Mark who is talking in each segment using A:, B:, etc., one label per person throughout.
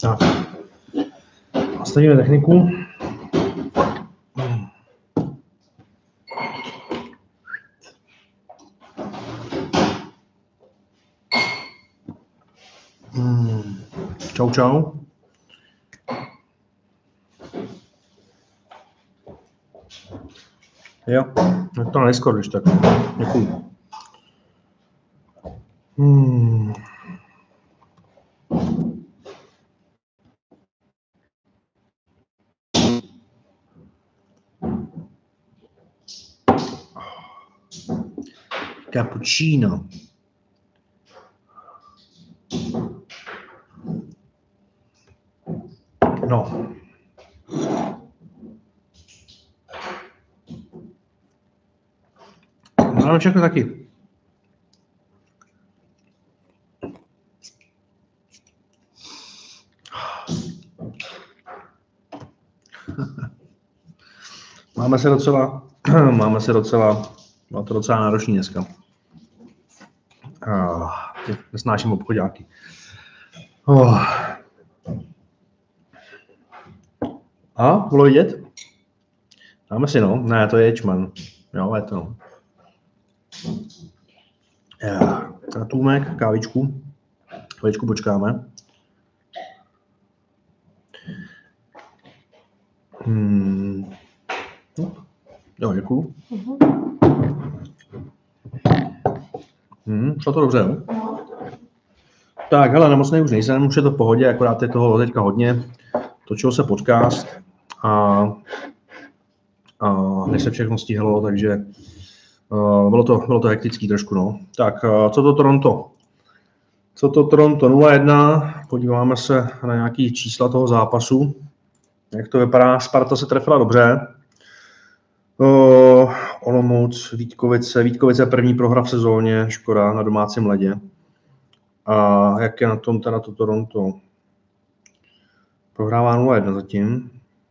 A: Tak. Nastavíme techniku. Čau, čau. Jo, tak to na Discord, když tak. Děkuju. Cappuccino. No. Máme všechno taky. Máme se docela, bylo to docela náročný dneska. Nesnáším obchodáky. A, bylo vidět? Dáme si, no. Ne, to je ječmen. Jo, je to, no. Tůmek, kávičku. Chviličku počkáme. Jo, děkuju. Šlo to dobře, jo? Tak, hele, nemocnej už nejsem, už je to v pohodě, akorát je toho teďka hodně. Točil se podcast a než se všechno stihlo, takže bylo to hektický trošku, no. Tak, co to Toronto? 0-1, podíváme se na nějaký čísla toho zápasu. Jak to vypadá? Sparta se trefila dobře. Olomouc, Vítkovice první prohra v sezóně, škoda na domácím ledě. A jak je na tom teda to Toronto? Prohrává 0-1 zatím.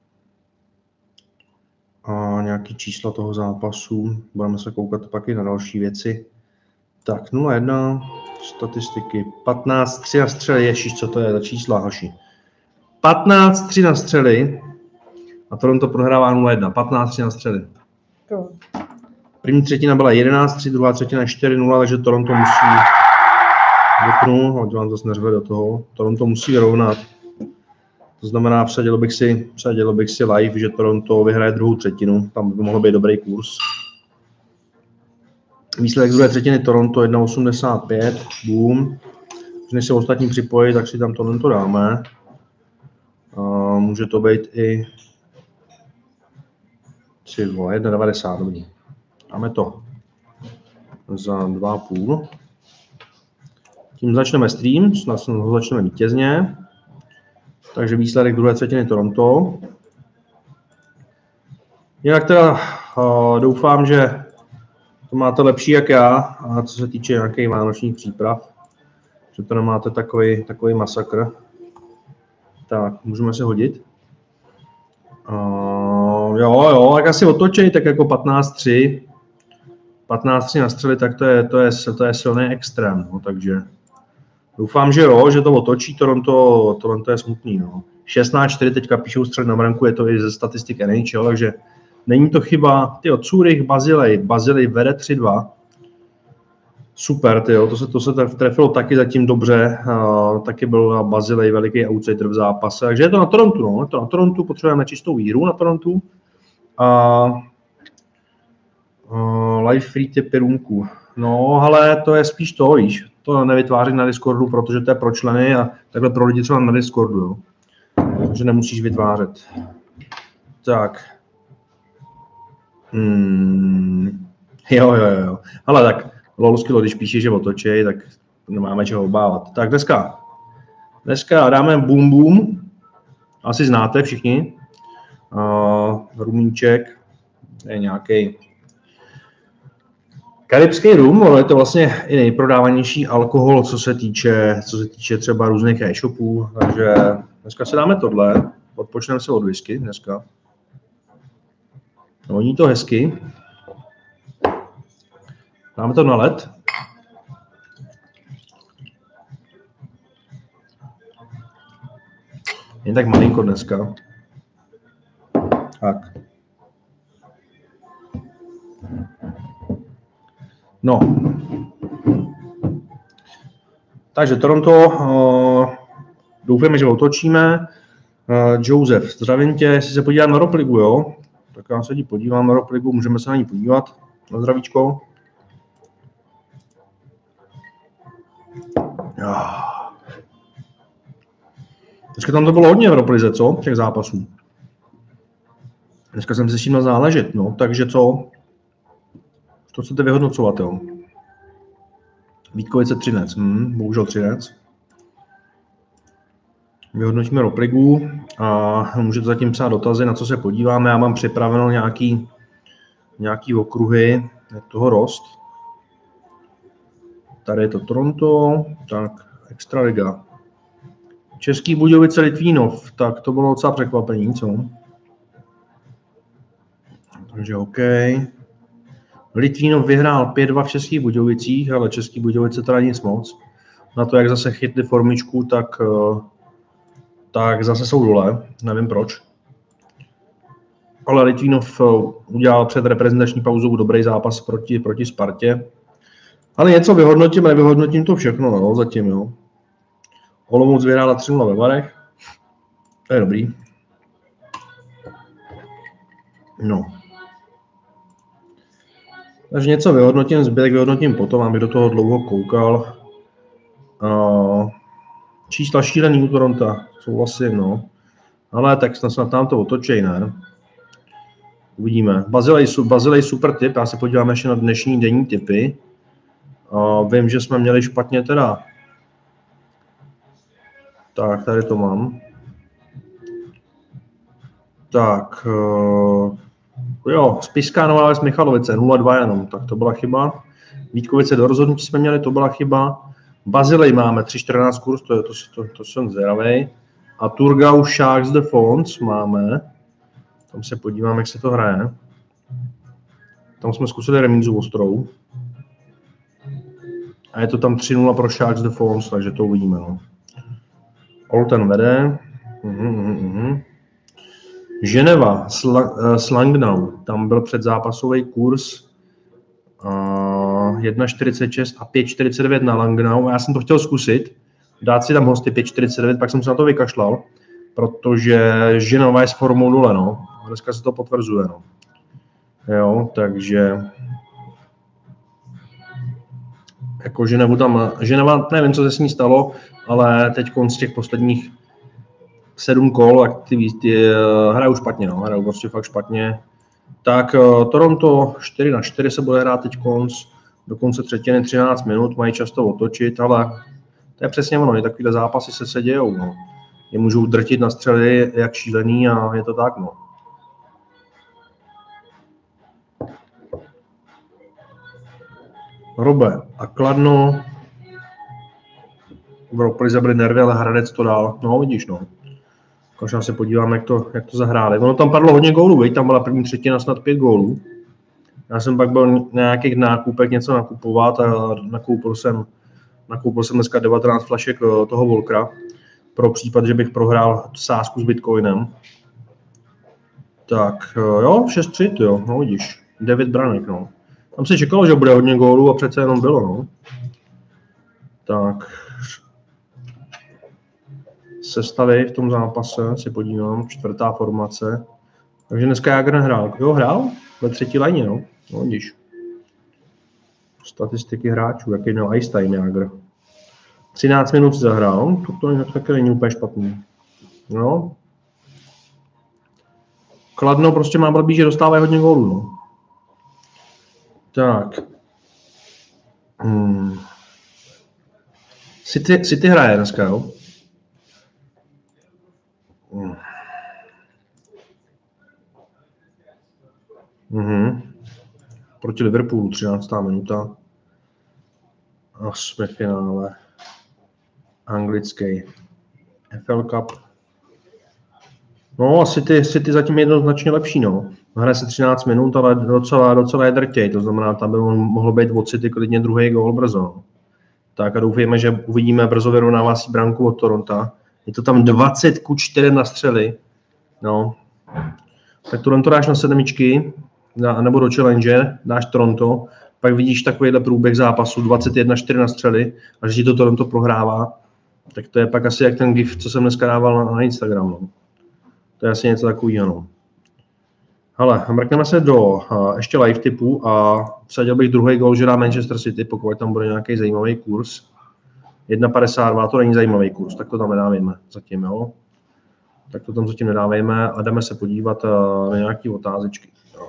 A: A nějaký čísla toho zápasu, budeme se koukat pak i na další věci. Tak 0-1, statistiky, 15-3 na střely, ježiš, co to je za čísla, hoši. 15-3 na střely a Toronto prohrává 0-1, 15-3 na střely. První třetina byla 11-3, druhá třetina 4-0, takže Toronto musí vypnout, ať vám zase neřve do toho, Toronto musí vyrovnat. To znamená, vsadil bych si live, že Toronto vyhraje druhou třetinu, tam by mohl být dobrý kurz. Výsledek druhé třetiny Toronto 1,85, boom. Než se ostatní připojí, tak si tam Toronto dáme. Může to být i 1,90, dobrý. Dáme to za 2,5. Tím začneme stream, snad ho začneme vítězně. Takže výsledek druhé třetiny Toronto. Jinak teda doufám, že to máte lepší jak já, a co se týče nějakých vánočních příprav, že to nemáte takový masakr. Tak, můžeme se hodit. Jo, tak asi otočej, tak jako 15-3. 15-3 na střely, tak to je silný extrém, no, takže doufám, že jo, že to otočí, Toronto je smutný, no. 16-4 teďka píšou střely na branku, je to i ze statistik NHL, takže není to chyba. Tyjo, Zurich, Bazilej vede 3-2. Super, tyjo, to se trefilo taky zatím dobře, taky byl Bazilej veliký outsider v zápase, takže je to na Torontu, no, je to na Torontu, potřebujeme čistou výhru na Torontu. Live free tipy roomku. No, ale to je spíš to, víš, to nevytváří na Discordu, protože to je pro členy a takhle pro lidi třeba na Discordu, jo. Takže nemusíš vytvářet. Tak. Jo. Ale tak, lolsky, když píšeš, že otočej, tak nemáme čeho obávat. Tak dneska dáme boom boom. Asi znáte všichni. Rumíček. Je nějaký karibský rum, ale je to vlastně i nejprodávanější alkohol, co se týče třeba různých e-shopů. Takže dneska si dáme tohle. Odpočneme se od whisky dneska. Voní to hezky. Dáme to na led. Jen tak malinko dneska. Tak. No. Takže Toronto, doufáme, že otočíme. Josef, zdravím tě, jestli se podívám na Ropligu, jo? Tak já se podívám na Ropligu, můžeme se na ní podívat. Na zdravíčko. Dneska tam to bylo hodně v Roplize, co? Těch zápasů. Dneska jsem si s tím záležet, no, takže co? To chcete vyhodnocovat, jo? Vítkovice Třinec, bohužel Třinec. Vyhodnotíme Ropligu a můžete zatím psát dotazy, na co se podíváme. Já mám připraveno nějaký okruhy, jak toho rost. Tady je to Toronto, tak Extraliga. Český Budějovice Litvínov, tak to bylo docela překvapení, co? Takže OK. Litvínov vyhrál 5-2 v Českých Budějovicích, ale Český Budějovice teda nic moc. Na to, jak zase chytli formičku, tak zase jsou dole, nevím proč. Ale Litvínov udělal před reprezentační pauzou dobrý zápas proti Spartě. Ale něco vyhodnotím, nevyhodnotím to všechno, no, zatím, jo. Olomouc vyhrála 3-0 ve Varech. To je dobrý. No. Takže něco vyhodnotím, zbytek vyhodnotím potom, abych do toho dlouho koukal. Čísla šílený u Toronto, souhlasím, no. Ale tak snad tam to otočej, ne? Uvidíme. Bazilej super tip, já se podívám ještě na dnešní denní tipy. Vím, že jsme měli špatně teda. Tak, tady to mám. Tak, jo, Spišská Nová Ves Michalovice, 0-2 jenom, tak to byla chyba. Vítkovice do rozhodnutí jsme měli, to byla chyba. Bazilej máme 3-14 kurz, to jsem zvědavej. A Thurgau Sharks de Fons máme. Tam se podívám, jak se to hraje. Tam jsme zkusili remízu ostrou. A je to tam 3-0 pro Sharks de Fons, takže to uvidíme. No. Olten vede. Ženeva, Slangnau, tam byl předzápasový kurz 1,46 a 5,49 na Langnau. Já jsem to chtěl zkusit, dát si tam hosty 5,49, pak jsem se na to vykašlal, protože Ženeva je s formou dole, no. Dneska se to potvrzuje, no. Jo, takže jako Ženeva, nevím, co se s ní stalo, ale teď z těch posledních 7 kol, tak ty hrajou špatně, no, hrajou prostě fakt špatně. Tak Toronto 4-4 se bude hrát teď do konce třetiny 13 minut, mají často otočit, ale to je přesně ono, takovýhle zápasy se dějou, no. Je můžou drtit na střely jak šílený a je to tak, no. Robe a Kladno. V Roplize byly nervy, ale Hradec to dál. No, vidíš, no. Každá se podívám, jak to zahráli. Ono tam padlo hodně gólů, veď? Tam byla první třetina snad 5 gólů. Já jsem pak byl na nějakých nákupech něco nakupovat a nakoupil jsem dneska 19 flašek toho Volkra pro případ, že bych prohrál sázku s Bitcoinem. Tak jo, 6-3, jo, no vidíš. 9 branek, no. Tam se čekalo, že bude hodně gólů a přece jenom bylo, no. Tak. Sestavy v tom zápase, si podívám, 4. formace. Takže dneska Jágr nehrál. Kdo hrál? Ve 3. lajně, no. No, vidíš. Statistiky hráčů, jaký měl ice time Jágr. 13 minut si zahrál, to taky není úplně špatný. No. Kladno prostě má blbý, že dostávají hodně gólů, no. Tak. City hraje dneska, jo? Proti Liverpoolu, 13. minuta. A jsme v finále. Anglický FL Cup. No a City zatím jednoznačně lepší, no. Hraje se 13 minut, ale docela je drtěj, to znamená, tam by mohlo být od City klidně druhý gól brzo. Tak a doufejme, že uvidíme brzo vyrovnávací branku od Toronto, Je to tam 20-4 na střely. No. Tak Toronto dáš na 7, nebo do challenge, dáš Toronto, pak vidíš takovýhle průběh zápasu, 21-4 na střely, a že ti to Toronto prohrává, tak to je pak asi jak ten gif, co jsem dneska dával na Instagram. No. To je asi něco takového. No. Hele, mrkneme se do ještě live typu a vsadil bych druhý gol, že dá Manchester City, pokud tam bude nějaký zajímavý kurz. 1,52, to není zajímavý kurz, tak to tam nedávejme zatím, jo. Tak to tam zatím nedávejme a jdeme se podívat na nějaké otázečky.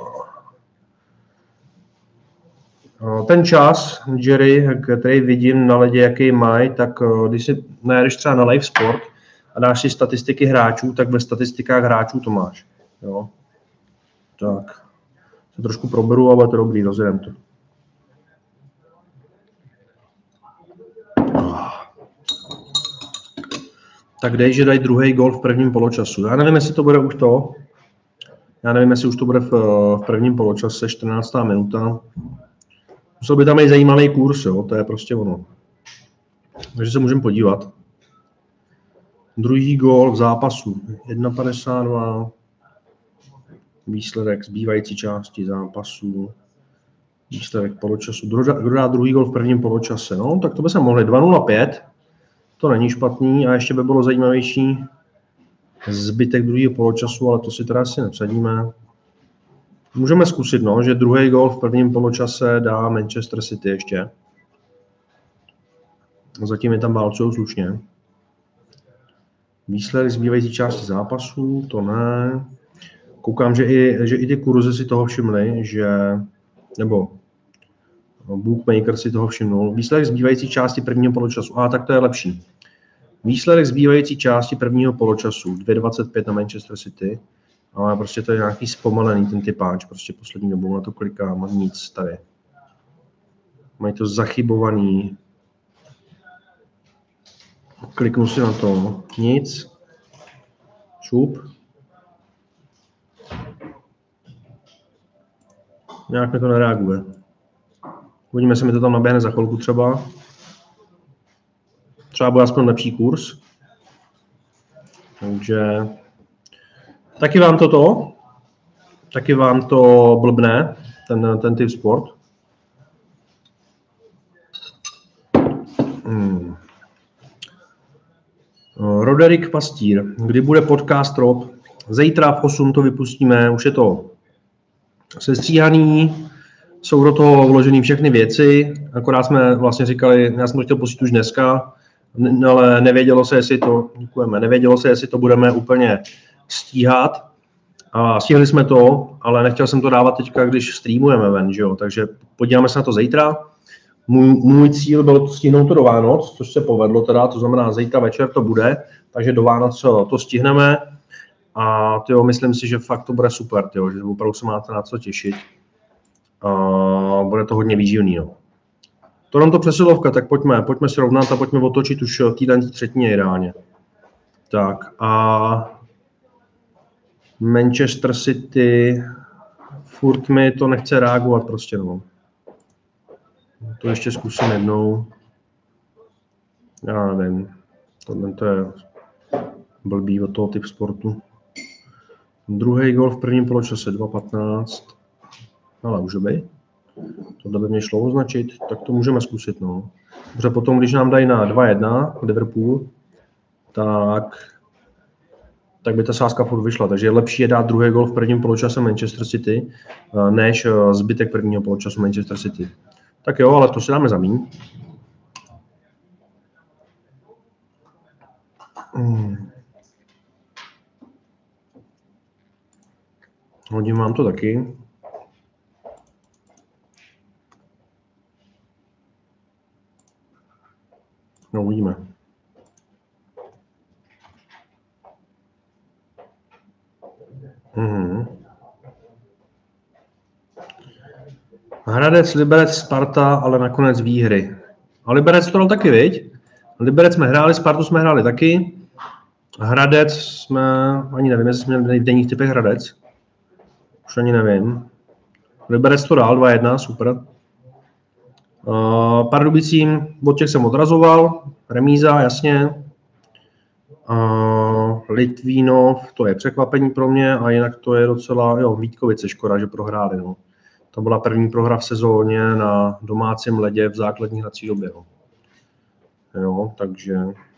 A: Ten čas, Jerry, který vidím na ledě, jaký mají, tak když si najedeš třeba na Live Sport a dáš si statistiky hráčů, tak ve statistikách hráčů to máš. Jo. Tak, se trošku proberu, ale to dobrý, rozjedem to. Tak dej, že dají druhý gol v prvním poločasu. Já nevím, jestli to bude už to. Já nevím, jestli už to bude v prvním poločase, 14. minuta. Musel by tam být zajímavý kurz, jo, to je prostě ono. Takže se můžeme podívat. Druhý gól v zápasu, 1,52. Výsledek zbývající části zápasu. Výsledek poločasu. Kdo dá druhý gól v prvním poločase? No, tak to by se mohli 2,05. To není špatný a ještě by bylo zajímavější zbytek druhého poločasu, ale to si teda asi nepředíme. Můžeme zkusit, no, že druhý gól v prvním poločase dá Manchester City ještě. Zatím je tam válcujou slušně. Výsledek zbývající části zápasů, to ne. Koukám, že i ty kurzy si toho všimli, nebo bookmaker si toho všimnul. Výsledek zbývající části prvního poločasu. Tak to je lepší. Výsledek zbývající části prvního poločasu. 2,25 na Manchester City. Ale prostě to je nějaký zpomalený ten typáč. Prostě poslední dobou na to klikám a nic tady. Mají to zachybovaný. Kliknu si na to. Nic. Šup. Nějak mi to nereaguje. Uvidíme, jestli mi to tam naběhne za chvilku třeba. Třeba bude aspoň lepší kurz. Takže taky vám to blbne, ten typ sport. Roderick Pastír. Kdy bude podcast Rob? Zítra v 8 to vypustíme, už je to sestříhaný, jsou do toho vložené všechny věci, akorát jsme vlastně říkali, já jsem to chtěl pustit už dneska, ale nevědělo se, jestli to budeme úplně stíhat. A stihli jsme to, ale nechtěl jsem to dávat teďka, když streamujeme ven, že jo? Takže podíváme se na to zítra. Můj cíl byl stihnout to do Vánoc, což se povedlo teda, to znamená zítra večer to bude, takže do Vánoc to stihneme. A tyjo, myslím si, že fakt to bude super, tyjo, že opravdu se máte na co těšit. A bude to hodně výživný. No. Toronto přesilovka, tak pojďme si rovnat a pojďme otočit už týden třetině ideálně. Tak a Manchester City, furt mi to nechce reagovat prostě, no. To ještě zkusím jednou. Já nevím, to je blbý od toho typ sportu. Druhý gol v prvním poločase 2,15. Ale může být. Tohle by mě šlo označit, tak to můžeme zkusit, no. Protože potom, když nám dají na 2-1 Liverpool, tak by ta sázka furt vyšla. Takže je lepší je dát druhý gol v prvním poločase Manchester City, než zbytek prvního poločasu Manchester City. Tak jo, ale to si dáme za míň. Hodím vám to taky. No, uvidíme. Hradec, Liberec, Sparta, ale nakonec výhry. A Liberec to dal taky, viď? Liberec jsme hráli, Spartu jsme hráli taky. Hradec jsme, ani nevím, jestli jsme měli v denních typech Hradec. Už ani nevím. Liberec to dal, 2-1, super. Pardubicím, od těch jsem odrazoval. Remíza, jasně. Litvínov, to je překvapení pro mě a jinak to je docela, jo, Vítkovice škoda, že prohráli, no. To byla první prohra v sezóně na domácím ledě v základní hrací době, no. Jo, takže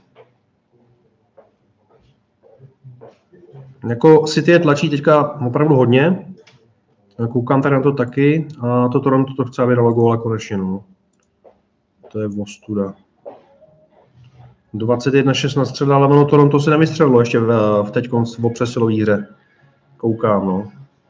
A: jako City je tlačí teďka opravdu hodně. Koukám tady na to taky a to Toronto to chce, aby dalo góla konečně, no. To je ostuda. 21-6 nastřelil, ale ono Toronto se nevystřelilo ještě v teď v přesilové hře. Koukám, no.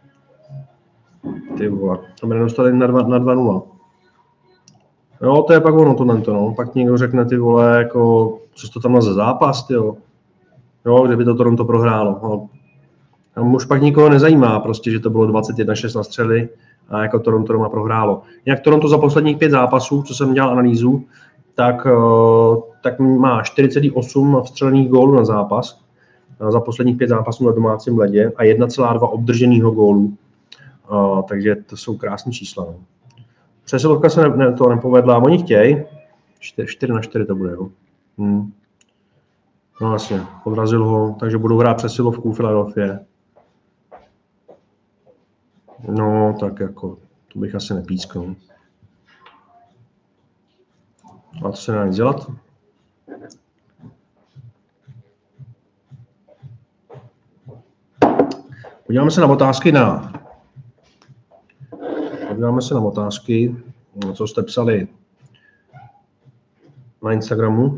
A: Ty vole, to mě nedostali na 2-0. Jo, to je pak ono tohle, no. Pak někdo řekne, ty vole, jako, co to tam má za zápas, tyjo. Jo, kdyby to Toronto prohrálo. No. A už pak nikoho nezajímá, prostě, že to bylo 21-6 na střely a jako Toronto doma prohrálo. Jinak Toronto za posledních 5 zápasů, co jsem dělal analýzu, tak má 4,8 vstřelených gólů na zápas za posledních 5 zápasů na domácím ledě a 1,2 obdrženého gólu. Takže to jsou krásné čísla. No. Přesilovka se to nepovedla, oni chtějí. 4-4 to bude. Jo. No vlastně, podrazil ho, takže budou hrát přesilovku v Philadelphia. No, tak jako, to bych asi nepískal. A to se nedá nic dělat. Podíváme se na otázky, co jste psali na Instagramu.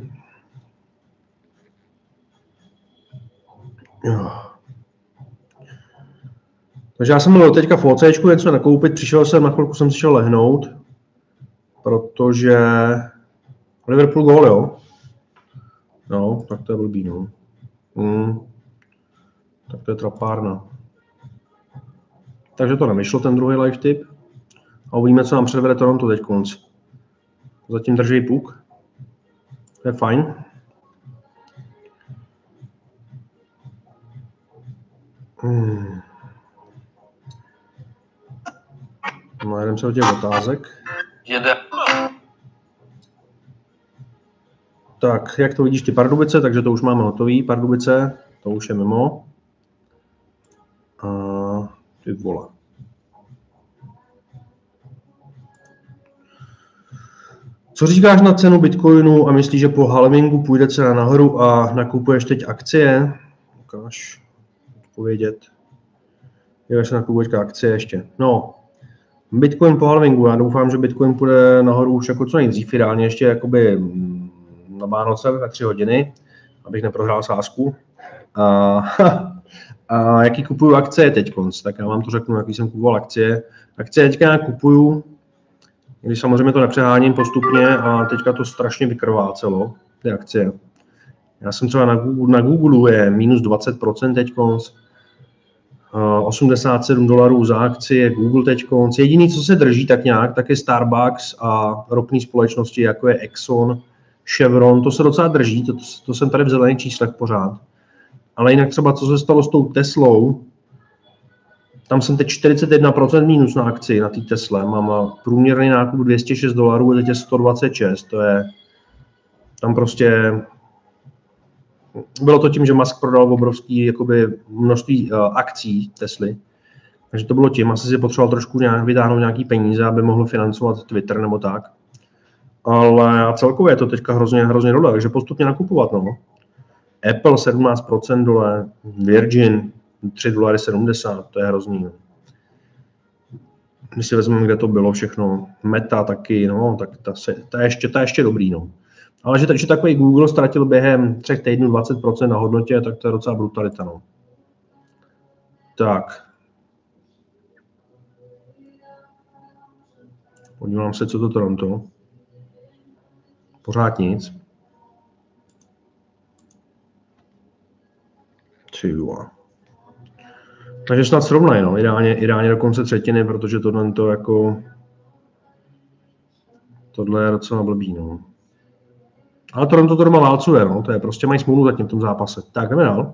A: Takže já jsem byl teďka v OCčku něco nakoupit, přišel jsem, na chvilku jsem si šel lehnout, protože Liverpool gól, jo. No, tak to je blbý, no. Tak to je trapárna. Takže to nevyšlo, ten druhý live tip. A uvidíme, co nám předvede Toronto teď konc. Zatím drží puk. To je fajn. No, jdem se o těch otázek. Tak, jak to vidíš ty Pardubice, takže to už máme hotový. Pardubice, to už je mimo. A ty vole. Co říkáš na cenu Bitcoinu a myslíš, že po halvingu půjde cena nahoru a nakupuješ teď akcie? Ukáž odpovědět. Jo, se nakupuješ akcie ještě. No, Bitcoin po halvingu, já doufám, že Bitcoin půjde nahoru už jako co nejdřív, ideálně ještě jakoby na Vánoce ve 3 hodiny, abych neprohrál sázku. A jaký kupuju akcie teď konc? Tak já vám to řeknu, jaký jsem kupoval akcie. Akcie teďka kupuju, když samozřejmě to nepřeháním postupně a teďka to strašně vykrvácelo, ty akcie. Já jsem třeba na Google je minus 20% teď konc. $87 za akcie je Google teď konc. Jediný, co se drží tak nějak, tak je Starbucks a ropné společnosti, jako je Exxon, Chevron, to se docela drží, to jsem tady v zelených číslech pořád. Ale jinak třeba, co se stalo s tou Teslou, tam jsem teď 41% minus na akci, na té Tesle. Mám průměrný nákup $206, teď je 126, to je, tam prostě, bylo to tím, že Musk prodal obrovský jakoby, množství akcí Tesly, takže to bylo tím, asi si potřeboval trošku vytáhnout nějaký peníze, aby mohl financovat Twitter nebo tak. Ale celkově je to teďka hrozně dole, takže postupně nakupovat, no. Apple 17% dole, Virgin $3,70, to je hrozný. No. Když si vezmeme, kde to bylo všechno, Meta taky, no, tak ta je ještě dobrý, no. Ale že takový Google ztratil během 3 týdnů 20% na hodnotě, tak to je docela brutalita, no. Tak. Podívám se, co to Toronto. Pořád nic. Takže snad srovnají, no. Ideálně do konce třetiny, protože tohle je docela blbý, no. Ale Toronto to doma válcuje, no. To je prostě mají smůlu zatím v tom zápase. Tak, jdeme dál.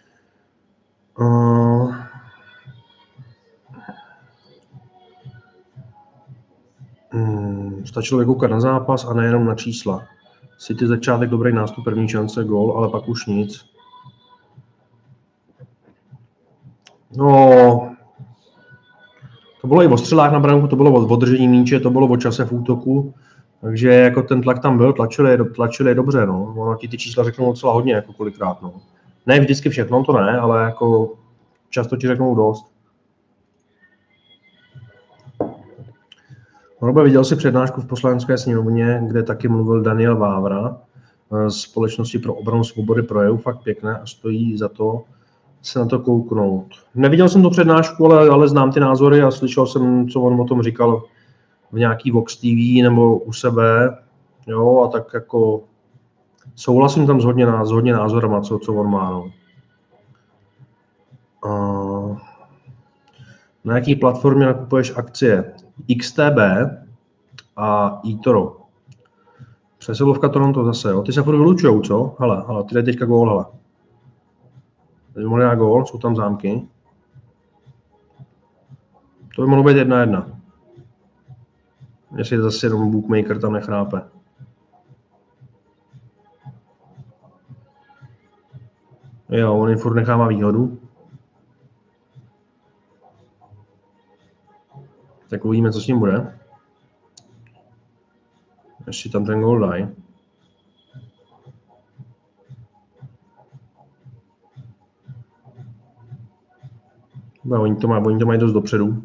A: Stačilo vykoukat na zápas a nejenom na čísla. City začátek, dobrý nástup, první šance, gól, ale pak už nic. No, to bylo i o střelách na branku, to bylo o držení míče, to bylo o čase v útoku. Takže jako ten tlak tam byl, tlačili dobře, no. Ono ti ty čísla řeknou docela hodně, jako kolikrát, no. Ne vždycky všechno, to ne, ale jako často ti řeknou dost. Robe, viděl si přednášku v Poslanecké sněmovně, kde taky mluvil Daniel Vávra z Společnosti pro obranu svobody projevu, fakt pěkné a stojí za to se na to kouknout. Neviděl jsem tu přednášku, ale znám ty názory a slyšel jsem, co on o tom říkal v nějaký Vox TV nebo u sebe, jo, a tak jako souhlasím tam s hodně názorama, co on má, no. Na jaký platformě nakupuješ akcie? XTB a eToro. Přesilovka Toronto zase, jo. Ty se furt vylučujou, co? Hele, ty jde teďka gól, hele. Teď mohli dát gól, jsou tam zámky. To by mohlo být 1-1. Jestli zase jenom bookmaker tam nechrápe. Jo, on jim furt nechává výhodu. Tak uvidíme, co s ním bude. Ještě tam ten gól dají. Oni to mají dost dopředu.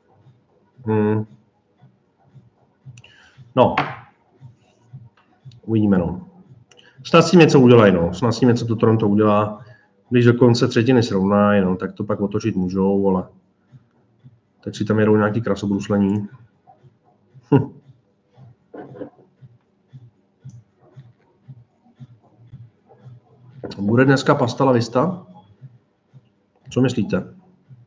A: No. Uvidíme, no. Snad s tím něco udělají, no. Snad s tím něco to Toronto udělá. Když do konce třetiny srovnají, no, tak to pak otočit můžou, ale teď si tam jedou nějaký krasobruslení. Bude dneska Pasta La Vista? Co myslíte?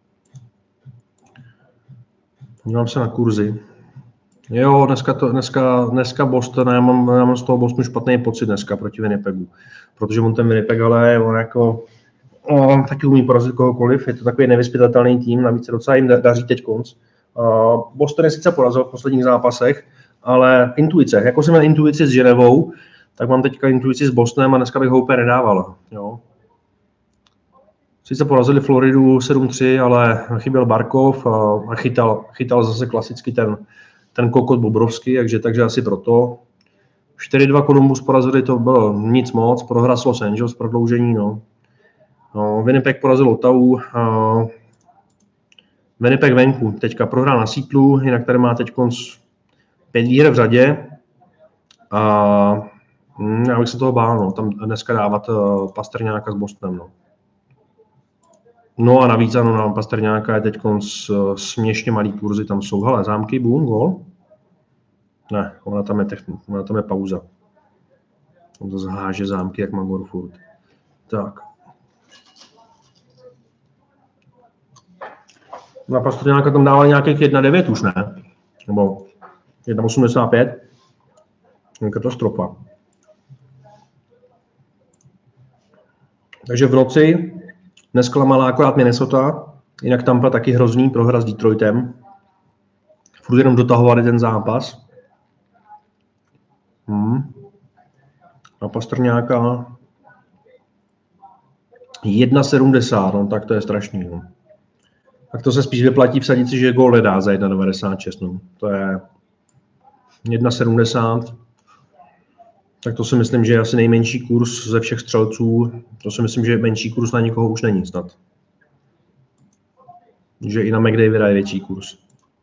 A: Dívám se na kurzy. Jo, dneska Boston, já mám z toho Bostonu špatný pocit dneska proti Winnipegu. Protože on ten Winnipeg, ale on jako taky umí porazit kohokoliv, je to takový nevyzpytatelný tým, navíc se docela jim daří teď konc. Boston je sice porazil v posledních zápasech, ale intuice, jako jsem měl intuici s Ženevou, tak mám teďka intuici s Bostonem a dneska bych ho úplně nedával. Jo. Sice porazili Floridu 7-3, ale chyběl Barkov a chytal zase klasicky ten kokot Bobrovský, takže asi proto. 4-2 Columbus porazili, to bylo nic moc, prohra s Los Angeles prodloužení, no. Winnipeg porazil Ottawu, Winnipeg venku, teďka prohrál na Seattlu, jinak tady má teď 5 výher v řadě a já bych se toho bál, no, tam dneska dávat Pastrňáka s Bostonem, no. No a navíc ano, na Pastrňáka je teď směšně malý kurzy, tam jsou, hele, zámky, boom, gol. Ne, ona tam je pauza. On to zháže zámky, jak Magor furt. Tak. Na Pastrňáka tam dávali nějakých 1,9 už, ne? Nebo 1,85. Katastrofa. Takže v noci nesklamala akorát Minnesota, jinak Tampa taky hrozný, prohra s Detroitem. Furt jenom dotahovali ten zápas. A Pastrňáka 1,70, no tak to je strašný. No. Tak to se spíš vyplatí vsadit si, že gól nedá za 1,96. No. To je 1,70. Tak to si myslím, že je asi nejmenší kurz ze všech střelců. To si myslím, že menší kurz na nikoho už není snad. Že i na McDavida je větší kurz.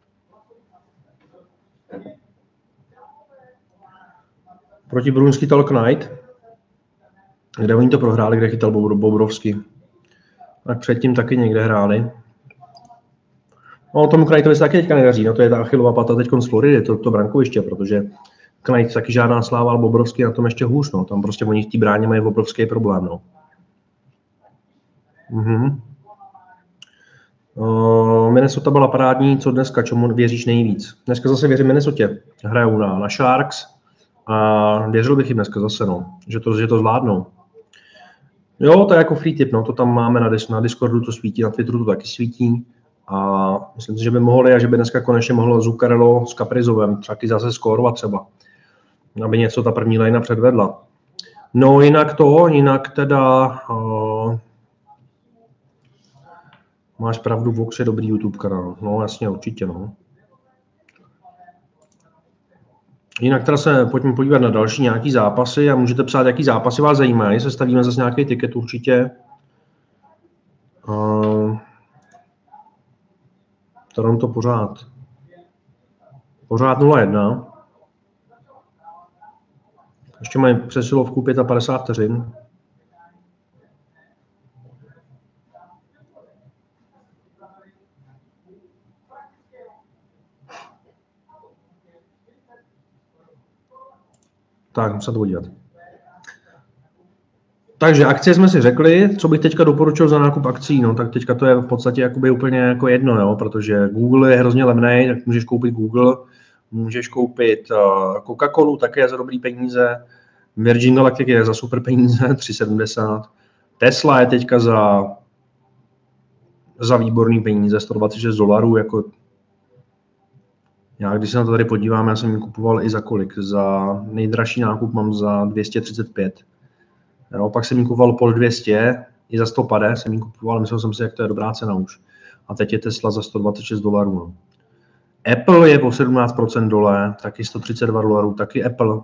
A: Proti Brunsky Talk Night, kde oni to prohráli, kde chytal Bobrovský. Tak předtím taky někde hráli. No, tomu Knightovi se taky teďka nedaří, no to je ta Achillova pata teď z Floridy, to brankoviště, protože Knight taky žádná sláva, ale Bobrovský na tom ještě hůř, no. Tam prostě oni v té bráně mají obrovský problém, no. Minnesota byla parádní, co dneska, čemu věříš nejvíc? Dneska zase věřím Minnesotě, hrajou na Sharks a věřil bych jim dneska zase, no, že to zvládnou. Jo, to je jako free tip, no, to tam máme na Discordu, to svítí, na Twitteru to taky svítí. A myslím si, že by mohli a že by dneska konečně mohlo Zuccarello s Kaprizovem taky zase skórovat třeba, aby něco ta první lajna předvedla. No jinak teda Máš pravdu, Vox je dobrý YouTube kanál. No jasně, určitě, no. Jinak teda se pojďme podívat na další nějaký zápasy a můžete psát, jaký zápasy vás zajímají. Sestavíme zase nějaký tiket určitě. Toronto pořád 0-1. Ještě mají přesilovku 55 vteřin. Tak, musím to podívat. Takže akcie jsme si řekli, co bych teďka doporučil za nákup akcí, no tak teďka to je v podstatě jakoby úplně jako jedno, jo, protože Google je hrozně levnej, tak můžeš koupit Google, můžeš koupit Coca-Colu, také je za dobrý peníze, Virgin Galactic je za super peníze, 3,70, Tesla je teďka za výborný peníze, $126, jako já když se na to tady podívám, já jsem ji kupoval i za kolik, za nejdražší nákup mám za 235. Jo, pak jsem ji kupoval po 200, i za 150 jsem ji kupoval, myslel jsem si, jak to je dobrá cena už. A teď je Tesla za $126. No. Apple je po 17% dole, taky $132, taky Apple.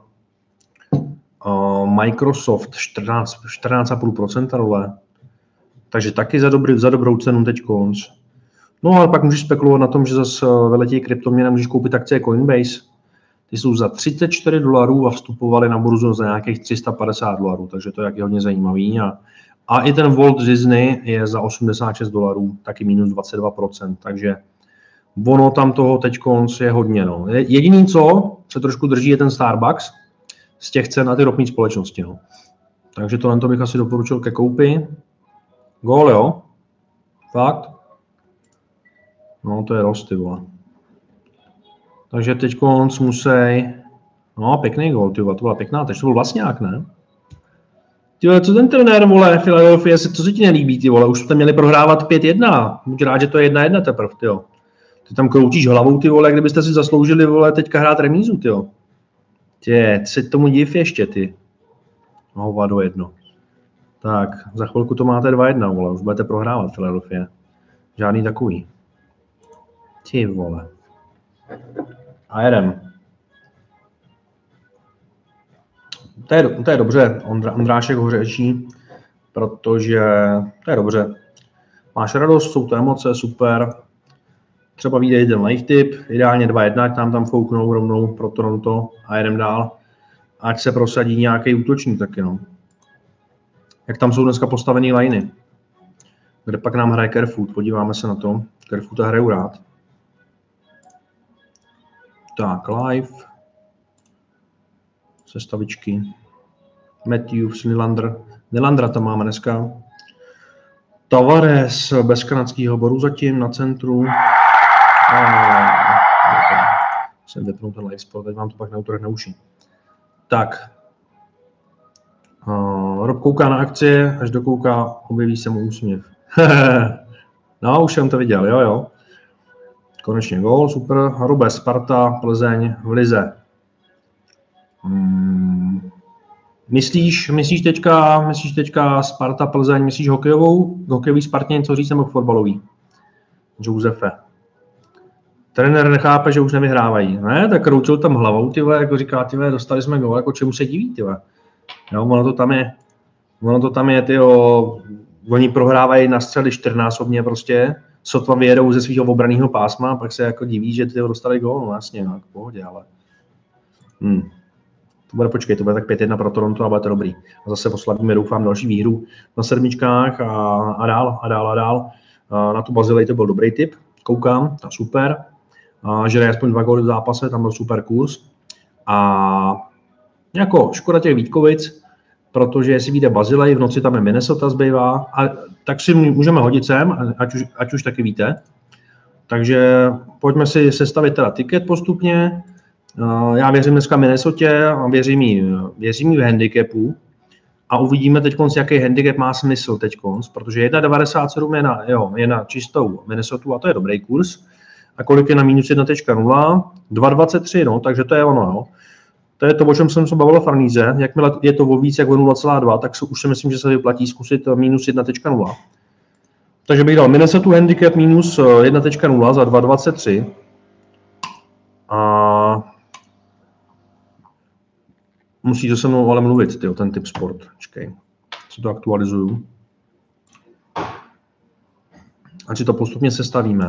A: Microsoft 14,5% dole. Takže taky za dobrou cenu teď konc. No ale pak můžeš spekulovat na tom, že zase veletí kryptoměna můžeš koupit akcie Coinbase. Ty jsou za $34 a vstupovali na burzu za nějakých $350, takže to je taky hodně zajímavý. A i ten Walt Disney je za $86, taky minus 22%, takže ono tam toho teď je hodně. No. Jediný, co se trošku drží, je ten Starbucks z těch cen na ty ropné společnosti. No. Takže tohle bych asi doporučil ke koupi. Gól, jo? Fakt? No, to je rost, ty vole. Takže teď musí... No, pěkný gól, ty vole, to byla pěkná, takže to byl Vlastňák, ne? Ty vole, co ten trenér, vole, Philadelphia, co se ti nelíbí, ty vole, už jste měli prohrávat 5-1, buď rád, že to je 1-1 teprve, ty jo. Ty tam kroutíš hlavou, ty vole, kdybyste si zasloužili, vole, teďka hrát remízu, ty jo. Tě, se tomu div ještě, ty. No, 2-1. Tak, za chvilku to máte 2-1, vole, už budete prohrávat, Philadelphia. Žádný takový. Ty vole. A jedem. To je dobře, Ondrášek ho řečí, protože to je dobře. Máš radost, jsou to emoce, super. Třeba vyjde jeden live tip, ideálně 2-1, ať nám tam fouknou rovnou pro Toronto a jedem dál. Ať se prosadí nějaký útočník taky, no. Jak tam jsou dneska postavený liney. Kde pak nám hraje Kerfoot, podíváme se na to. Kerfoota hraju rád. Tak, live. Sestavičky. Matthews, Nylandra tam máme dneska. Tavares bez kanadského boru zatím na centru. Jsem vypnul ten live sport, teď vám to pak na autorech neuší. Tak. Rob kouká na akcie, až dokouká, objeví se mu úsměv. No, už jsem to viděl, jo. Konečně gól, super. Robe, Sparta, Plzeň v lize. Myslíš teďka Sparta, Plzeň, myslíš hokejový Spartě něco říct nebo fotbalový? Josefe. Trenér nechápe, že už nevyhrávají. Ne, tak kroutil tam hlavou, tyhle, jako říká, tyhle, dostali jsme gól, jako čemu se diví, tyhle. Jo, ono to tam je, tyjo, oni prohrávají na střely 4násobně prostě, sotva vyjedou ze svého obranného pásma, pak se jako diví, že tyjo, dostali gól, no jasně, no, v pohodě, ale... To bude tak 5-1 pro Toronto a bude to dobrý. A zase oslavíme, doufám, další výhru na sedmičkách a dál. Na tu Bazilej to byl dobrý tip, koukám, to super. Že aspoň 2 góly v zápase, tam byl super kurz. A jako škoda těch Vítkovic, protože jestli vyjde Bazilej, v noci tam je Minnesota zbývá, tak si můžeme hodit sem, ať už taky víte. Takže pojďme si sestavit teda tiket postupně. Já věřím dneska Minnesotě a věřím jí v handicapu a uvidíme teď, jaký handicap má smysl teď, protože 1,97 je na čistou Minnesotu a to je dobrý kurz. A kolik je na minus 1,0? 2,23, no, takže to je ono, jo. To je to, o čem jsem se bavil v Farníze. Jakmile je to o víc jak o 0,2, tak už si myslím, že se vyplatí zkusit minus 1,0. Takže bych dal Minnesota handicap minus 1.0 za 2.23. A musíte se mnou ale mluvit, tyjo, ten typ sport. Čekej, si to aktualizuju. Ať si to postupně sestavíme.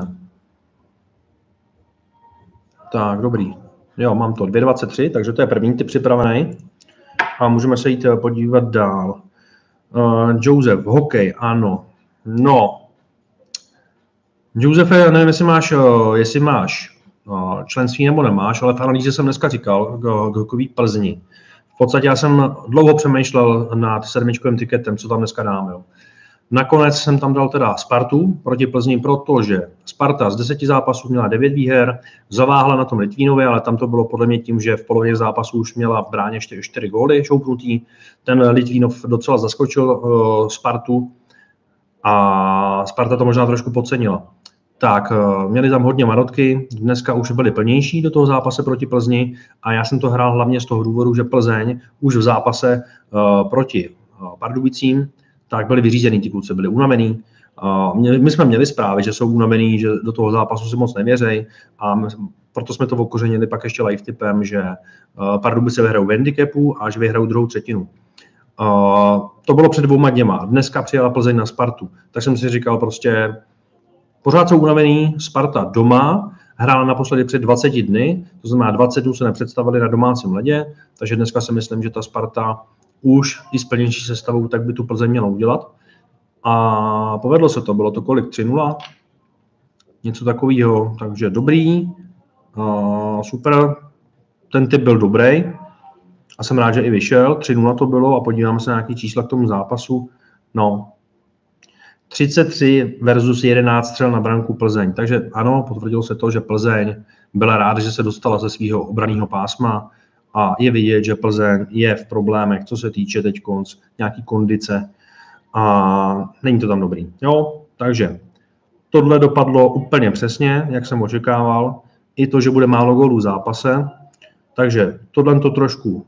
A: Tak, dobrý. Jo, mám to 2.23, takže to je první typ připravený. A můžeme se jít podívat dál. Josef, hokej, ano. No. Josefe, nevím, jestli máš členství nebo nemáš, ale v analýze jsem dneska říkal k hokejové Plzni. V podstatě já jsem dlouho přemýšlel nad sedmičkovým tiketem, co tam dneska dáme. Jo. Nakonec jsem tam dal teda Spartu proti Plzni, protože Sparta z 10 zápasů měla 9 výher, zaváhla na tom Litvínově, ale tam to bylo podle mě tím, že v polovině zápasů už měla v bráně 4 góly šoupnutý. Ten Litvínov docela zaskočil Spartu a Sparta to možná trošku podcenila. Tak, měli tam hodně marotky, dneska už byly plnější do toho zápase proti Plzni a já jsem to hrál hlavně z toho důvodu, že Plzeň už v zápase proti Pardubicím tak byli vyřízený, ti kluci byli unavený. My jsme měli zprávy, že jsou unavený, že do toho zápasu si moc nevěří a proto jsme to okořenili pak ještě live tipem, že Pardubice vyhrajou v handicapu a že vyhrajou druhou třetinu. To bylo před 2 dněma. Dneska přijela Plzeň na Spartu. Tak jsem si říkal prostě, pořád jsou unavený, Sparta doma, hrála naposledy před 20 dny, to znamená 20 dnů se nepředstavili na domácím ledě, takže dneska si myslím, že ta Sparta už i s plnější sestavou, tak by tu Plzeň měla udělat. A povedlo se to, bylo to kolik? 3-0? Něco takového, takže dobrý, super, ten typ byl dobrý a jsem rád, že i vyšel, 3-0 to bylo a podíváme se na nějaké čísla k tomu zápasu. No, 33 versus 11 střel na branku Plzeň, takže ano, potvrdilo se to, že Plzeň byla ráda, že se dostala ze svého obranného pásma, a je vidět, že Plzeň je v problémech, co se týče teď nějaký kondice a není to tam dobrý. Jo, takže tohle dopadlo úplně přesně, jak jsem očekával. I to, že bude málo gólů v zápase. Takže tohle to trošku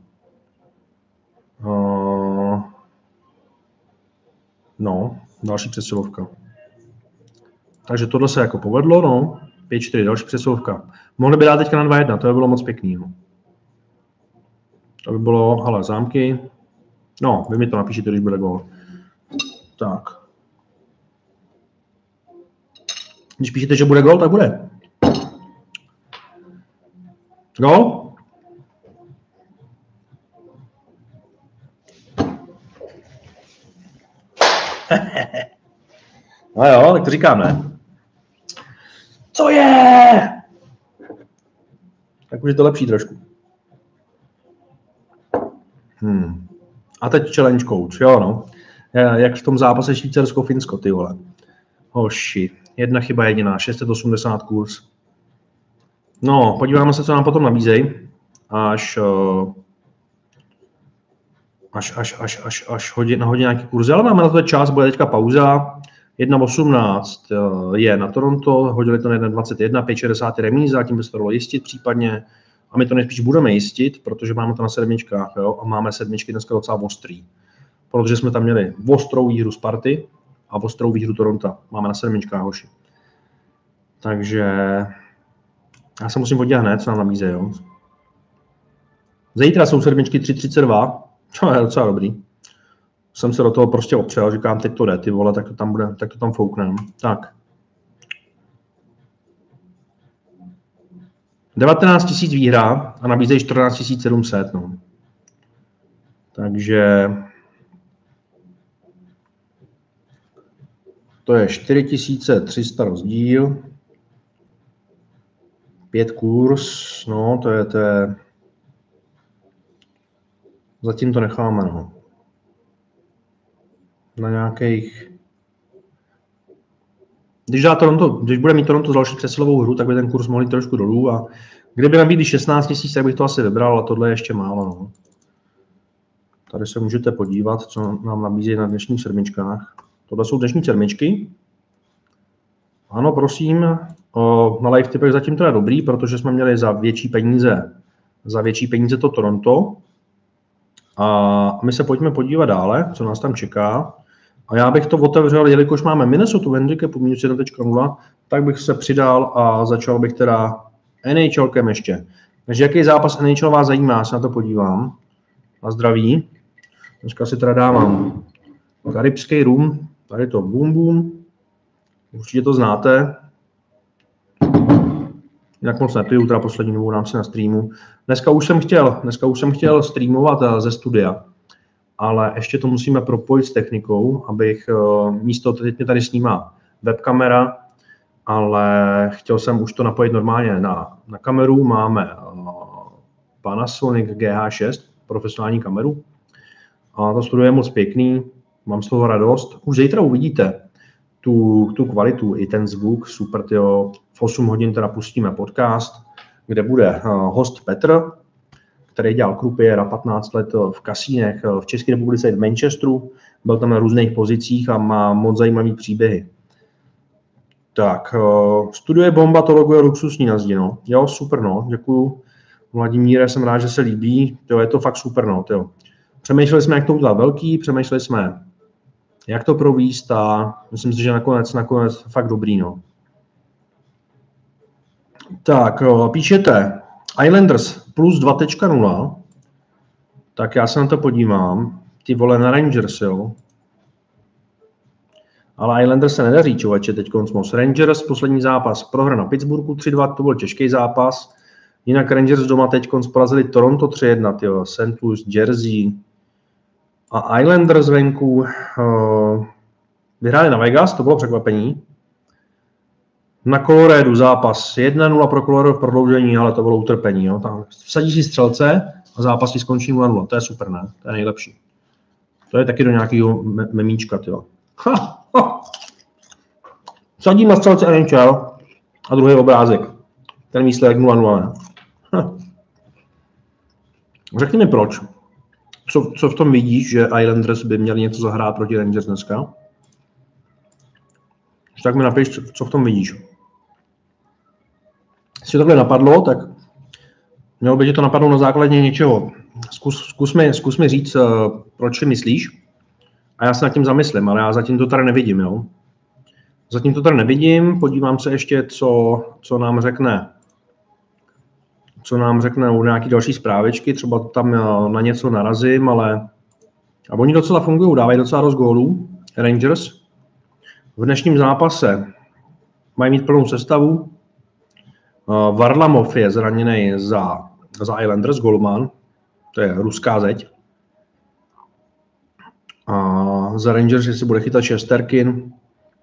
A: další přesilovka. Takže tohle se jako povedlo, no. 5-4, další přesilovka. Mohli by dát teďka na 2-1, to by bylo moc pěkný. No. To by bylo, hele, zámky. No, vy mi to napíšete, když bude gól. Tak. Když píšete, že bude gól, tak bude. Gól? No jo, tak to říkám, ne? Co je? Tak už je to lepší trošku. A teď challenge coach, jo no. Jak v tom zápase Švýcarsko-Finsko, ty vole. Hoši, 1 chyba jediná, 680 kurz. No, podíváme se, co nám potom nabízejí. Až hodí nějaký kurzy, ale máme na to čas, bude teďka pauza. 1.18 je na Toronto, hodili to na 1.21, 5.60 remíza, tím by se to dalo jistit případně. A my to nejspíš budeme jistit, protože máme to na sedmičkách, jo, a máme sedmičky dneska docela ostrý. Protože jsme tam měli ostrou výhru Sparty a ostrou výhru Toronto. Máme na sedmičkách, hoši. Takže já se musím podívat hned, co nám nabízejí, jo. Zítra jsou sedmičky 3.32, to je docela dobrý. Jsem se do toho prostě opřel, říkám, teď to jde, ty vole, tak to tam bude, tak to tam fouknem. Tak. 19 000 výhra a nabízejí 14 700, no. Takže to je 4300 rozdíl. 5 kurz, no, to je zatím to necháme, no. Na nějakých, když bude mít Toronto další přesilovou hru, tak by ten kurz mohl jít trošku dolů a kdyby nabídli 16 000, tak bych to asi vybral, ale tohle je ještě málo, no. Tady se můžete podívat, co nám nabízí na dnešních sedmičkách. Tohle jsou dnešní sedmičky. Ano, prosím, na live tipech zatím to je dobrý, protože jsme měli za větší peníze to Toronto. A my se pojďme podívat dále, co nás tam čeká. A já bych to otevřel, jelikož máme Minnesota v handicapu minus 1.0, tak bych se přidal a začal bych teda NHLkem ještě. Takže jaký zápas NHL vás zajímá, já se na to podívám. Na zdraví. Dneska si teda dávám karibský rum, tady to Boom Boom. Určitě to znáte. Jinak moc nepiju, teda poslední dobou dám si na streamu. Dneska už jsem chtěl streamovat ze studia, ale ještě to musíme propojit s technikou, abych místo, teď mě tady snímá webkamera, ale chtěl jsem už to napojit normálně na kameru. Máme Panasonic GH6, profesionální kameru. A to studio je moc pěkný, mám z toho radost. Už zítra uvidíte tu kvalitu i ten zvuk, super, tyjo. V 8 hodin teda pustíme podcast, kde bude host Petr, který dělal krupiéra 15 let v kasínech v České republice v Manchesteru, byl tam na různých pozicích a má moc zajímavý příběhy. Tak, studio je bomba, to logo je luxusní na zdi, no. Jo, super, no, děkuju. Vladimíre, jsem rád, že se líbí, jo, je to fakt super, no, jo. Přemýšleli jsme, jak to udělat velký, přemýšleli jsme, jak to províst a myslím si, že nakonec fakt dobrý, no. Tak, píšete Islanders plus 2.0, tak já se na to podívám, ty vole na Rangers, jo. Ale Islanders se nedaří, člověče, teď moc. Rangers, poslední zápas, prohra na Pittsburghu 3-2, to byl těžký zápas. Jinak Rangers doma teď porazili Toronto 3-1, tyjo, St. Louis, Jersey. A Islanders venku vyhráli na Vegas, to bylo překvapení. Na Coloradu zápas 1-0 pro Colorado v prodloužení, ale to bylo utrpení. Jo. Tam vsadíš si střelce a zápas ti skončí 0-0, to je super, ne? To je nejlepší. To je taky do nějakého memíčka, tyjo. Sadím na střelce NHL a druhý obrázek. Ten výsledek 0-0. Řekni mi proč. Co v tom vidíš, že Islanders by měli něco zahrát proti Rangers dneska? Tak mi napiš, co v tom vidíš. Jestli tohle napadlo, tak mělo by tě to napadnout na základě něčeho. Zkus mi říct, proč si myslíš. A já se nad tím zamyslím, ale já zatím to tady nevidím, jo. Zatím to tady nevidím, podívám se ještě, co nám řekne u nějaký další zprávičky, třeba tam na něco narazím, ale a oni docela fungují, dávají docela dost gólů, Rangers. V dnešním zápase mají mít plnou sestavu. Varlamov je zraněný za Islanders, golman, to je ruská zeď. A za Rangers, jestli bude chytat Shesterkin,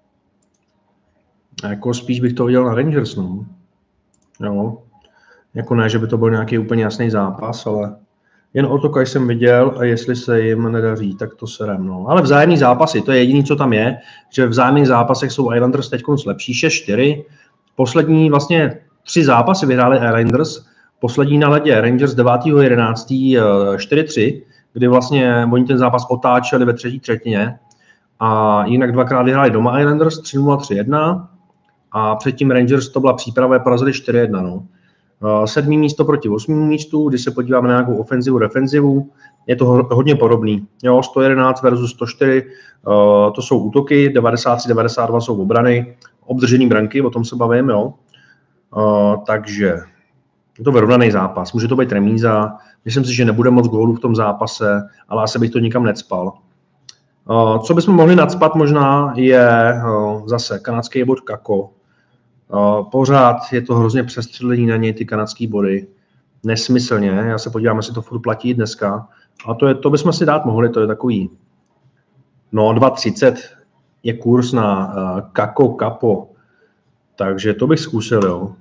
A: jako spíš bych to viděl na Rangers, no. Jo. Jako ne, že by to byl nějaký úplně jasný zápas, ale jen o to, když jsem viděl a jestli se jim nedaří, tak to serem, no. Ale vzájemný zápasy, to je jediné, co tam je, že v vzájemných zápasech jsou Islanders teď lepší, 6-4. Poslední vlastně 3 zápasy vyhráli Islanders, poslední na ledě Rangers 9.11. 4-3, kdy vlastně oni ten zápas otáčeli ve třetí třetině a jinak 2krát vyhráli doma Islanders 3-0, 3-1 a předtím Rangers to byla příprava, porazili 4-1, no. 7. místo proti 8. místu, když se podíváme na nějakou ofenzivu, defenzivu, je to hodně podobný. Jo, 111 versus 104, to jsou útoky, 93, 92 jsou obrany, obdržený branky, o tom se bavím, jo. Takže je to vyrovnaný zápas, může to být remíza, myslím si, že nebude moc gólů v tom zápase, ale asi bych to nikam necpal. Co bychom mohli nacpat možná je zase kanadský bod Kako. Pořád je to hrozně přestřelení na něj, ty kanadský body. Nesmyslně, já se podívám, jestli to furt platí dneska. A to bychom si dát mohli, to je takový. No, 2,30 je kurz na Kako Kapo. Takže to bych zkusil, jo.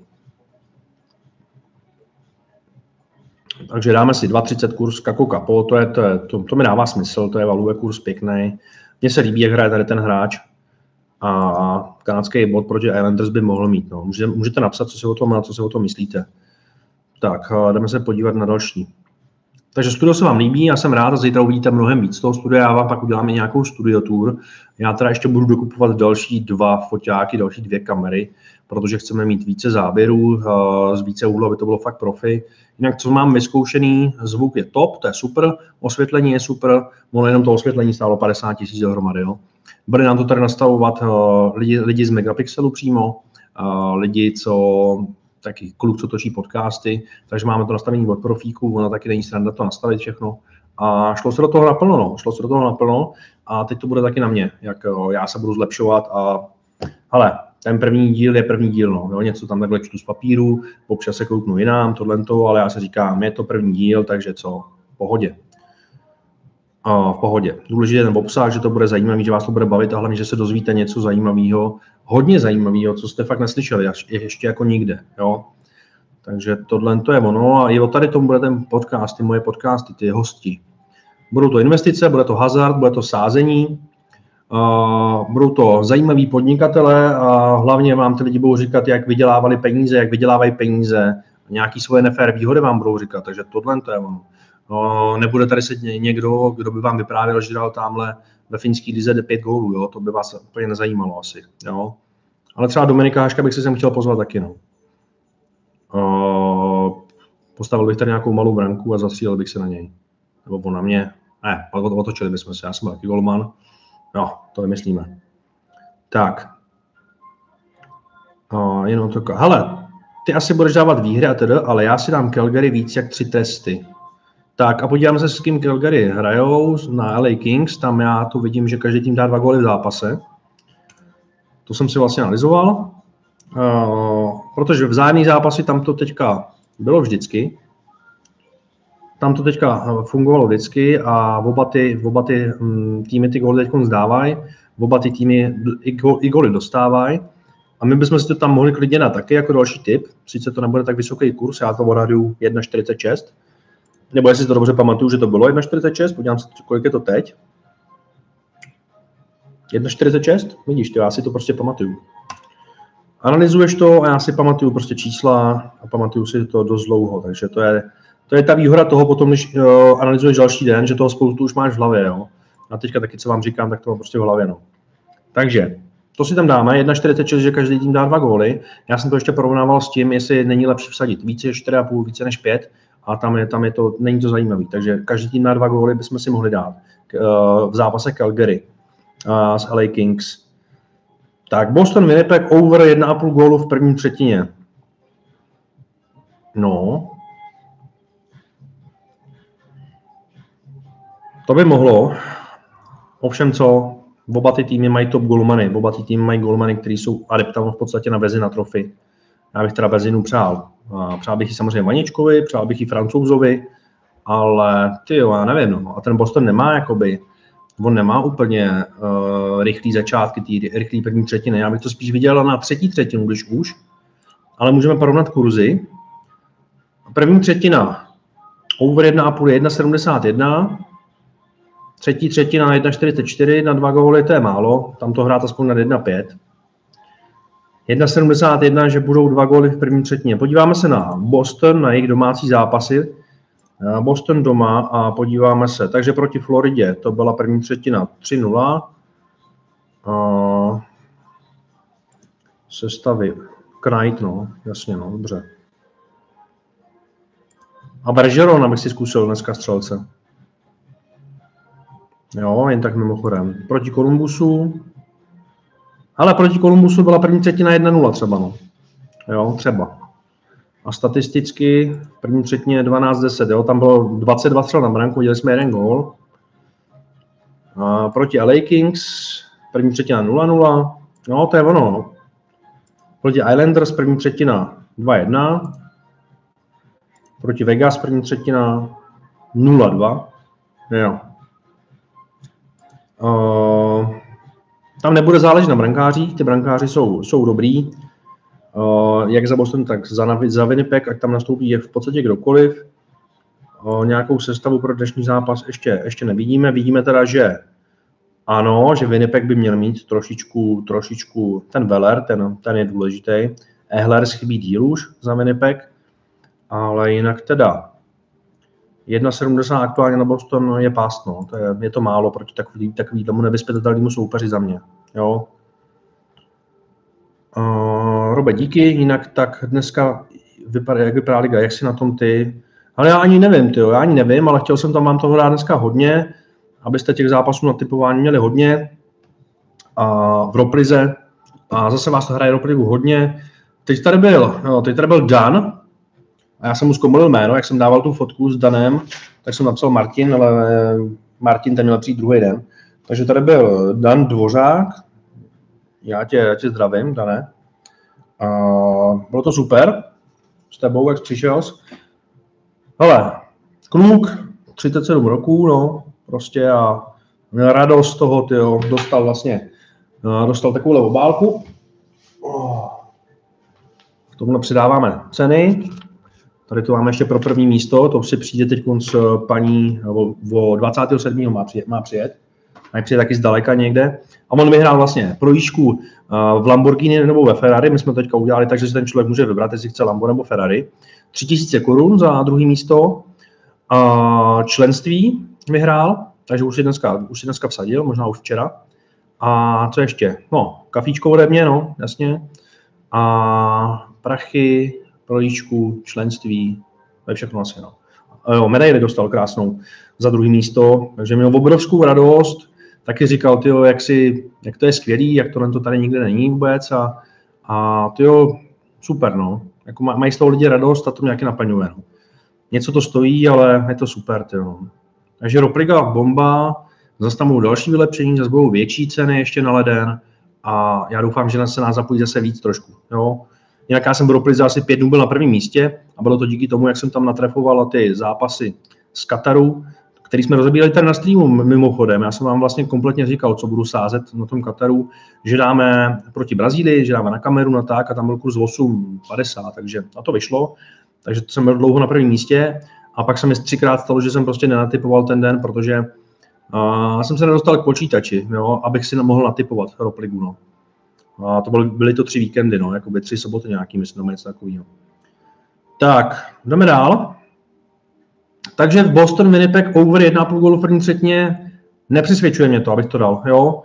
A: Takže dáme si 2,30 kurz Kako Kapo, to mi dává smysl, to je value kurz pěkný. Mně se líbí, jak hraje tady ten hráč. A kanadský bod proti Islanders by mohl mít. No. Můžete napsat, co si o tom myslíte. Tak, jdeme se podívat na další. Takže studio se vám líbí, já jsem rád a zítra uvidíte mnohem víc z toho studia, já vám pak uděláme nějakou studio tour. Já teda ještě budu dokupovat další 2 foťáky, další 2 kamery, protože chceme mít více záběrů, z více úhlu, aby to bylo fakt profi. Jinak, co mám vyzkoušený, zvuk je top, to je super, osvětlení je super, ono jenom to osvětlení stálo 50 000 dohromady, jo. Bude nám to tady nastavovat lidi z Megapixelu přímo, lidi, co taky kluk, co točí podcasty, takže máme to nastavení od profíků, ono taky není sranda to nastavit všechno. A šlo se do toho naplno, a teď to bude taky na mě, jak já se budu zlepšovat a hele, ten první díl je první díl, no, jo, něco tam takhle čtu z papíru, občas se kouknu jinam, tohle, ale já se říkám, je to první díl, takže co, v pohodě. V pohodě. Důležité je ten obsah, že to bude zajímavý, že vás to bude bavit a hlavně, že se dozvíte něco zajímavého, hodně zajímavého, co jste fakt neslyšeli, ještě jako nikde, jo. Takže tohle to je ono a i od tady tomu bude ten podcast, ty moje podcasty, ty hosti. Budou to investice, bude to hazard, bude to sázení, budou to zajímaví podnikatelé a hlavně vám ty lidi budou říkat, jak vydělávali peníze, jak vydělávají peníze, nějaký svoje nefér výhody vám budou říkat, takže tohle to je ono. Nebude tady sedět někdo, kdo by vám vyprávěl, že dal tamhle ve finský lize 5 gólů, jo? To by vás úplně nezajímalo asi. Jo? Ale třeba Dominika Haška bych si sem chtěl pozvat taky. No. Postavil bych tady nějakou malou branku a zastřílel bych se na něj. Nebo on na mě. Ne, otočili bychom se, já jsem taky golman. No, to vymyslíme. Tak. Jenom to. Hele, ty asi budeš dávat výhry a tedy, ale já si dám Calgary víc jak 3 testy. Tak a podíváme se, s kým Calgary hrajou na LA Kings. Tam já tu vidím, že každý tým dá 2 góly v zápase. To jsem si vlastně analyzoval. Protože vzájemný zápasy tam to teďka bylo vždycky. Tam to teďka fungovalo vždycky a oba ty týmy ty góly teď zdávají. Oba ty týmy i góly dostávají. A my bychom si to tam mohli klidně dát taky jako další tip. Sice to nebude tak vysoký kurz, já to odhaduju 1,46. Nebo jestli si to dobře pamatuju, že to bylo 1,46, podívám se, kolik je to teď. 1,46? Vidíš, já si to prostě pamatuju. Analyzuješ to a já si pamatuju prostě čísla a pamatuju si to dost dlouho, takže to je ta výhoda toho potom, když analyzuješ další den, že toho spoustu už máš v hlavě, jo. A teďka taky, co vám říkám, tak to mám prostě v hlavě, no. Takže, to si tam dáme, 1,46, že každý tým dá 2 góly. Já jsem to ještě porovnával s tím, jestli není lepší vsadit více než 4,5, více než 5, a tam je to, není to zajímavý. Takže každý tým na 2 góly bychom si mohli dát v zápase Calgary s LA Kings. Tak, Boston Winnipeg over 1,5 gólu v první třetině. No. To by mohlo. Ovšem co? Oba ty týmy mají top golmany. Oba ty týmy mají golmany, kteří jsou adeptovaní v podstatě na Vezina trofy. Já bych teda Vezinu přál. Přál bych ji samozřejmě Vaničkovi, přál bych ji Francouzovi, ale tyjo, já nevím. No. A ten Boston nemá jakoby, on nemá úplně rychlý začátky, rychlý první třetiny. Já bych to spíš viděl na třetí třetinu, když už. Ale můžeme porovnat kurzy. První třetina over 1,5 je 1,71. Třetí třetina 1,44, na 2 góly to je málo, tam to hrát aspoň na 1,5. 1,71, že budou 2 góly v první třetině. Podíváme se na Boston, na jejich domácí zápasy. Boston doma a podíváme se. Takže proti Floridě to byla první třetina 3-0. Sestavy Knight, no, jasně, no, dobře. A Bergeron, abych si zkusil dneska střelce. Jo, jen tak mimochodem. Proti Columbusu. Ale proti Columbusu byla první třetina 1-0 třeba, no. Jo, třeba. A statisticky první třetině 12-10, jo. Tam bylo 22 střel na branku, viděli jsme 1 gól. A proti LA Kings první třetina 0-0. No, to je ono, no. Proti Islanders první třetina 2-1. Proti Vegas první třetina 0-2. Jo. Tam nebude záležet na brankářích, ty brankáři jsou dobrý, jak za Boston, tak za Winnipeg, ať tam nastoupí je v podstatě kdokoliv. Nějakou sestavu pro dnešní zápas ještě nevidíme. Vidíme teda, že ano, že Winnipeg by měl mít trošičku ten Weller, ten je důležitý. Ehlers chybí díl už za Winnipeg, ale jinak teda 1,70 aktuálně na Boston je pásno, je to málo proti takovému nevyzpětatelnému soupeři za mě. Jo. Robe, díky, jinak tak dneska jak vypadá liga, jak si na tom ty? Ale já ani nevím, ale chtěl jsem tam vám toho dát dneska hodně, abyste těch zápasů na typování měli hodně. v Roplize a zase vás to hraje Ropligu hodně. Teď tady byl Dan a já jsem mu zkomolil jméno, jak jsem dával tu fotku s Danem, tak jsem napsal Martin, ale Martin ten měl přijít druhý den. Takže tady byl Dan Dvořák, já tě zdravím, Dane. Bylo to super s tebou, jak přišel. Hele, kluk, 37 roků, no, prostě a měl radost z toho, tyjo, dostal takovou obálku. K tomu přidáváme ceny. Tady to máme ještě pro první místo, to si přijde teď s paní, o 27. má přijet. Mají přijet taky zdaleka někde. A on vyhrál vlastně projížďku v Lamborghini nebo ve Ferrari. My jsme to teďka udělali tak, že si ten člověk může vybrat, jestli chce Lambo nebo Ferrari. 3000 korun za druhé místo. Členství vyhrál, takže už si dneska vsadil, možná už včera. A co ještě? No, kafíčko ode mě, no, jasně. A prachy, projížďku, členství, to je všechno asi, no. Jo, medaili dostal krásnou za druhé místo, takže měl obrovskou radost. Taky říkal, tyjo, jak to je skvělý, jak to tady nikde není vůbec a tyjo, super, no. Jako mají z toho lidi radost a to mě nějaký naplňuje, no. Něco to stojí, ale je to super, tyjo. Takže Ropliga bomba, zase tam budou další vylepšení, zase budou větší ceny ještě na leden a já doufám, že se nás zapojí zase víc trošku, jo. Jinak já jsem v Roplize asi 5 dnů byl na prvním místě a bylo to díky tomu, jak jsem tam natrefoval ty zápasy z Kataru, který jsme rozebírali tady na streamu mimochodem. Já jsem vám vlastně kompletně říkal, co budu sázet na tom Kataru, že dáme proti Brazílii, že dáme na Kamerun a tak a tam byl kurz 8,50, takže na to vyšlo. Takže jsem byl dlouho na prvním místě a pak se mi 3krát stalo, že jsem prostě nenatipoval ten den, protože jsem se nedostal k počítači, jo, abych si mohl natipovat Ropligu, no. A to byly to 3 víkendy, no, jakoby 3 soboty nějaký, myslím, něco takového. Tak, jdeme dál. Takže v Boston Winnipeg over 1,5 gólu v první třetině nepřesvědčuje mě to, abych to dal, jo.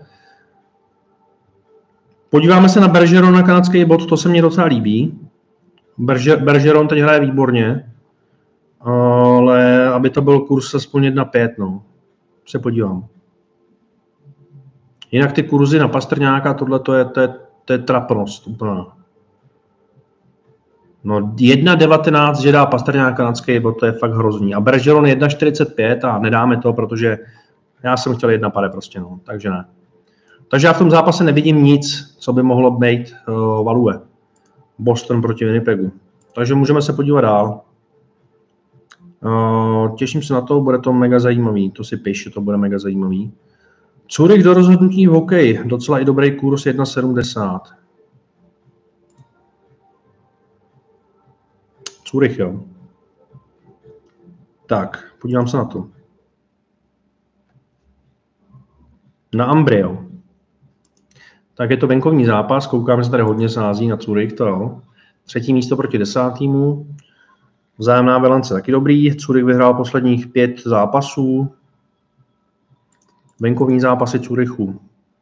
A: Podíváme se na Bergeron na kanadský bod, to se mně docela líbí. Bergeron teď hraje výborně, ale aby to byl kurz aspoň 1,5, no, se podívám. Jinak ty kurzy na Pastrňáka, tohle to je trapnost úplná. No 1,19, že dá Pastrňák kanadský bod, to je fakt hrozný. A Bergeron 1,45 a nedáme to, protože já jsem chtěl 1,5 prostě, no, takže ne. Takže já v tom zápase nevidím nic, co by mohlo být value. Boston proti Winnipegu. Takže můžeme se podívat dál. Těším se na to, bude to mega zajímavý. To si piš, to bude mega zajímavý. Zurich do rozhodnutí v hokeji. Docela i dobrý kurz 1,70. Zurich, jo. Tak, podívám se na to. Na Ambrio. Tak je to venkovní zápas, koukám, že se tady hodně sází na Zurich, to jo. 3. místo proti 10. Vzájemná bilance taky dobrý. Zurich vyhrál posledních 5 zápasů. Venkovní zápasy Zurichu.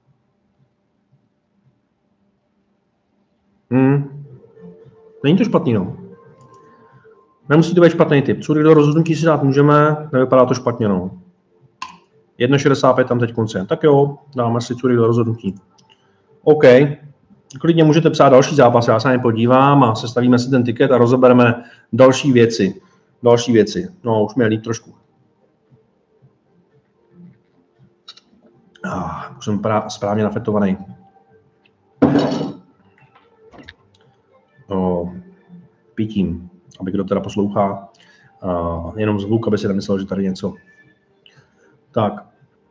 A: Není to špatný, no. Nemusí to být špatný tip. Zurich do rozhodnutí si dát můžeme, nevypadá to špatně, no. 1,65 tam teď konce. Tak jo, dáme si Zurich do rozhodnutí. OK. Klidně můžete psát další zápas, já se na ně podívám a sestavíme si ten tiket a rozebereme další věci. No, už mě líp trošku. Už jsem správně nafetovaný. Pitím, aby kdo teda poslouchá. Jenom zvuk, aby si nemyslel, že tady něco. Tak.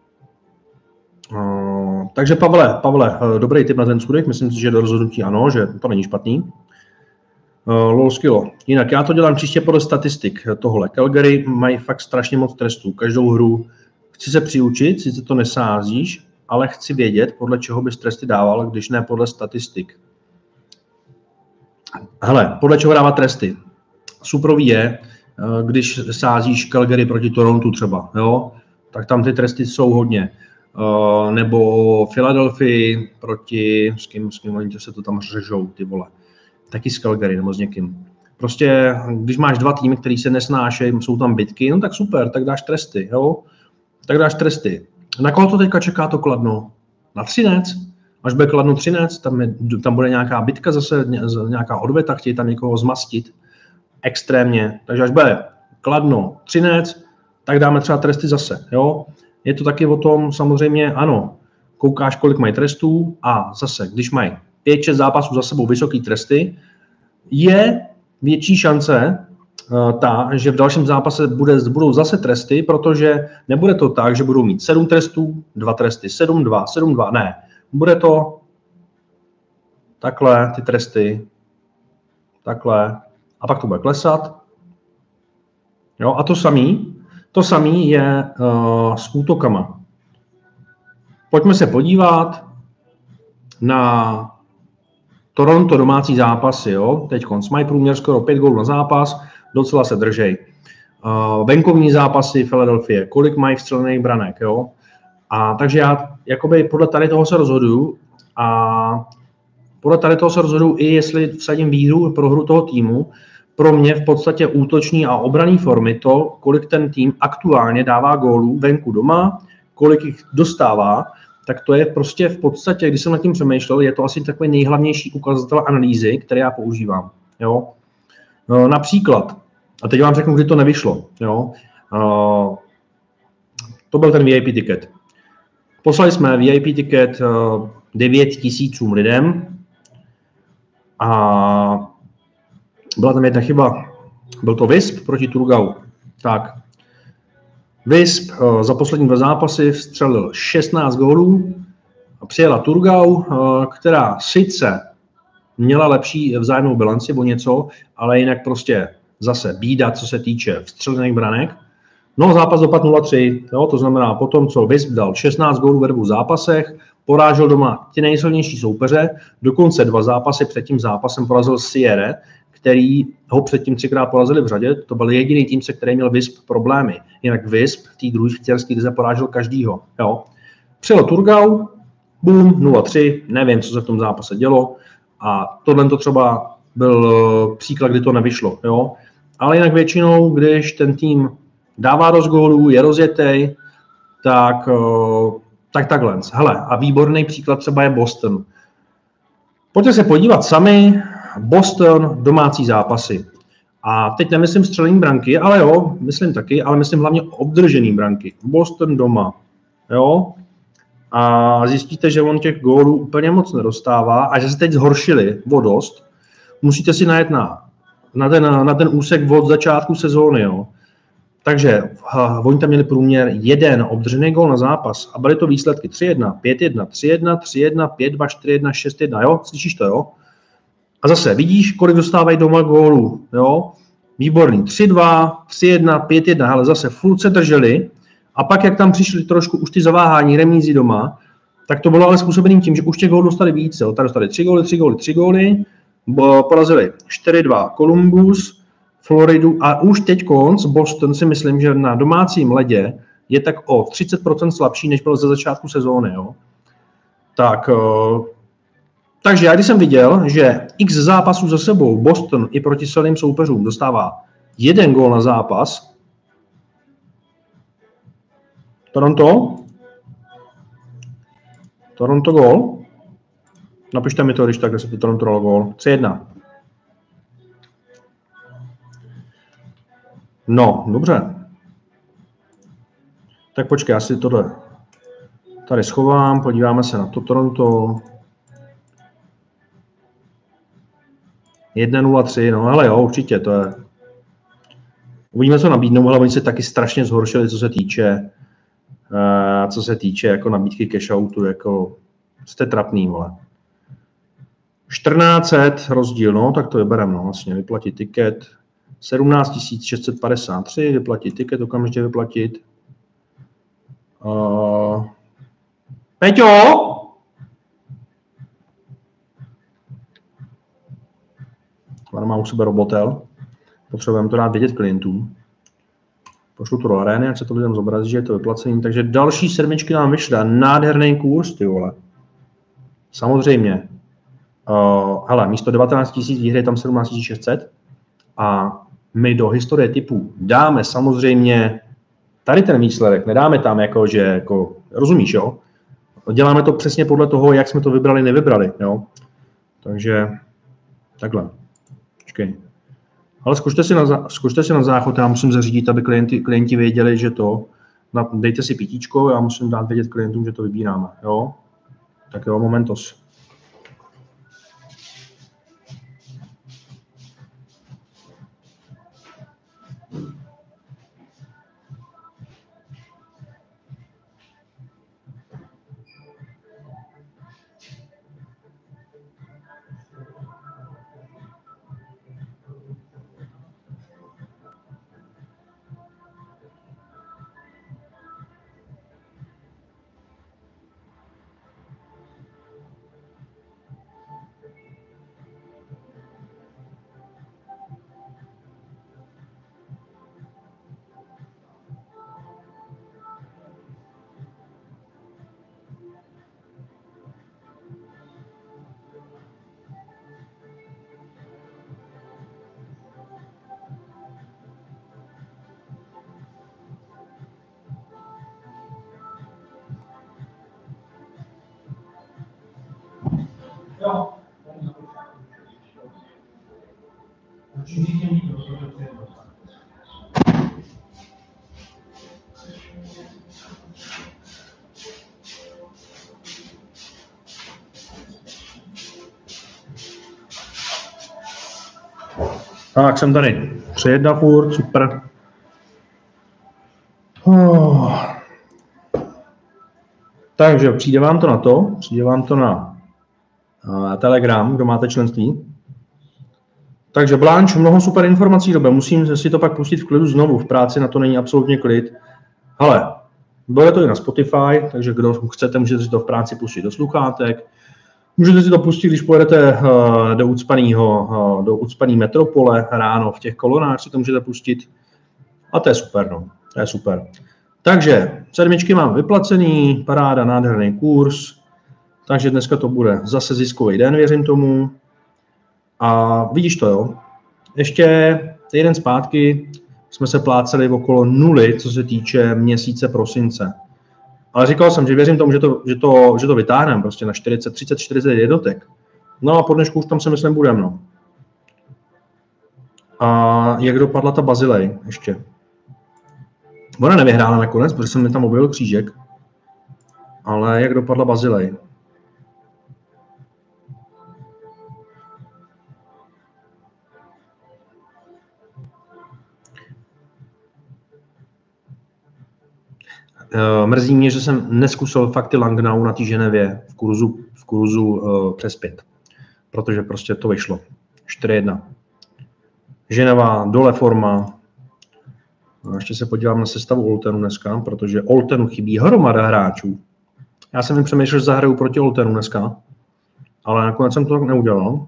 A: Takže Pavle, dobrý tip na ten Zurich, myslím si, že do rozhodnutí ano, že to není špatný. Lolskilo. Jinak já to dělám čistě podle statistik tohle. Calgary mají fakt strašně moc trestů. Každou hru chci se přiučit, sice to nesázíš, ale chci vědět, podle čeho bys tresty dával, když ne podle statistik. Hele, podle čeho dávat tresty? Suprový je, když sázíš Calgary proti Torontu třeba, jo? Tak tam ty tresty jsou hodně. Nebo Philadelphia proti, s kým oni se to tam řežou, ty vole. Taky s Calgary nebo s někým. Prostě, když máš 2 týmy, který se nesnášejí, jsou tam bitky, no tak super, tak dáš tresty, jo? Tak dáš tresty. Na koho to teďka čeká to Kladno? Na Třinec? Až bude Kladno Třinec, tam bude nějaká bitka zase, nějaká odveta, chtějí tam někoho zmastit extrémně. Takže až bude Kladno Třinec, tak dáme třeba tresty zase. Jo? Je to taky o tom, samozřejmě, ano, koukáš, kolik mají trestů a zase, když mají 5-6 zápasů za sebou vysoký tresty, je větší šance že v dalším zápase budou zase tresty, protože nebude to tak, že budou mít 7 trestů, 2 tresty, 7-2, 7-2, ne. Bude to takhle, ty tresty, takhle, a pak to bude klesat. Jo, a to samý je s útokama. Pojďme se podívat na Toronto domácí zápasy. Jo? Teď mají průměr skoro 5 gólů na zápas, docela se držej. Venkovní zápasy Philadelphia, kolik mají vstřelených branek. Jo? A takže já jakoby podle tady toho se rozhoduju a podle tady toho se rozhoduju i jestli vsadím výhru pro hru toho týmu. Pro mě v podstatě útoční a obranný formy to, kolik ten tým aktuálně dává gólů venku doma, kolik jich dostává, tak to je prostě v podstatě, když jsem nad tím přemýšlel, je to asi takový nejhlavnější ukazatel analýzy, který já používám. Jo? Například, a teď vám řeknu, kdy to nevyšlo. Jo? To byl ten VIP ticket. Poslali jsme VIP ticket 9 000 lidem a byla tam jedna chyba. Byl to Wisp proti Turgau. Tak. Wisp za poslední 2 zápasy vstřelil 16 gólů a přijela Turgau, která sice měla lepší vzájemnou bilanci o něco, ale jinak prostě zase bída, co se týče vstřelených branek. No, zápas dopadl 0-3, jo, to znamená potom, co Wisp dal 16 gólů ve 2 zápasech, porážel doma ty nejsilnější soupeře, dokonce 2 zápasy před tím zápasem porazil Sierre, který ho předtím 3krát porazili v řadě. To byl jediný tým, se kterým měl Wisp problémy. Jinak Wisp v té druhé švýcarské lize porážel každýho. Jo. Přijel Turgau, boom, 0-3, nevím, co se v tom zápase dělo. A tohle to třeba byl příklad, kdy to nevyšlo. Jo. Ale jinak většinou, když ten tým dává dost gólů, je rozjetej, tak takhle. Hele, a výborný příklad třeba je Boston. Pojďte se podívat sami, Boston domácí zápasy. A teď nemyslím střelení branky, ale jo, myslím taky, ale myslím hlavně obdržený branky. Boston doma, jo. A zjistíte, že on těch gólů úplně moc nedostává a že se teď zhoršili o dost. Musíte si najet na ten úsek od začátku sezóny, jo. Takže oni tam měli průměr 1 obdržený gól na zápas a byly to výsledky 3-1, 5-1, 3-1, 3-1, 5-2, 4-1, 6-1, jo, slyšíš to, jo? A zase vidíš, kolik dostávají doma gólů, jo? Výborný, 3-2, 3-1, 5-1, ale zase furt se drželi a pak, jak tam přišli trošku už ty zaváhání, remízy doma, tak to bylo ale způsobeným tím, že už těch gólů dostali víc, jo? Tady dostali 3 góly, porazili 4-2 Columbus, Floridu a už teď konc Boston si myslím, že na domácím ledě je tak o 30% slabší, než byl ze začátku sezóny. Jo? Takže já když jsem viděl, že x zápasů za sebou Boston i proti silným soupeřům dostává 1 gól na zápas, Toronto gól, napište mi to, když tak, kde se to Toronto gól, 3-1. No, dobře. Tak počkej, já si tohle tady schovám, podíváme se na to Toronto. 1-0-3, no ale jo, určitě, to je. Uvidíme, co nabídnou, ale oni se taky strašně zhoršili, co se týče jako nabídky cash-outu, jako jste trapný, vole. 1400 rozdíl, no, tak to vybereme, no, vlastně, vyplatit tiket. 17 653, vyplatit tiket, okamžitě vyplatit. Peťo! Tady má u sebe robotel. Potřebujeme to dát vědět klientům. Pošlu to do arény, ať se to lidem zobrazí, že je to vyplacení. Takže další 7 nám vyšly. Nádherný kurz, ty vole. Samozřejmě. Hele, místo 19 000 výhry tam 17 600. A my do historie typů dáme samozřejmě tady ten výsledek, nedáme tam jako, že jako, rozumíš, jo? děláme to přesně podle toho, jak jsme to vybrali, nevybrali, jo. Takže takhle. Počkej. Ale zkušte si na záchod, já musím zařídit, aby klienti věděli, že to, dejte si pitíčko, já musím dát vědět klientům, že to vybíráme, jo. Tak jo, momentos. Tak, jsem tady. 3-1 furt, super. Takže přijde vám to na Telegram, kdo máte členství. Takže Blanche, mnoho super informací, dobe. Musím si to pak pustit v klidu znovu. V práci na to není absolutně klid. Hele, bude to i na Spotify, takže kdo chcete, můžete si to v práci pustit do sluchátek. Můžete si to pustit, když pojedete do ucpaný metropole ráno v těch kolonách, si to můžete pustit. A to je super, no. To je super. Takže 7 mám vyplacený, paráda, nádherný kurz. Takže dneska to bude zase ziskový den, věřím tomu. A vidíš to, jo. Ještě týden zpátky jsme se pláceli okolo nuly, co se týče měsíce prosince. Ale říkal jsem, že věřím tomu, že to vytáhneme prostě na 30-40 jednotek. No a po dnešku už tam se myslím budeme, no. A jak dopadla ta Bazilej ještě? Ona nevyhrála nakonec, protože jsem mi tam objevil křížek. Ale jak dopadla Bazilej? Mrzí mě, že jsem neskusil fakt ty Langnau na té Ženevě v kurzu přes 5. Protože prostě to vyšlo. 4-1. Ženeva, dole forma. A ještě se podívám na sestavu Oltenu dneska, protože Oltenu chybí hromada hráčů. Já jsem jim přemýšlel, že zahraju proti Oltenu dneska, ale nakonec jsem to tak neudělal.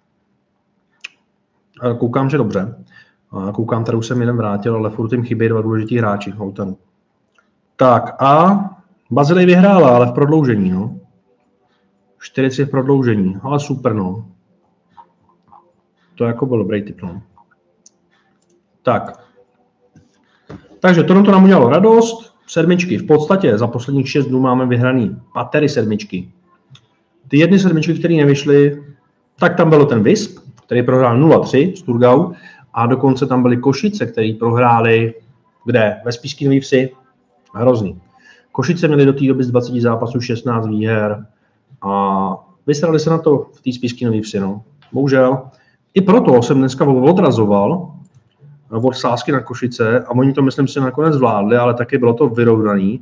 A: Koukám, že dobře. Koukám, tady už jsem jeden vrátil, ale furt jim chybí 2 důležitý hráči Oltenu. Tak a Bazilej vyhrála, ale v prodloužení, no. 4-3 v prodloužení, ale super, no. To jako byl dobrý tip, no. Tak. Takže to nám udělalo radost. 7. v podstatě za posledních 6 dnů máme vyhraný patery 7. Ty jedny 7, které nevyšly, tak tam byl ten Visp, který prohrál 0-3 s Turgau a dokonce tam byly Košice, který prohráli kde? Ve Spišské Nové Vsi. Hrozný. Košice měli do té doby z 20 zápasů 16 výher a vysrali se na to v té Spišské Nové Vsi, no. Bohužel. I proto jsem dneska odrazoval od Sázky na Košice a oni to, myslím si, nakonec zvládli, ale taky bylo to vyrovnaný.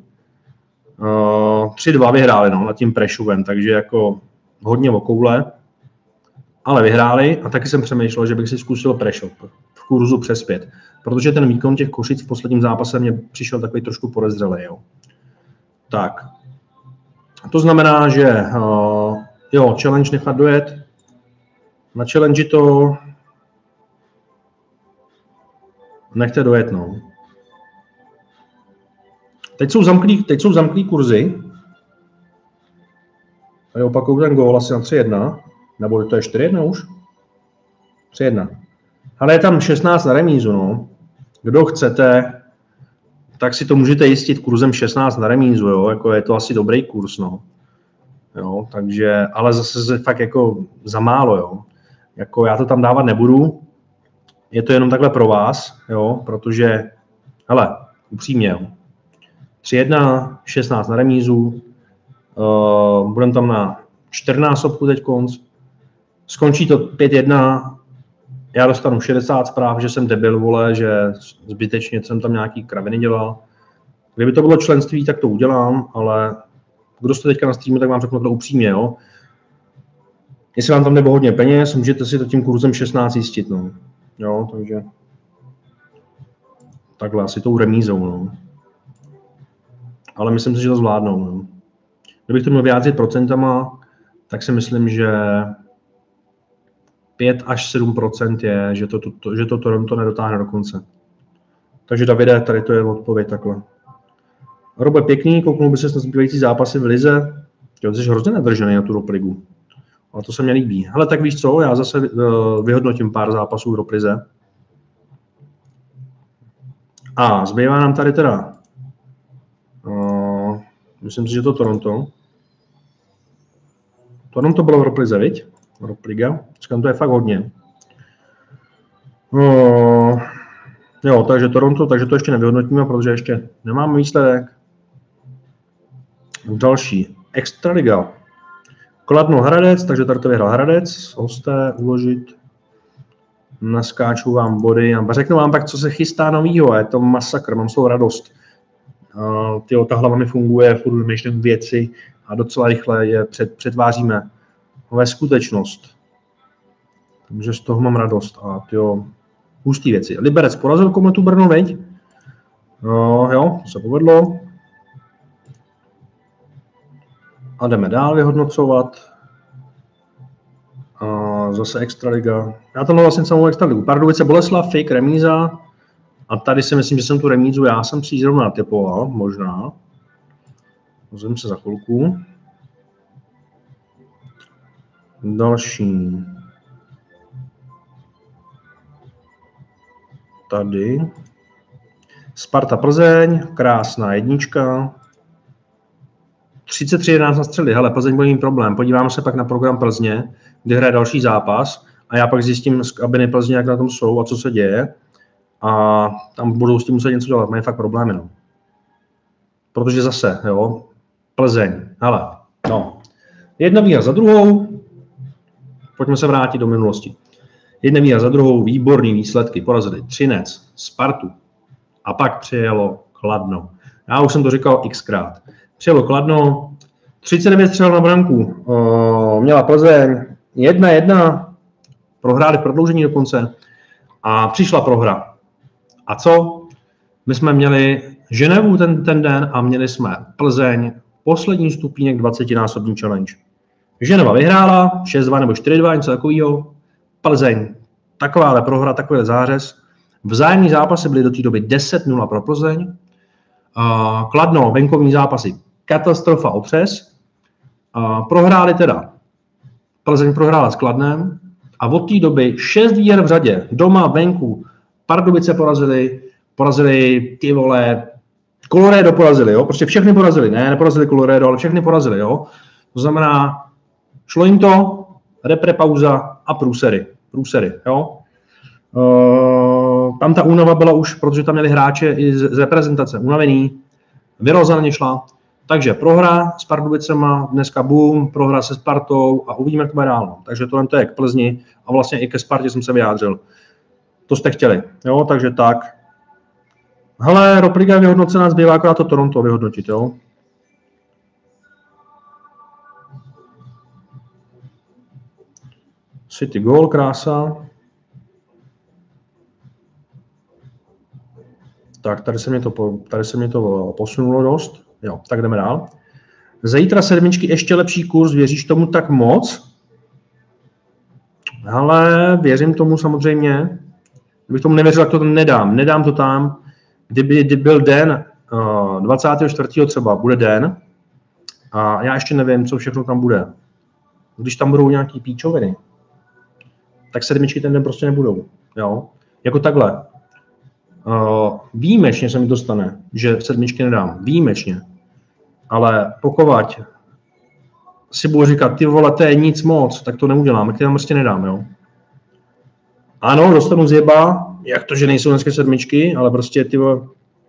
A: 3-2 vyhráli, no, nad tím Prešovem, takže jako hodně o koule, ale vyhráli a taky jsem přemýšlel, že bych si zkusil Prešov v kurzu přes 5, protože ten výkon těch Košic v posledním zápase mě přišel takový trošku podezřelý, jo. Tak, to znamená, že jo, challenge nechat dojet, na challenge to nechte dojet, no. Teď jsou zamklý kurzy. Tady opakuju ten gól asi na 3-1. Nebo to je 4-1 už? 3-1. Ale je tam 16 na remízu, no. Kdo chcete, tak si to můžete jistit kurzem 16 na remízu, jo. Jako je to asi dobrý kurz, no. Jo, takže, ale zase fakt jako za málo, jo. Jako já to tam dávat nebudu, je to jenom takhle pro vás, jo, protože, hele, upřímně, jo. 3-1, 16 na remízu, budeme tam na 14 teď konc, skončí to 5-1, já dostanu 60 zpráv, že jsem debil, vole, že zbytečně jsem tam nějaký kraviny dělal. Kdyby to bylo členství, tak to udělám, ale kdo jste teďka na streamu, tak vám řeknu to upřímně, jo. Jestli vám tam nebo hodně peněz, můžete si to tím kurzem 16 zjistit, no. Jo, takže takhle, asi tou remízou, no. Ale myslím si, že to zvládnou, no. Kdybych to měl vyjádřit procentama, tak si myslím, že 5 až 7% je, že to Toronto nedotáhne do konce. Takže Davide, tady to je odpověď takhle. Robe, pěkný, kouknul by se na zbývající zápasy v lize. Jo, jsi hrozně nadržený na tu Ropligu. Ale to se mně líbí. Hele, tak víš co, já zase vyhodnotím pár zápasů v Roplize. A zbývá nám tady teda, myslím si, že to Toronto. Toronto bylo v Roplize, viď? Ropliga. Říkám, to je fakt hodně. Jo, takže Toronto, takže to ještě nevyhodnotíme, protože ještě nemám výsledek. Další. Extraliga. Kladno Hradec, takže tady to vyhrál Hradec. Hosté uložit. Naskáču vám body. A řeknu vám pak, co se chystá novýho. Je to masakr, mám svou radost. Ta hlava mi funguje, furt vymýšlím věci a docela rychle je přetváříme ve skutečnost. Takže z toho mám radost. A tyjo, hustý věci. Liberec porazil Kometu Brno, veď? Jo, to se povedlo. A jdeme dál vyhodnocovat. Zase Extraliga. Já tam mám vlastně samou Extraligu. Pardubice, Boleslav, fake, remíza. A tady si myslím, že jsem tu remízu, já jsem si ji zrovna typoval, možná. Pozvím se za chvilku. Další. Tady. Sparta Plzeň, krásná jednička. 33-11 na střely. Hele, Plzeň bude mít problém. Podíváme se pak na program Plzně, kde hraje další zápas a já pak zjistím z kabiny Plzně, jak na tom jsou a co se děje. A tam budou s tím muset něco dělat. Mají fakt problémy, no. Protože zase, jo, Plzeň. Hele, no. Jedna výhra za druhou. Pojďme se vrátit do minulosti. Jedna výhra za druhou, výborný výsledky. Porazili Třinec, Spartu a pak přijelo Kladno. Já už jsem to říkal xkrát. Přijelo Kladno, 39 střel na branku, měla Plzeň 1-1, prohráli v prodloužení dokonce a přišla prohra. A co? My jsme měli Ženevu ten den a měli jsme Plzeň, poslední stupínek 20násobný challenge. Ženeva vyhrála 6-2 nebo 4-2, něco takového. Plzeň, takováhle prohra, takový zářez. Vzájemní zápasy byly do té doby 10-0 pro Plzeň. Kladno, venkovní zápasy, katastrofa otřes. Prohráli teda. Plzeň prohrála s Kladnem a od té doby 6 výher v řadě, doma, venku. Pardubice porazili ty vole, Colorado porazili, jo, prostě všechny porazili, neporazili Colorado, ale všechny porazili, jo. To znamená, šlo jim to, repre, pauza a průsery, jo. Tam ta únava byla už, protože tam měli hráče i z reprezentace, unavený, Viroza na ně šla, takže prohra s Pardubicema, dneska boom, prohra se Spartou a uvidíme, jak to bude dál. Takže tohle to je k Plzni a vlastně i ke Spartě jsem se vyjádřil. To jste chtěli, jo, takže tak. Hele, Ropliga je vyhodnocená, zbývá akorát to Toronto vyhodnotit, jo. City goal, krása. Tak, tady se mě to posunulo dost. Jo, tak jdeme dál. Zítra sedmičky, ještě lepší kurz, věříš tomu tak moc? Ale věřím tomu samozřejmě. Kdybych tomu nevěřil, tak to tam nedám. Nedám to tam. Kdyby byl den 24. třeba, bude den. A já ještě nevím, co všechno tam bude. Když tam budou nějaký píčoviny, tak sedmičky ten den prostě nebudou. Jo? Jako takhle. Výjimečně se mi to stane, že sedmičky nedám. Výjimečně. Ale pokud si budu říkat, ty vole, to je nic moc, tak to neuděláme, ty tam prostě nedám, jo. Ano, dostanu zjeba, jak to, že nejsou dneska sedmičky, ale prostě ty vole...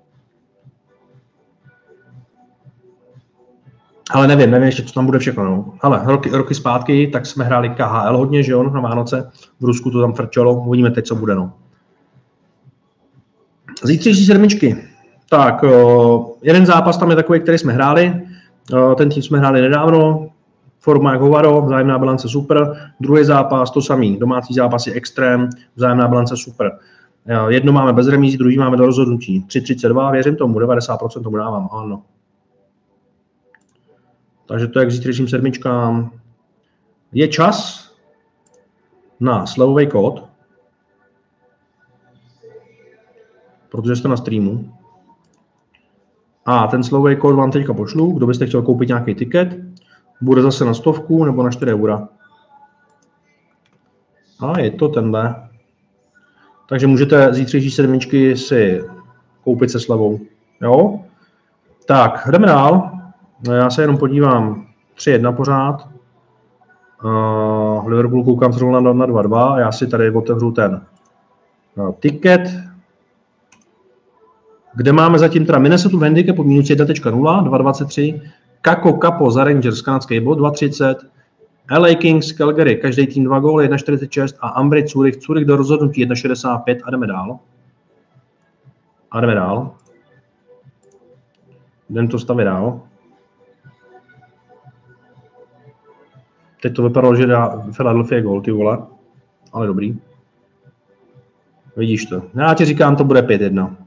A: Ale nevím ještě, co tam bude všechno, no. Ale roky zpátky, tak jsme hráli KHL hodně, že jo, na Vánoce, v Rusku to tam frčelo, uvidíme teď, co bude, no. Zítřejší sedmičky. Tak, jeden zápas tam je takový, který jsme hráli, ten tým jsme hráli nedávno, forma jak hovado, vzájemná bilance super, druhý zápas to samý, domácí zápas je extrém, vzájemná bilance super. Jedno máme bez remízy, druhý máme do rozhodnutí. 3,32, věřím tomu, 90% tomu dávám, ano. Takže to je k zítřejším sedmičkám. Je čas na slevový kód, protože jste na streamu. A ten slevový kód vám teďka pošlu, kdo byste chtěl koupit nějaký tiket, bude zase na 100 nebo na 4 eura. A je to tenhle. Takže můžete zítřejší sedmičky si koupit se slevou. Jo? Tak, jdeme dál. Já se jenom podívám 3-1 pořád. Liverpool koukám zrovna na 2-2. Já si tady otevřu ten tiket, kde máme zatím teda Minnesota v handicapu minus 1.0, 2.23, Kako Capo za Rangers, kanadský bod, 2.30, LA Kings, Calgary, každý tým 2 góly, 1.46 a Ambry Zurich do rozhodnutí 1.65 a jdeme dál. Jdem to stavit dál. Teď to vypadalo, že dá Philadelphia gól, ty vole, ale dobrý. Vidíš to. Já ti říkám, to bude 5-1.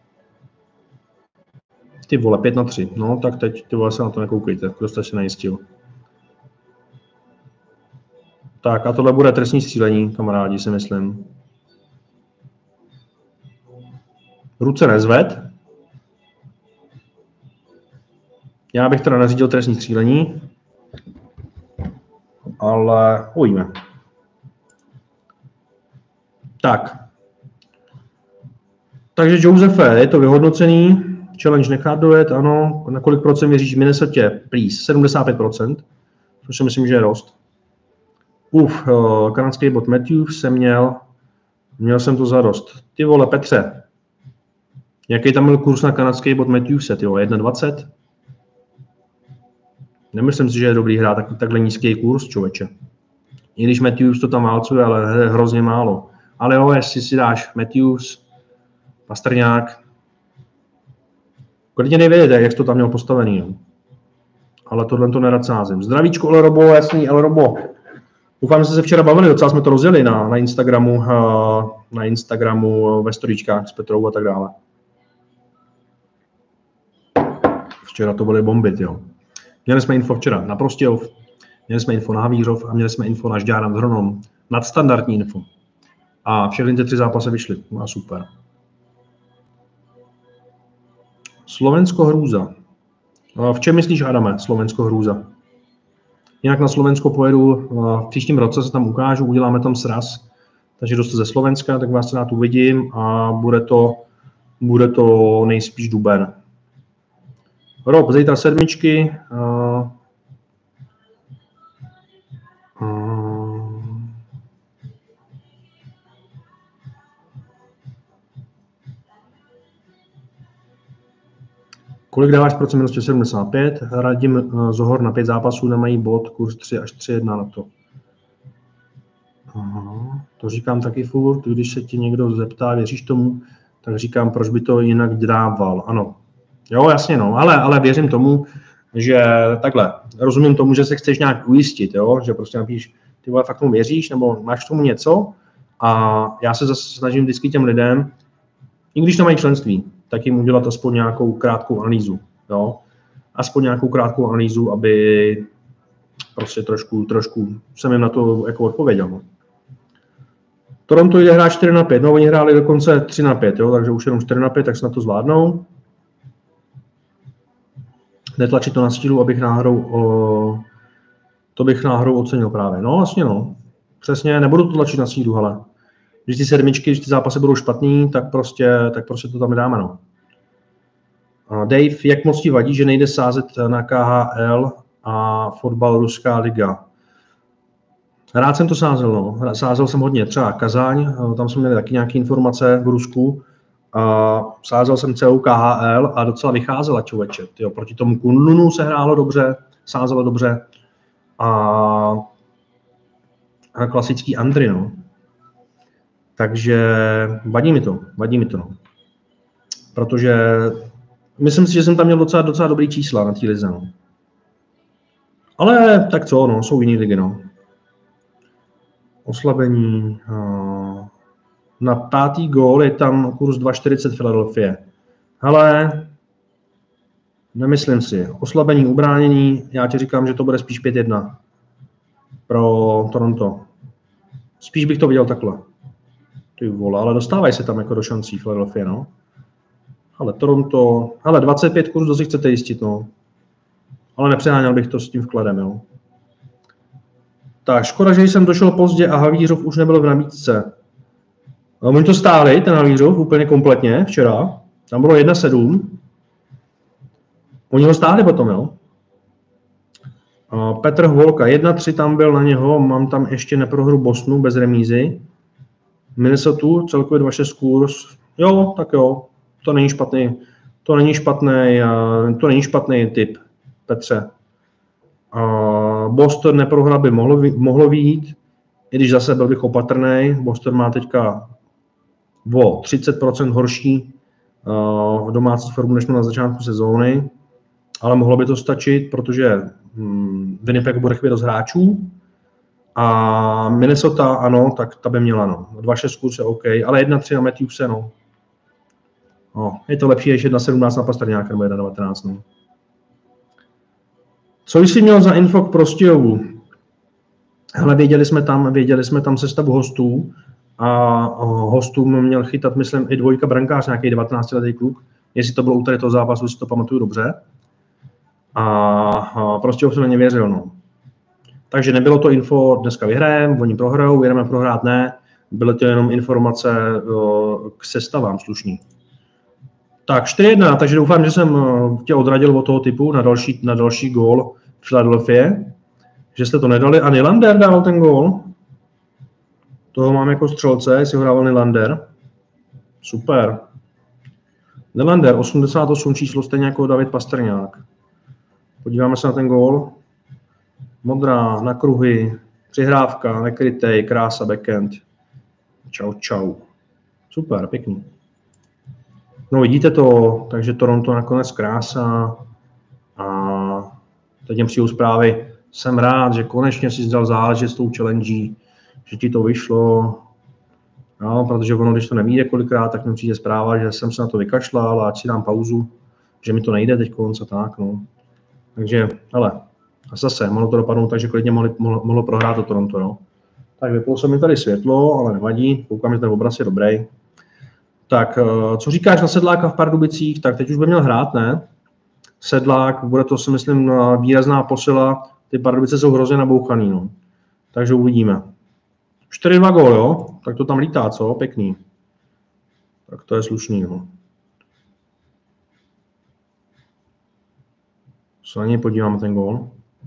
A: Ty vole, 5-3. No, tak teď ty vole se na to nekoukejte, kdo jste se nejistil. Tak a tohle bude trestní střílení, kamarádi, si myslím. Ruce nezved. Já bych teda nařídil trestní střílení. Ale uvidíme. Tak. Takže Josefe, je to vyhodnocený. Challenge nechat dojet, ano. Na kolik procent věříš Minnesota? Please, 75%. Což si myslím, že je dost. Kanadský bod Matthews jsem měl jsem to za dost. Ty vole, Petře. Jaký tam byl kurz na kanadský bod Matthewse, ty vole, 1,20? Nemyslím si, že je dobrý hrát takhle nízký kurz, člověče. I když Matthews to tam válcuje, ale hrozně málo. Ale jo, jestli si dáš Matthews, Pastrňák, klidně nevěděte, jak jsi to tam měl postavený. Jo. Ale tohle to nerad sázím. Zdravíčko, El Robo, jasný, El Robo. Doufám, že jste se včera bavili, docela jsme to rozjeli na Instagramu, ve storíčkách s Petrou a tak dále. Včera to byly bomby, jo. Měli jsme info včera na Prostějov, měli jsme info na Havířov a měli jsme info na Žďár nad Hronom. Nadstandardní info. A všechny ty 3 zápasy vyšly. No a super. Slovensko hrůza. V čem myslíš, Adame, Slovensko hrůza? Jinak na Slovensko pojedu, v příštím roce se tam ukážu, uděláme tam sraz. Takže kdo jste ze Slovenska, tak vás rád uvidím a bude to nejspíš duben. Rob, zítra sedmičky. Kolik dáváš procent minus 75? Radim Zohor na 5 zápasů nemají bod, kurz 3 až 3,1 na to. Aha, to říkám taky furt, když se ti někdo zeptá, věříš tomu, tak říkám, proč by to jinak dával. Ano, jo, jasně, no, ale věřím tomu, že takhle, rozumím tomu, že se chceš nějak ujistit, jo, že prostě napíš, ty vole, fakt tomu věříš, nebo máš k tomu něco a já se zase snažím vždycky těm lidem, i když to mají členství, tak jim udělat aspoň nějakou krátkou analýzu, jo, aspoň nějakou krátkou analýzu, aby prostě trošku jsem jim na to jako odpověděl, no. Toronto jde hrát 4-5, no oni hráli dokonce 3-5, jo, takže už jenom 4-5, tak se na to zvládnou. Netlačit to na sílu, abych náhodou ocenil právě. No vlastně no, přesně, nebudu to tlačit na sílu, hele. Když ty sedmičky, když ty zápasy budou špatný, tak prostě to tam dáme, no. Dave, jak moc ti vadí, že nejde sázet na KHL a fotbal Ruská liga. Rád jsem to sázel, no. Sázel jsem hodně, třeba Kazaň, tam jsme měli taky nějaké informace v Rusku. Sázel jsem celou KHL a docela vycházela, člověče. Tyjo, proti tomu Kunlunu se hrálo dobře, sázelo dobře. A klasický Andry, no. Takže vadí mi to. No. Protože myslím si, že jsem tam měl docela dobrý čísla na té lize, no. Ale tak co, no, jsou jiný ligy, no. Oslabení. Na 5. gól je tam kurz 2,40 Philadelphia. Hele, nemyslím si. Oslabení, ubránění, já ti říkám, že to bude spíš 5-1 pro Toronto. Spíš bych to viděl takhle. Ty vole, ale dostávají se tam jako do šancí Philadelphia, no. Ale Toronto, hele, 25 kurz, to si chcete jistit, no. Ale nepřeháněl bych to s tím vkladem, jo. Tak, škoda, že jsem došel pozdě a Havířov už nebyl v nabídce. Oni to stáli, ten Havířov, úplně kompletně včera. Tam bylo 1,7. Oni ho stáli potom, jo. Petr Hvolka, 1,3 tam byl na něho, mám tam ještě neprohru Bostonu bez remízy. Minnesota, celkově 2,6 kurz. Jo, tak jo, to není špatný tip, Petře. Boston neprohra by mohlo vyjít, i když zase byl bych opatrný. Boston má teďka o 30% horší domácí formu, než na začátku sezóny, ale mohlo by to stačit, protože Winnipeg bude chvíli dost hráčů a Minnesota, ano, tak ta by měla, no. 2,6 kurz je OK, ale 1,3 na Matthewse, no. Je to lepší než 1,17 na Pastrňáka nebo 1,19, no. Co jsi měl za info k Prostějovu? Hele, věděli jsme tam sestavu hostů a hostům měl chytat, myslím, i dvojka brankář, nějaký 19letý kluk. Jestli to bylo u tady toho zápasu, si to pamatuju dobře. A Prostějov se na ně věřil, no. Takže nebylo to info, dneska vyhrajeme, oni prohrajou, jedeme prohrát, ne. Byly to jenom informace k sestavám slušný. Tak 4-1, takže doufám, že jsem tě odradil od toho typu na další gól Philadelphia, že jste to nedali. A Nylander dal ten gól. Toho mám jako střelce, jestli ho dával Nylander. Super. Nylander, 88 číslo, stejně jako David Pastrňák. Podíváme se na ten gól. Modrá, na kruhy, přihrávka, nekrytej, krása, backhand. Čau. Super, pěkný. No vidíte to, takže Toronto nakonec krása a teď jim přijou zprávy. Jsem rád, že konečně si zdal záležet s tou challenge, že ti to vyšlo. No, protože ono, když to nevíde kolikrát, tak mi přijde zpráva, že jsem se na to vykašlal a ať si dám pauzu, že mi to nejde teď konce tak, no. Takže, hele, a zase, mohlo to dopadnout tak, že klidně mohlo prohrát to Toronto, jo. Tak vyplo se mi tady světlo, ale nevadí, koukám, že ten obraz je dobrý. Tak, co říkáš na Sedláka v Pardubicích? Tak teď už by měl hrát, ne? Sedlák, bude to, si myslím, výrazná posila. Ty Pardubice jsou hrozně nabouchaný, no. Takže uvidíme. 4-2 gól, jo? Tak to tam lítá, co? Pěkný. Tak to je slušný, no. Se na něj podíváme ten gól.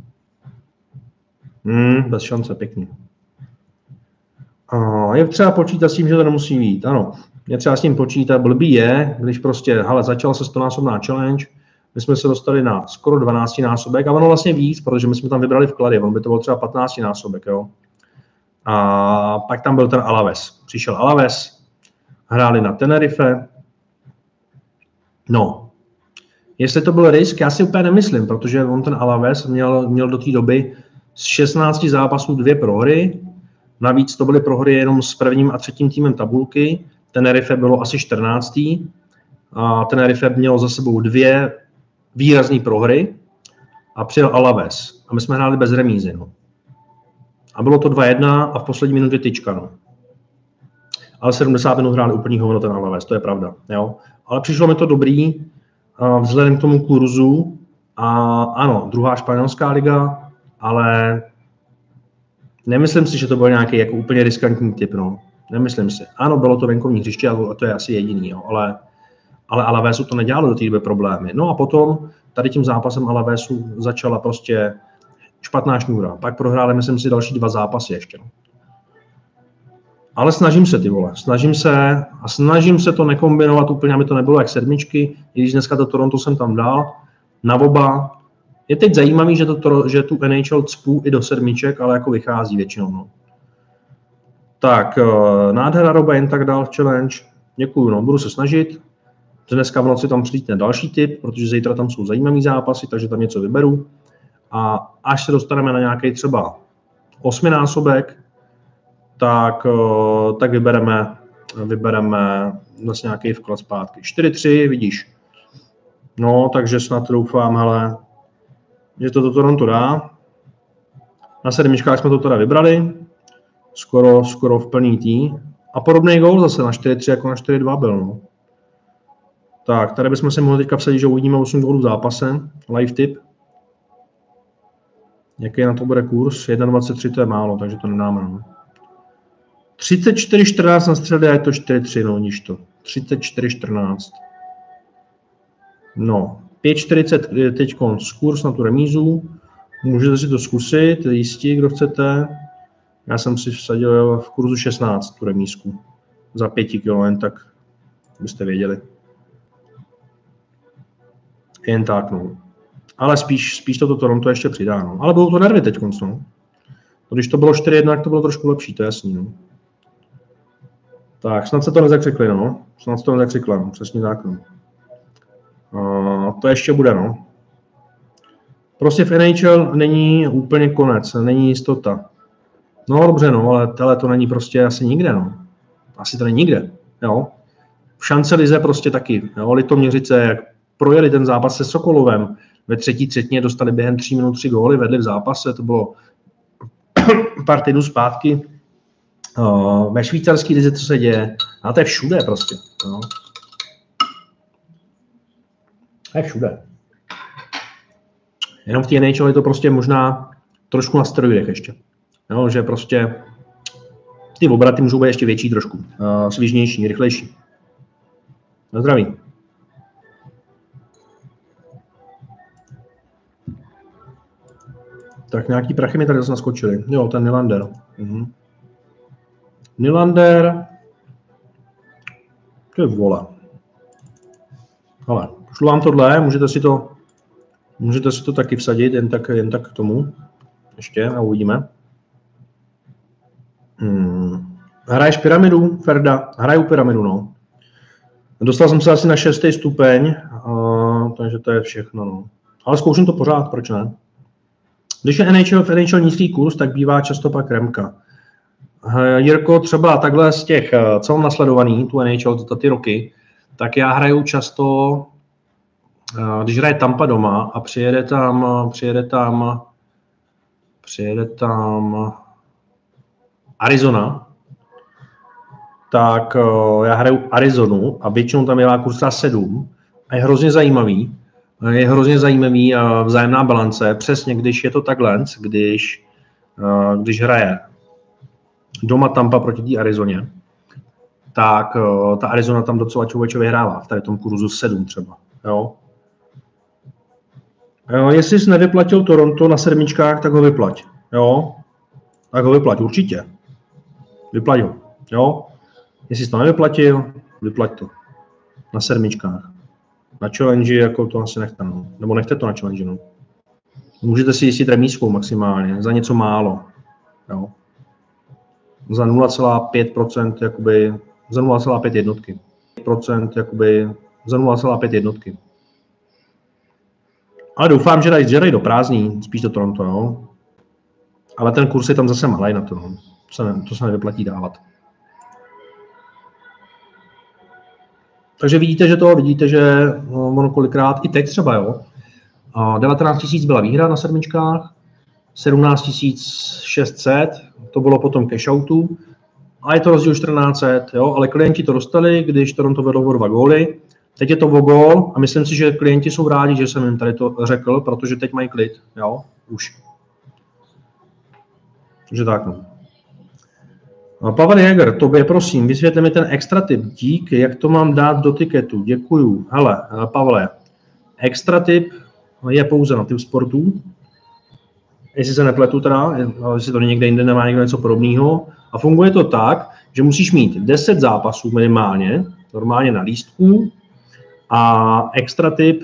A: Bez šance, pěkný. Je třeba počítat s tím, že to nemusí být, ano. Je třeba s tím počítat, blbý je, když prostě, hele, začala se 100násobná challenge, my jsme se dostali na skoro 12 násobek a ono vlastně víc, protože my jsme tam vybrali vklady, on by to bylo třeba 15 násobek, jo. A pak tam byl ten Alaves. Přišel Alaves, hráli na Tenerife. No, jestli to byl risk, já si úplně nemyslím, protože on ten Alaves měl do té doby z 16 zápasů 2 prohry, navíc to byly prohry jenom s prvním a třetím týmem tabulky, Tenerife bylo asi 14. A Tenerife mělo za sebou 2 výrazné prohry a přijel Alaves. A my jsme hráli bez remízy. No. A bylo to 2-1 a v poslední minutě tyčka. No. Ale 70 minut hráli úplný hovno ten Alaves, to je pravda. Jo. Ale přišlo mi to dobrý vzhledem k tomu kurzu. A ano, druhá španělská liga, ale nemyslím si, že to byl nějaký jako úplně riskantní typ. No. Nemyslím si. Ano, bylo to venkovní hřiště a to je asi jediný, jo, ale Alavesu to nedělalo do té doby problémy. No a potom tady tím zápasem Alavésu začala prostě špatná šňůra. Pak prohráli, myslím si, další 2 zápasy ještě. Ale snažím se, ty vole, snažím se to nekombinovat úplně, aby to nebylo jak sedmičky, i když dneska to Toronto jsem tam dal, na oba. Je teď zajímavý, že tu NHL cpu i do sedmiček, ale jako vychází většinou. No. Tak, nádhera Roba jen tak dál v challenge. Děkuju, no, budu se snažit. Dneska v noci tam přijde další tip, protože zítra tam jsou zajímavý zápasy, takže tam něco vyberu. A až se dostaneme na nějaký třeba 8násobek, tak vybereme vlastně nějaký vklad zpátky. 4-3, vidíš. No, takže snad doufám, hele, že to Toronto dá. Na sedmičkách jsme to teda vybrali. Skoro v plný tý. A podobný gól zase na 4-3 jako na 4-2 byl. No. Tak, tady bychom si mohli teďka vsadit, že uvidíme 8 gólů v zápase. Live tip. Jaký na to bude kurz? 1,23 to je málo, takže to nedáme. No. 34-14 na středy a je to 4-3, no níž to. 34-14. No, 5,40 je teď kurz na tu remízu. Můžete si to zkusit, jistě, kdo chcete. Já jsem si vsadil v kurzu 16 tu remízku. Za 5 kg, tak byste věděli. Jen tak, no. Ale spíš toto Toronto ještě přidá, no. Ale budou to nervy teď, no. Když to bylo 4-1, tak to bylo trošku lepší, to je jasný, no. Tak, snad se to nezakřikli, no. Snad se to nezakřikla, no. Přesně tak, no. To ještě bude, no. Prostě v NHL není úplně konec, není jistota. No dobře, no, ale to není prostě asi nikde, no. Asi to není nikde, jo. V šance lize prostě taky, jo. Litoměřice, jak projeli ten zápas se Sokolovem, ve třetí třetině dostali během 3 minut 3 góly, vedli v zápase, to bylo pár týdnů zpátky. Ve švýcarské lize, co se děje, a to je všude prostě, jo. To je všude. Jenom v té NHL je to prostě možná trošku na steroidech ještě. Jo, že prostě ty obraty můžou být ještě větší trošku. Svižnější, rychlejší. Na zdraví. Tak nějaký prachy mi tady zase naskočily. Jo, ten Nylander. Nylander. To je vole. Ale šlo vám tohle, můžete si to taky vsadit, jen tak k tomu. Ještě a uvidíme. Hraješ pyramidu, Ferda? Hraju pyramidu, no. Dostal jsem se asi na 6. stupeň, takže to je všechno, no. Ale zkouším to pořád, proč ne? Když je NHL nízký kurz, tak bývá často pak remka. Jirko, třeba takhle z těch, co mám nasledovaný, tu NHL, ty roky, tak já hraju často, když hraje Tampa doma a přijede tam Arizona, tak já hraju Arizonu a většinou tam je kurz 7 a je hrozně zajímavý vzájemná balance, přesně když je to takhle, když hraje doma Tampa proti té Arizoně, tak ta Arizona tam docela člověče vyhrává v tady tom kurzu 7 třeba, jo. Jestli jsi nevyplatil Toronto na sedmičkách, tak ho vyplať, jo. Tak ho vyplať, určitě. Vyplať ho, jo. Jestli jsi to nevyplatil, vyplať to. Na sedmičkách. Na challenge jako to asi nechte, no. Nebo nechte to na challenge, no. Můžete si jistit remízkou maximálně, za něco málo, jo. Za 0,5% jakoby, za 0,5 jednotky. Za 0,5 jednotky. Ale doufám, že dají do prázdní, spíš do Toronto, jo. Ale ten kurz je tam zase malej na to, no. To se nevyplatí dávat. Takže vidíte, že ono kolikrát, i teď třeba, jo. 19 000 byla výhra na sedmičkách, 17 600, to bylo potom cashoutu, a je to rozdíl 1400, jo, ale klienti to dostali, když Toronto vedlo o 2 góly. Teď je to o gól a myslím si, že klienti jsou rádi, že jsem jim tady to řekl, protože teď mají klid, jo, už. Takže tak, no. Pavel Jäger, tobě prosím, vysvětli mi ten extra tip, dík, jak to mám dát do tiketu, děkuju. Hele, Pavle, extra tip je pouze na typ sportu. Jestli se nepletu teda, jestli to někde jinde nemá někdo něco podobného. A funguje to tak, že musíš mít 10 zápasů minimálně, normálně na lístku, a extra tip,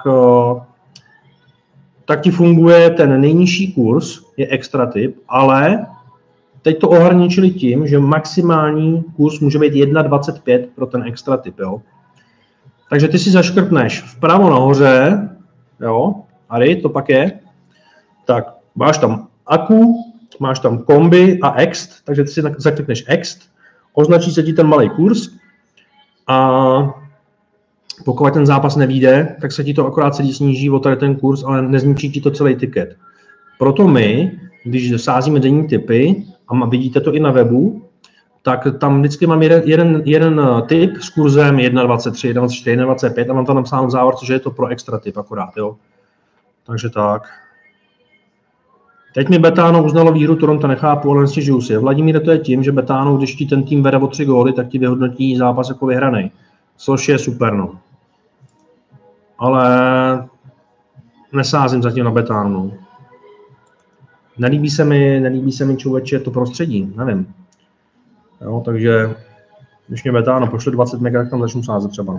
A: tak ti funguje ten nejnižší kurz, je extra tip, ale teď to ohraničili tím, že maximální kurz může být 1,25 pro ten extra tip, jo. Takže ty si zaškrtneš vpravo nahoře, jo, Ari, to pak je, tak máš tam Aku, máš tam kombi a ext, takže ty si zaklikneš ext, označí se ti ten malý kurz a pokud ten zápas nevyjde, tak se ti to akorát celý sníží o tady ten kurz, ale nezničí ti to celý tiket. Proto my, když sázíme denní tipy, a vidíte to i na webu, tak tam vždycky mám jeden tip s kurzem 1,23, 1,24, 1,25 a mám tam napsáno v závorce, že je to pro extra tip akorát, jo. Takže tak. Teď mi Betano uznalo výhru Toronto, nechápu, ale nestěžuju si. Vladimíre, to je tím, že Betano, když ti ten tým vede o 3 góly, tak ti vyhodnotí zápas jako vyhranej. Což je super, no. Ale nesázím zatím na Betano. Nelíbí se mi člověče to prostředí, nevím. Jo, takže když mě Betano pošle 20 mega, tak tam začnu sázet třeba.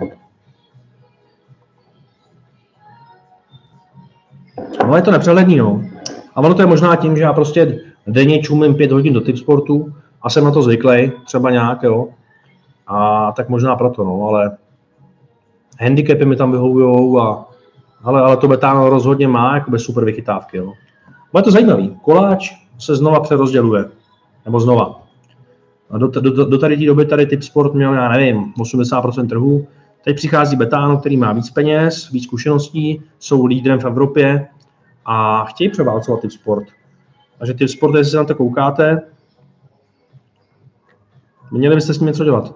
A: No je to nepřehledný, no. A ono to je možná tím, že já prostě denně čumím 5 hodin do tipsportu a jsem na to zvyklý, třeba nějak, jo. A tak možná proto, no, ale handicapy mi tam vyhovujou, ale to Betano rozhodně má jakoby super vychytávky, jo. Bude to zajímavý. Koláč se znova přerozděluje. Nebo znova. A do tady té doby tady tipsport měl, já nevím, 80% trhu. Teď přichází Betano, který má víc peněz, víc zkušeností, jsou lídrem v Evropě a chtějí převálcovat tipsport. Takže tipsport, jestli se na to koukáte, měli byste s tím něco dělat.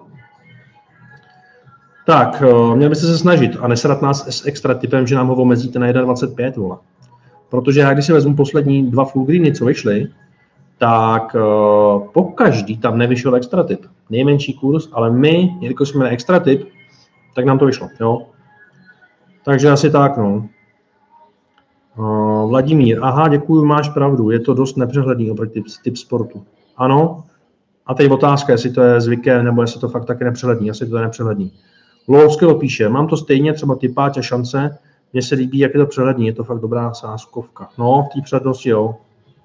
A: Tak, měli byste se snažit a nesedat nás s extra tipem, že nám ho omezíte na 1,25, vole. Protože já když si vezmu poslední 2 full greeny, co vyšly, tak pokaždý tam nevyšel extra tip. Nejmenší kurz, ale my, jelikož jsme na extra tip, tak nám to vyšlo, jo. Takže asi tak, no. Vladimír, aha, děkuju, máš pravdu, je to dost nepřehledný oproti typ sportu. Ano, a teď otázka, jestli to je zvykem, nebo jestli to fakt taky nepřehledný, asi to je nepřehledný. Lovského píše, mám to stejně, třeba typáč a šance, mně se líbí, jak je to přehledný, je to fakt dobrá sázkovka. No, v té přednosti, jo.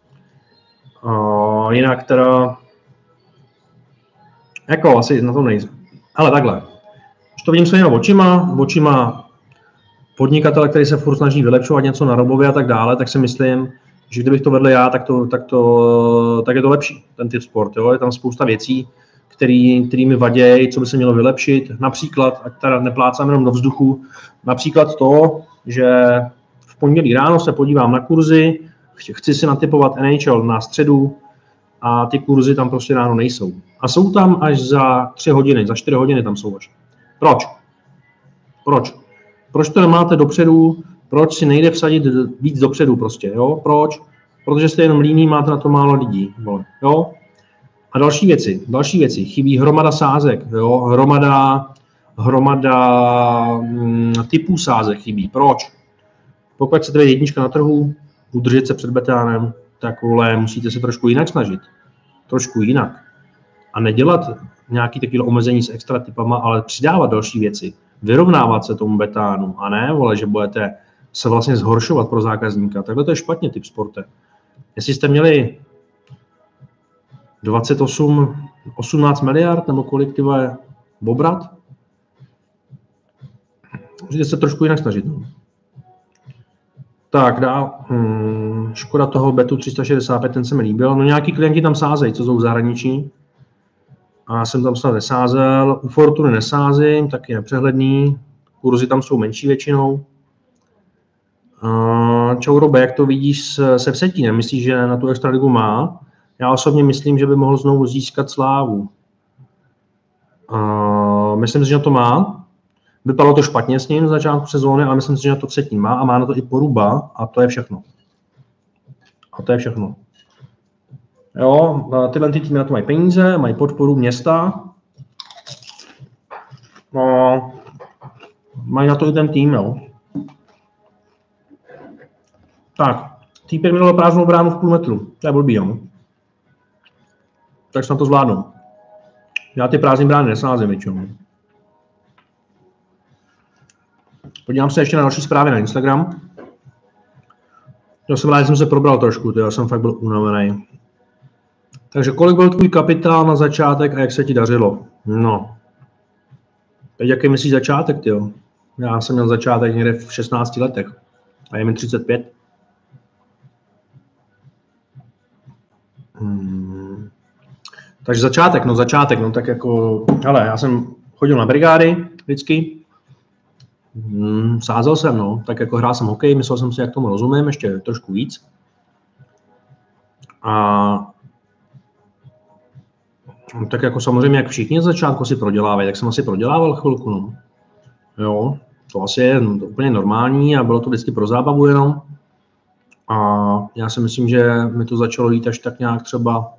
A: Jinak teda, jako asi na tom nejsem. Ale takhle, už to vidím svýma očima podnikatele, který se furt snaží vylepšovat něco na robově a tak dále, tak si myslím, že kdybych to vedl já, tak je to lepší, ten typ sport. Jo? Je tam spousta věcí, který mi vadějí, co by se mělo vylepšit. Například, ať teda neplácám jenom do vzduchu, například to, že v pondělí ráno se podívám na kurzy, chci si natipovat NHL na středu a ty kurzy tam prostě ráno nejsou. A jsou tam až za 3 hodiny, za 4 hodiny tam jsou až. Proč? Proč to nemáte dopředu? Proč si nejde vsadit víc dopředu prostě, jo? Proč? Protože jste jenom líní, máte na to málo lidí, jo? A další věci. Chybí hromada sázek, jo? Hromada typů sázek chybí. Proč? Pokud chcete být jednička na trhu, udržet se před Betánem, tak vole, musíte se trošku jinak snažit. Trošku jinak. A nedělat nějaký takový omezení s extra typama, ale přidávat další věci. Vyrovnávat se tomu Betánu a ne, vole, že budete se vlastně zhoršovat pro zákazníka. Takhle to je špatně typ sporte. Jestli jste měli 18 miliard nebo kolik ty je obrat, můžete se trošku jinak snažit. No. Tak dál. Škoda toho Betu 365, ten se mi líbil. No nějaký klienti tam sázejí, co jsou v zahraničí. A já jsem tam snad nesázel. U Fortuny nesázím, taky nepřehledný. Kurzy tam jsou menší většinou. Čau Robe, jak to vidíš se Vsetínem? Myslíš, že na tu extraligu má? Já osobně myslím, že by mohl znovu získat slávu. Myslím si, že na to má. Vypadalo to špatně s ním z začátku sezóny, ale myslím si, že na to Vsetín má a má na to i Poruba a to je všechno. Jo, tyhle týmy na to mají peníze, mají podporu města. No, mají na to i ten tým, jo. Tak, týpek měl prázdnou bránu v půl metru. To je blbý, jo. Tak snad to zvládnu. Já ty prázdné brány nesázím většinou. Podívám se ještě na další zprávy na Instagram. Já jsem se probral trošku, já jsem fakt byl unavený. Takže kolik byl tvůj kapitál na začátek a jak se ti dařilo? No. Teď jaký myslíš začátek, tyjo? Já jsem měl začátek někde v 16 letech. A je mi 35. Takže začátek, tak jako, hele, já jsem chodil na brigády vždycky, sázel jsem, no, tak jako hrál jsem hokej, myslel jsem si, jak tomu rozumím, ještě trošku víc. A tak jako samozřejmě, jak všichni z začátku si prodělávají, tak jsem asi prodělával chvilku, no. Jo, to asi je úplně normální a bylo to vždycky pro zábavu jenom. A já si myslím, že mi to začalo jít až tak nějak třeba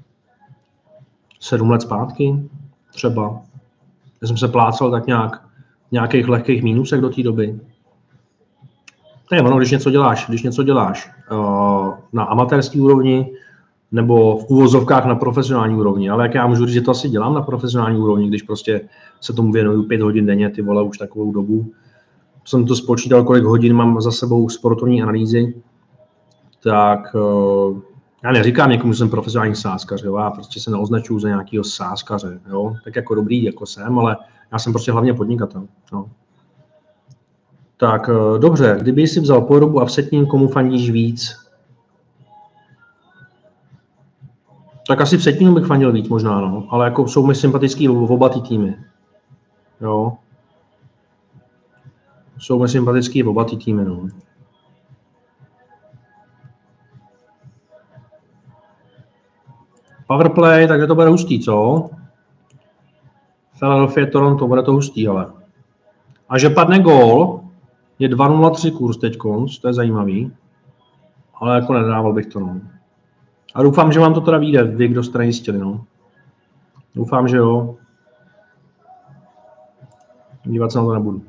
A: 7 let zpátky, třeba. Já jsem se plácal tak nějak v nějakých lehkých mínusech do té doby. To je ono, když něco děláš na amatérské úrovni nebo v uvozovkách na profesionální úrovni, ale jak já můžu říct, že to asi dělám na profesionální úrovni, když prostě se tomu věnuju 5 hodin denně, ty vole, už takovou dobu. Jsem to spočítal, kolik hodin mám za sebou sportovní analýzy, tak já neříkám někomu, že jsem profesionální sázkař, jo? Já prostě se neoznačuju za nějakého sázkaře, jo? Tak jako dobrý, jako jsem, ale já jsem prostě hlavně podnikatel. Jo? Tak dobře, kdyby si vzal Porubu a Vsetnín, komu fandíš víc? Tak asi Vsetnínu bych fandil víc možná, no, ale jako jsou mi sympatický v oba ty týmy. Jo. Jsou mi sympatický v oba ty týmy, no. Powerplay, takže to bude hustý, co? Philadelphia, Toronto, bude to hustý, ale. A že padne gól, je 2-0-3 kurz teďkonc, to je zajímavý. Ale jako nedával bych to, no. A doufám, že vám to teda vyjde, vy, kdo jste nejistili, no. Doufám, že jo. Dívat se na to nebudu.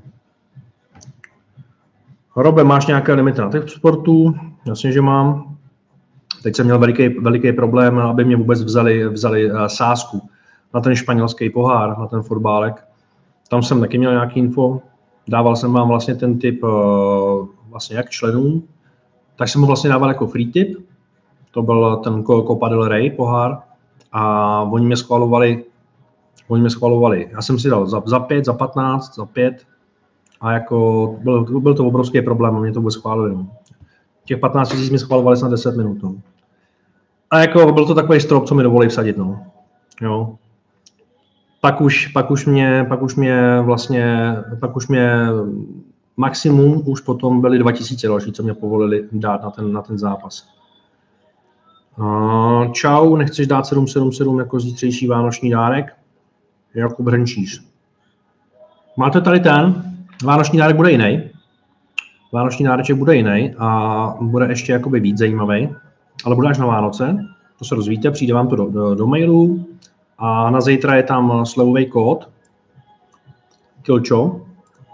A: Robe, máš nějaké limity na těch sportů? Jasně, že mám. Teď jsem měl veliký problém, aby mě vůbec vzali sázku na ten španělský pohár, na ten fotbálek. Tam jsem taky měl nějaký info. Dával jsem vám vlastně ten tip vlastně jak členům. Tak jsem mu vlastně dával jako free tip. To byl ten Copa del Rey pohár. A oni mě schvalovali. Já jsem si dal za 5, za 15, za 5. A jako byl to obrovský problém, a mě to vůbec schválili. No. Těch 15 000 mi schvalovali snad 10 minut. No. A jako byl to takový strop, co mi dovolí vsadit. No. Jo. Pak už mě maximum už potom byly 2000 další, co mě povolili dát na ten zápas. Čau, nechceš dát 777 jako zítřejší vánoční dárek? Jakub Hrnčíř. Máte tady ten? Vánoční dárek bude jiný. Vánoční dáreček bude jiný a bude ještě jakoby víc zajímavý, ale bude až na Vánoce. To se dozvíte, přijde vám to do mailu a na zítra je tam slevový kód. Kilčo.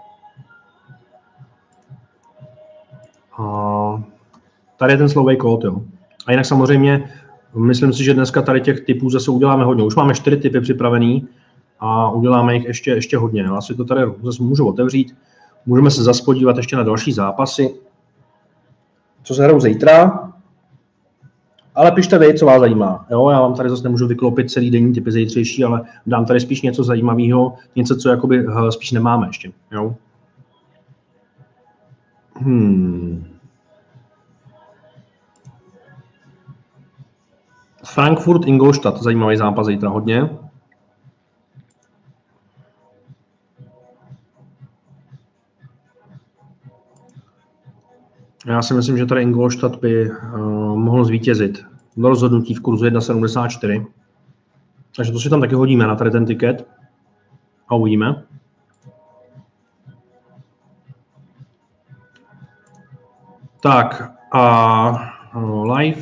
A: A tady je ten slevový kód, jo. A jinak samozřejmě, myslím si, že dneska tady těch typů zase uděláme hodně. Už máme 4 typy připravený a uděláme jich ještě hodně. Já si to tady zase můžu otevřít. Můžeme se zase podívat ještě na další zápasy, co se hrajou zítra. Ale pište vy, co vás zajímá. Jo, já vám tady zase nemůžu vyklopit celý denní typy zítřejší, ale dám tady spíš něco zajímavého, něco, co jakoby spíš nemáme ještě. Jo. Frankfurt, Ingolstadt, zajímavý zápas zítra hodně. Já si myslím, že tady Ingolstadt by mohl zvítězit. Do rozhodnutí v kurzu 1,74. Takže to si tam taky hodíme na tady ten tiket. A uvidíme. Tak a live.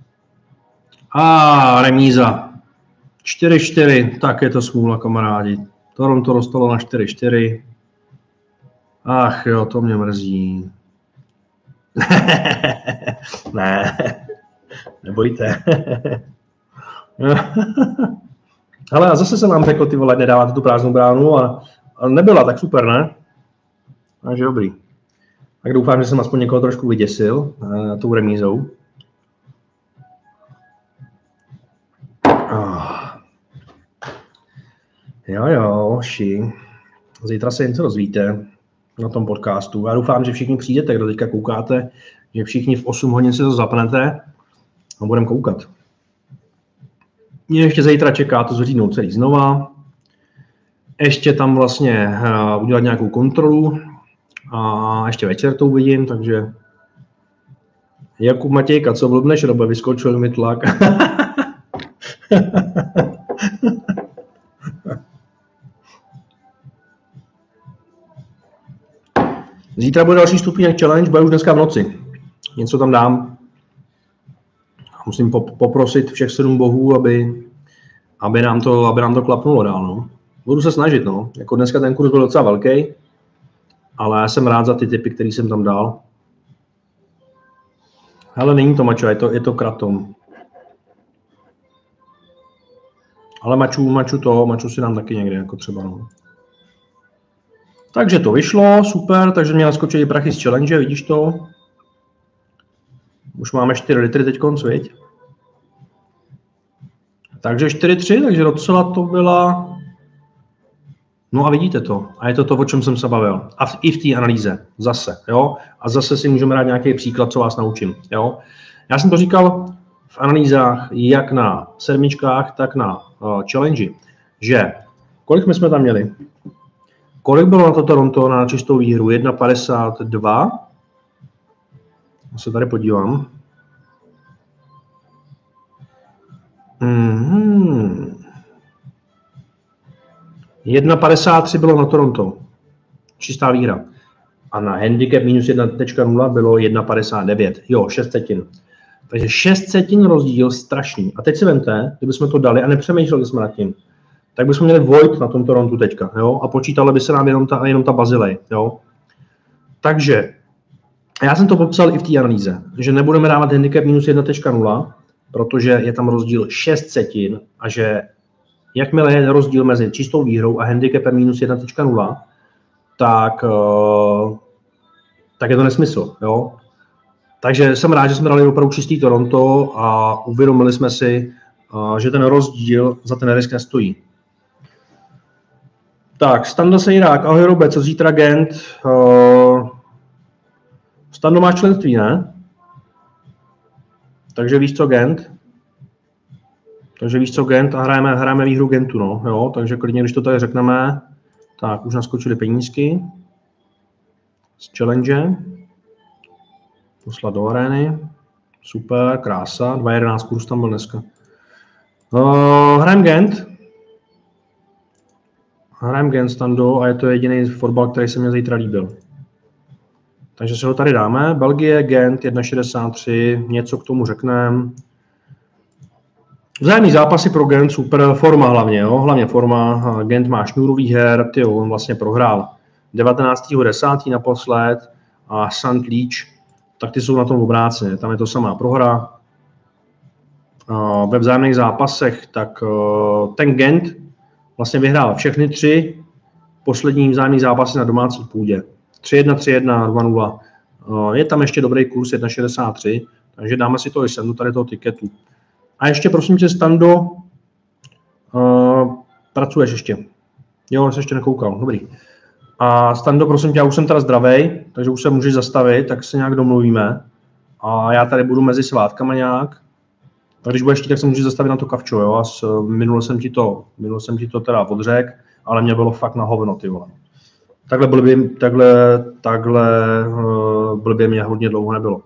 A: A remíza. 4-4. Tak je to smůla, kamarádi. Toronto dostalo na 4-4. Ach jo, to mě mrzí. Ne, nebojte. Ale zase se nám řekl, ty vole, nedáváte tu prázdnou bránu a nebyla, tak super, ne? Takže dobrý. Tak doufám, že jsem aspoň někoho trošku vyděsil tou remízou. Jo, zítra se něco dozvíte na tom podcastu. Já doufám, že všichni přijdete, kdo teďka koukáte, že všichni v 8 hodin si to zapnete a budeme koukat. Mě ještě zítra čeká to zřídnout celý znova. Ještě tam vlastně udělat nějakou kontrolu a ještě večer to uvidím, takže Jakub Matějka, co blbneš, Robe, vyskočil mi tlak. Zítra bude další stupínek challenge, bude už dneska v noci. Něco tam dám. Musím poprosit všech 7 bohů, aby nám to klapnulo dál. No. Budu se snažit, no. Jako dneska ten kurz byl docela velký, ale já jsem rád za ty tipy, které jsem tam dal. Ale není to mačo, je to kratom. Ale maču si dám taky někde, jako třeba, no. Takže to vyšlo, super, takže mě naskočily prachy z challenge, vidíš to? Už máme 4 litry teďkonc, viď? Takže 4,3, takže docela to byla... No a vidíte to. A je to to, o čem jsem se bavil. A i v té analýze. Zase, jo? A zase si můžeme dát nějaký příklad, co vás naučím, jo? Já jsem to říkal v analýzách jak na sedmičkách, tak na challenge, že kolik my jsme tam měli? Kolik bylo na to Toronto na čistou výhru? 1,52. Já se tady podívám. 1,53 bylo na Toronto. Čistá výhra. A na handicap minus 1.0 bylo 1,59. Jo, 6 setin. Takže 6 setin rozdíl strašný. A teď si vemte, kdybychom to dali a nepřemýšleli jsme nad tím, tak bychom měli void na tom Torontu teďka, jo? A počítala by se nám jenom ta Bazilej, jo? Takže já jsem to popsal i v té analýze, že nebudeme dávat handicap minus 1.0, protože je tam rozdíl 6 setin a že jakmile je rozdíl mezi čistou výhrou a handicapem minus 1.0, tak je to nesmysl, jo? Takže jsem rád, že jsme dali opravdu čistý Toronto a uvědomili jsme si, že ten rozdíl za ten risk nestojí. Tak, Standa Sejrák, ahoj Robe, co zítra Gent? Stando máš členství, ne? Takže víš co Gent? A hrajeme výhru Gentu, no, jo? Takže klidně, když to tady řekneme, tak už naskočily penízky z challenge. Poslat do arény. Super, krása. 2,11 kurz tam byl dneska. Hrajem Gent, Stando, a je to jediný fotbal, který se mě zítra líbil. Takže se ho tady dáme. Belgie, Gent, 1,63, něco k tomu řekneme. Vzájemný zápasy pro Gent, super, forma hlavně, jo? Hlavně forma. Gent má šňůru výher, on vlastně prohrál 19.10. naposled a St. Leach, tak ty jsou na tom obráceně, tam je to samá prohra. Ve vzájemných zápasech, tak ten Gent vlastně vyhrál všechny 3 poslední vzájemný zápasy na domácí půdě. 3-1, 3-1, 2-0. Je tam ještě dobrý kurz 1,63, takže dáme si to i sem do tady toho tiketu. A ještě prosím tě, Stando, pracuješ ještě? Jo, jsi ještě nekoukal, dobrý. A Stando, prosím tě, já už jsem teda zdravej, takže už se můžeš zastavit, tak se nějak domluvíme. A já tady budu mezi svátkama nějak. A když budeš chtít, tak se můžeš zastavit na to kavčo, jo. A minule jsem ti to teda odřekl, ale mě bylo fakt na hovno, ty vole. Takhle blbě mě hodně dlouho nebylo.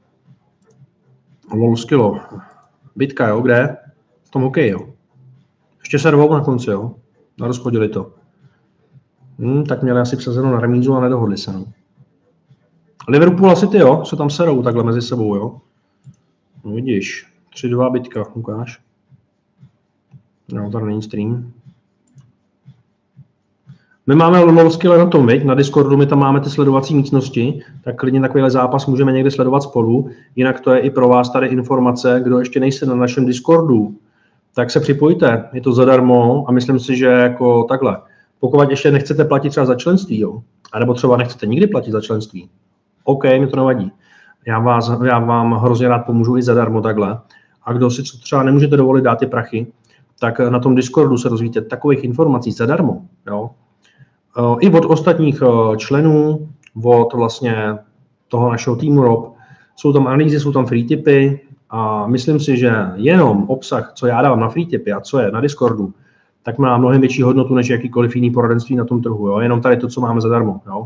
A: Lolskilo. Bitka, jo, kde? V tom hokej, jo. Ještě se rvou na konci, jo. Rozchodili to. Tak měli asi přeseno na remízu a nedohodli se, no. Liverpool a City, jo, se tam serou takhle mezi sebou, jo. No vidíš, 3-2 bitka, ukáž. No, tady není stream. My máme lovskyle na tom, viď? Na Discordu my tam máme ty sledovací místnosti, tak klidně takovýhle zápas můžeme někde sledovat spolu. Jinak to je i pro vás tady informace, kdo ještě nejste na našem Discordu, tak se připojte, je to zadarmo a myslím si, že jako takhle. Pokud ještě nechcete platit třeba za členství, jo, anebo třeba nechcete nikdy platit za členství, OK, mi to nevadí. Já vám hrozně rád pomůžu i zadarmo takhle. A kdo si třeba nemůžete dovolit dát ty prachy, tak na tom Discordu se dozvíte takových informací zadarmo. Jo. I od ostatních členů, od vlastně toho našeho týmu Rob, jsou tam analýzy, jsou tam free tipy a myslím si, že jenom obsah, co já dávám na free tipy a co je na Discordu, tak má mnohem větší hodnotu než jakýkoliv jiný poradenství na tom trhu. Jo. Jenom tady to, co máme zadarmo. Jo.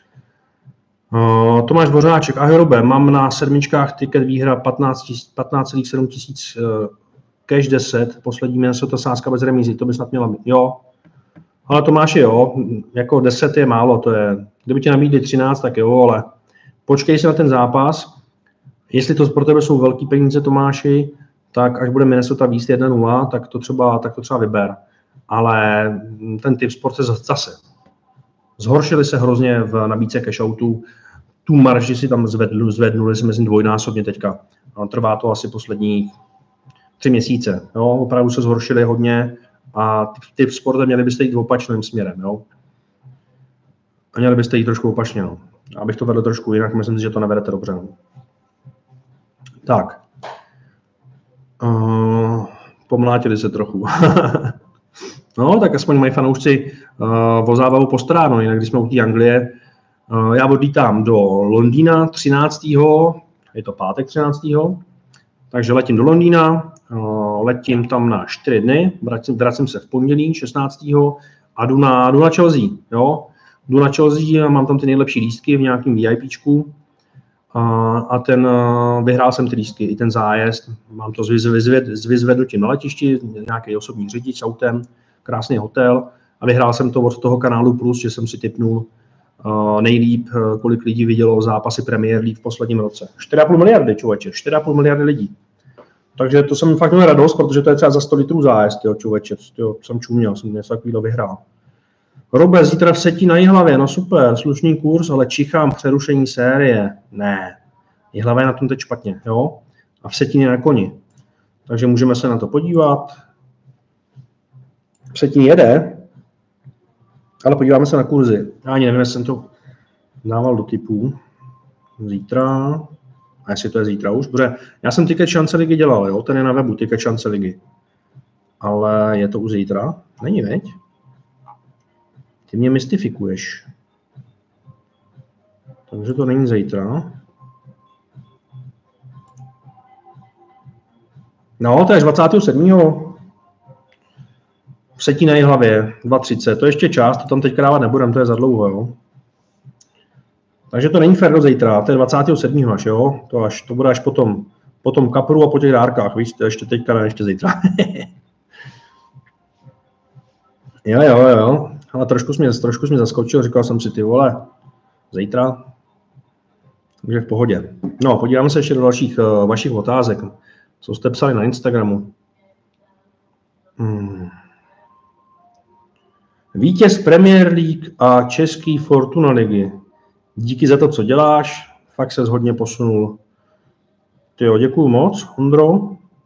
A: Tomáš Bořáček, ahoj Robe, mám na sedmičkách tiket výhra 15,7 tisíc, cash 10, poslední Minnesota sázka bez remízy, to by snad měla být, jo. Ale Tomáši, jo, jako 10 je málo, to je, kdyby ti nabídli 13, tak jo, ale počkej si na ten zápas, jestli to pro tebe jsou velký peníze, Tomáši, tak až bude Minnesota víc 1-0, tak to třeba vyber. Ale ten typ sport se zase zhoršili se hrozně v nabídce cashoutů, tu marži si tam zvednuli si myslím dvojnásobně teďka. Trvá to asi poslední 3 měsíce. Jo? Opravdu se zhoršili hodně a typ sportem měli byste jít opačným směrem. Jo? A měli byste jít trošku opačně. No. Abych to vedl trošku jinak, myslím si, že to nevedete dobře. No. Tak. Pomlátili se trochu. No, tak aspoň mají fanoušci o zábavu postaráno, jinak když jsme u té Anglie. Já odlítám do Londýna 13. Je to pátek 13. Takže letím do Londýna, letím tam na 4 dny, vracím se v pondělí 16. a jdu na Chelsea. Jo? Jdu na Chelsea a mám tam ty nejlepší lístky v nějakém VIPčku a vyhrál jsem ty lístky, i ten zájezd, mám to s vyzvednutím na letišti, nějaký osobní řidič s autem, krásný hotel a vyhrál jsem to od toho kanálu Plus, že jsem si tipnul nejlíp, kolik lidí vidělo zápasy Premier League v posledním roce. 4,5 miliardy, člověče, 4,5 miliardy lidí. Takže to jsem fakt měl radost, protože to je třeba za 100 litrů zájezd, jo, člověče, jo, jsem čuměl, jsem něco takového vyhrál. Robe, zítra v Seti na Jihlavě, no super, slušný kurz, ale čichám přerušení série. Ne, Jihlava je na tom teď špatně, jo, a v Setině na koni. Takže můžeme se na to podívat. Předtím jede, ale podíváme se na kurzy. Já ani nevím, jestli jsem to dával do typů. Zítra, a jestli to je zítra už, protože já jsem tiket šance ligy dělal, jo? Ten je na webu, tiket šance ligy. Ale je to už zítra? Není, veď? Ty mě mystifikuješ. Takže to není zítra. No, to je 27. V Seti na Jihlavě, 2.30, to je ještě čas, to tam teďka dávat nebudem, to je za dlouho, jo. Takže to není fér do zítra, to je 27. až, jo, to bude až po tom kapru a po těch dárkách, víš, to ještě teďka, ne, ještě zítra. jo, ale trošku jsi mě zaskočil, říkal jsem si, ty vole, zítra, takže v pohodě. No, podíváme se ještě do dalších vašich otázek, co jste psali na Instagramu. Vítěz Premier League a český Fortuna ligy. Díky za to, co děláš. Fakt ses hodně posunul. Tyjo, děkuju moc, Ondro.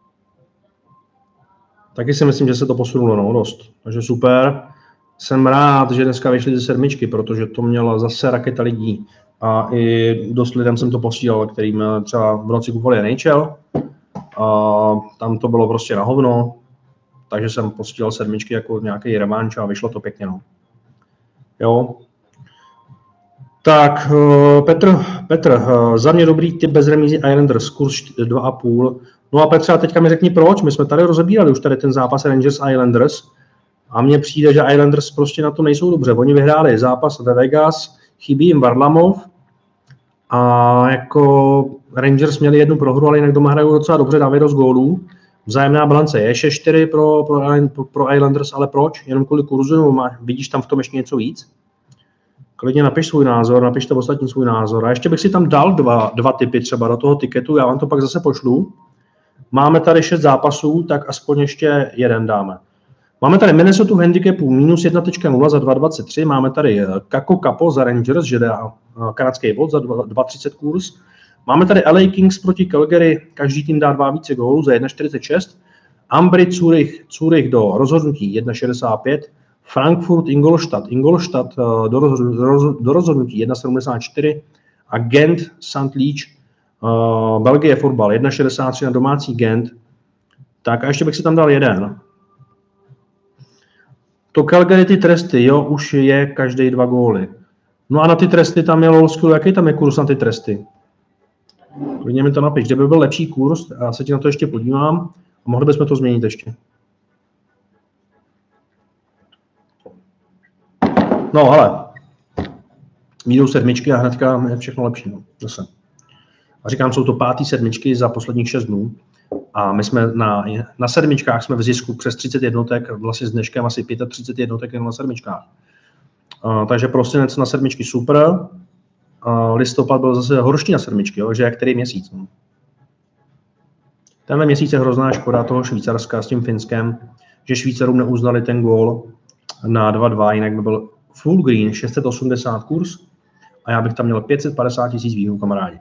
A: Taky si myslím, že se to posunulo, no, dost. Takže super. Jsem rád, že dneska vyšli ze sedmičky, protože to měla zase raketa lidí. A i dost lidem jsem to posílal, kterým třeba v noci kupovali NHL. A tam to bylo prostě na hovno. Takže jsem posílal sedmičky jako nějaký revanš a vyšlo to pěkně, no. Jo. Tak, Petr, za mě dobrý tip bez remízy Islanders, kurz 2,5. No a Petře, a teďka mi řekni proč, my jsme tady rozebírali už tady ten zápas Rangers Islanders a mně přijde, že Islanders prostě na to nejsou dobře. Oni vyhráli zápas ve Vegas, chybí jim Varlamov a jako Rangers měli 1 prohru, ale jinak doma hrajou docela dobře, dávají dost gólů. Vzájemná bilance je 6-4 pro Islanders, ale proč? Jenom kvůli kurzu, vidíš tam v tom ještě něco víc? Klidně napiš svůj názor, napište ostatní svůj názor. A ještě bych si tam dal dva tipy třeba do toho tiketu, já vám to pak zase pošlu. Máme tady 6 zápasů, tak aspoň ještě jeden dáme. Máme tady Minnesota v handicapu minus 1.0 za 2.23, máme tady Kako Capo za Rangers, že dá kanadský bod za 2.30 kurz. Máme tady LA Kings proti Calgary, každý tým dá 2 více gólů za 1.46. Ambry Zurich do rozhodnutí 1.65. Frankfurt Ingolstadt do rozhodnutí 1.74. A Gent St. Leach, Belgie fotbal 1.63 na domácí Gent. Tak a ještě bych si tam dal jeden. To Calgary ty tresty, jo, už je každý 2 góly. No a na ty tresty tam je Lolsku, jaký tam je kurz na ty tresty? Klidně mi to napiš, kde by byl lepší kurz, já se ti na to ještě podívám a mohli bychom to změnit ještě. No ale, výjdou sedmičky a hnedka je všechno lepší, no, zase. A říkám, jsou to 5. sedmičky za posledních 6 dnů. A my jsme na sedmičkách jsme v zisku přes 30 jednotek, vlastně s dneškem asi 35 jednotek jen na sedmičkách. Takže prosinec na sedmičky super. Listopad byl zase horší na sedmičky, jo, že jak který měsíc. No. Tenhle měsíc je hrozná škoda toho Švýcarska s tím Finskem, že Švýcarům neuznali ten gól na 2-2, jinak by byl full green, 680 kurz a já bych tam měl 550 000 výhů, kamarádi.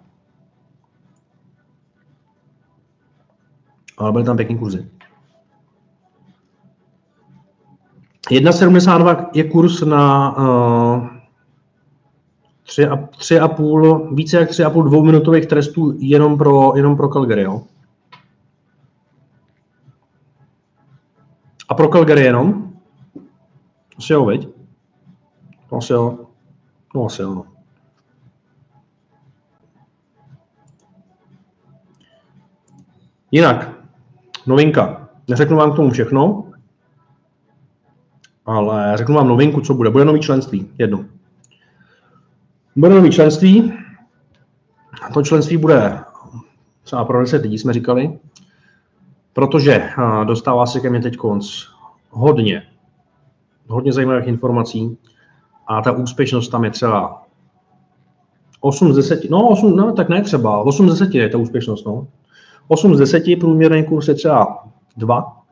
A: Ale byly tam pěkný kurzy. 1,72 je kurz na 3,5, více jak 3,5 dvouminutových trestů jenom pro Calgary, jo. A pro Calgary jenom? Asi jo, veď? Asi jo. No asi jo, no. Jinak, novinka. Neřeknu vám k tomu všechno, ale řeknu vám novinku, co bude. Bude nový členství, jedno. Bude nový členství. To členství bude třeba pro 10 lidí, jsme říkali, protože dostává se ke mně teď hodně zajímavých informací a ta úspěšnost tam je třeba 8 z 10, tak ne třeba, 8 z 10 je ta úspěšnost, no. 8 z 10, průměrný kurz je třeba 2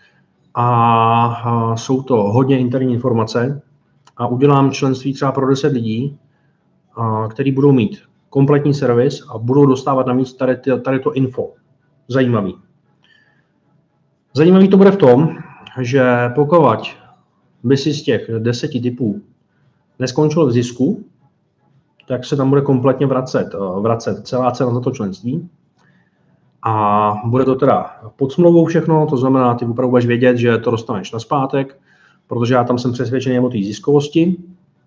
A: a jsou to hodně interní informace a udělám členství třeba pro 10 lidí, který budou mít kompletní servis a budou dostávat navíc tady to info. Zajímavý. Zajímavý to bude v tom, že pokud by si z těch 10 typů neskončil v zisku, tak se tam bude kompletně vracet celá cena za to členství. A bude to teda pod smlouvou všechno, to znamená, ty opravdu budeš vědět, že to dostaneš nazpátek, protože já tam jsem přesvědčený o té ziskovosti.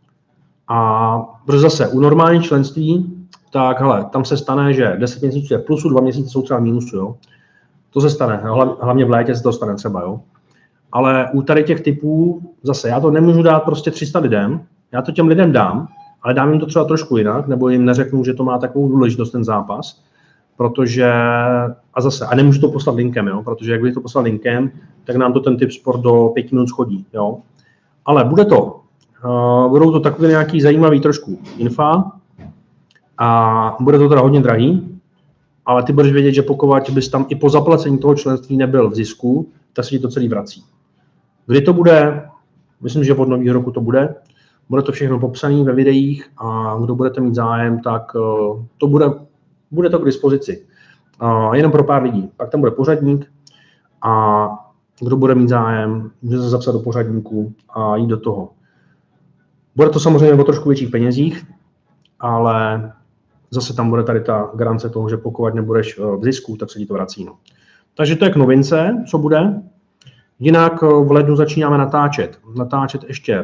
A: A protože zase u normálních členství, tak hele, tam se stane, že 10 měsíců je plusu, 2 měsíce jsou třeba mínusu, jo. To se stane, hlavně v létě se to stane třeba, jo. Ale u tady těch typů, zase já to nemůžu dát prostě 300 lidem, já to těm lidem dám, ale dám jim to třeba trošku jinak, nebo jim neřeknu, že to má takovou důležitost ten zápas, protože, a nemůžu to poslat linkem, jo, protože jak bych to poslal linkem, tak nám to ten typ sport do 5 minut schodí, jo. Ale budou to takové nějaký zajímavý trošku info a bude to teda hodně drahý, ale ty budeš vědět, že pokud bys tam i po zaplacení toho členství nebyl v zisku, tak se ti to celý vrací. Kdy to bude? Myslím, že od nového roku to bude. Bude to všechno popsané ve videích a kdo budete mít zájem, tak to bude to k dispozici. Jenom pro pár lidí. Pak tam bude pořadník a kdo bude mít zájem, může se zapsat do pořadníku a jít do toho. Bude to samozřejmě o trošku větších penězích, ale zase tam bude tady ta garance toho, že pokud nebudeš v zisku, tak se ti to vrací. No. Takže to je k novince, co bude. Jinak v lednu začínáme natáčet ještě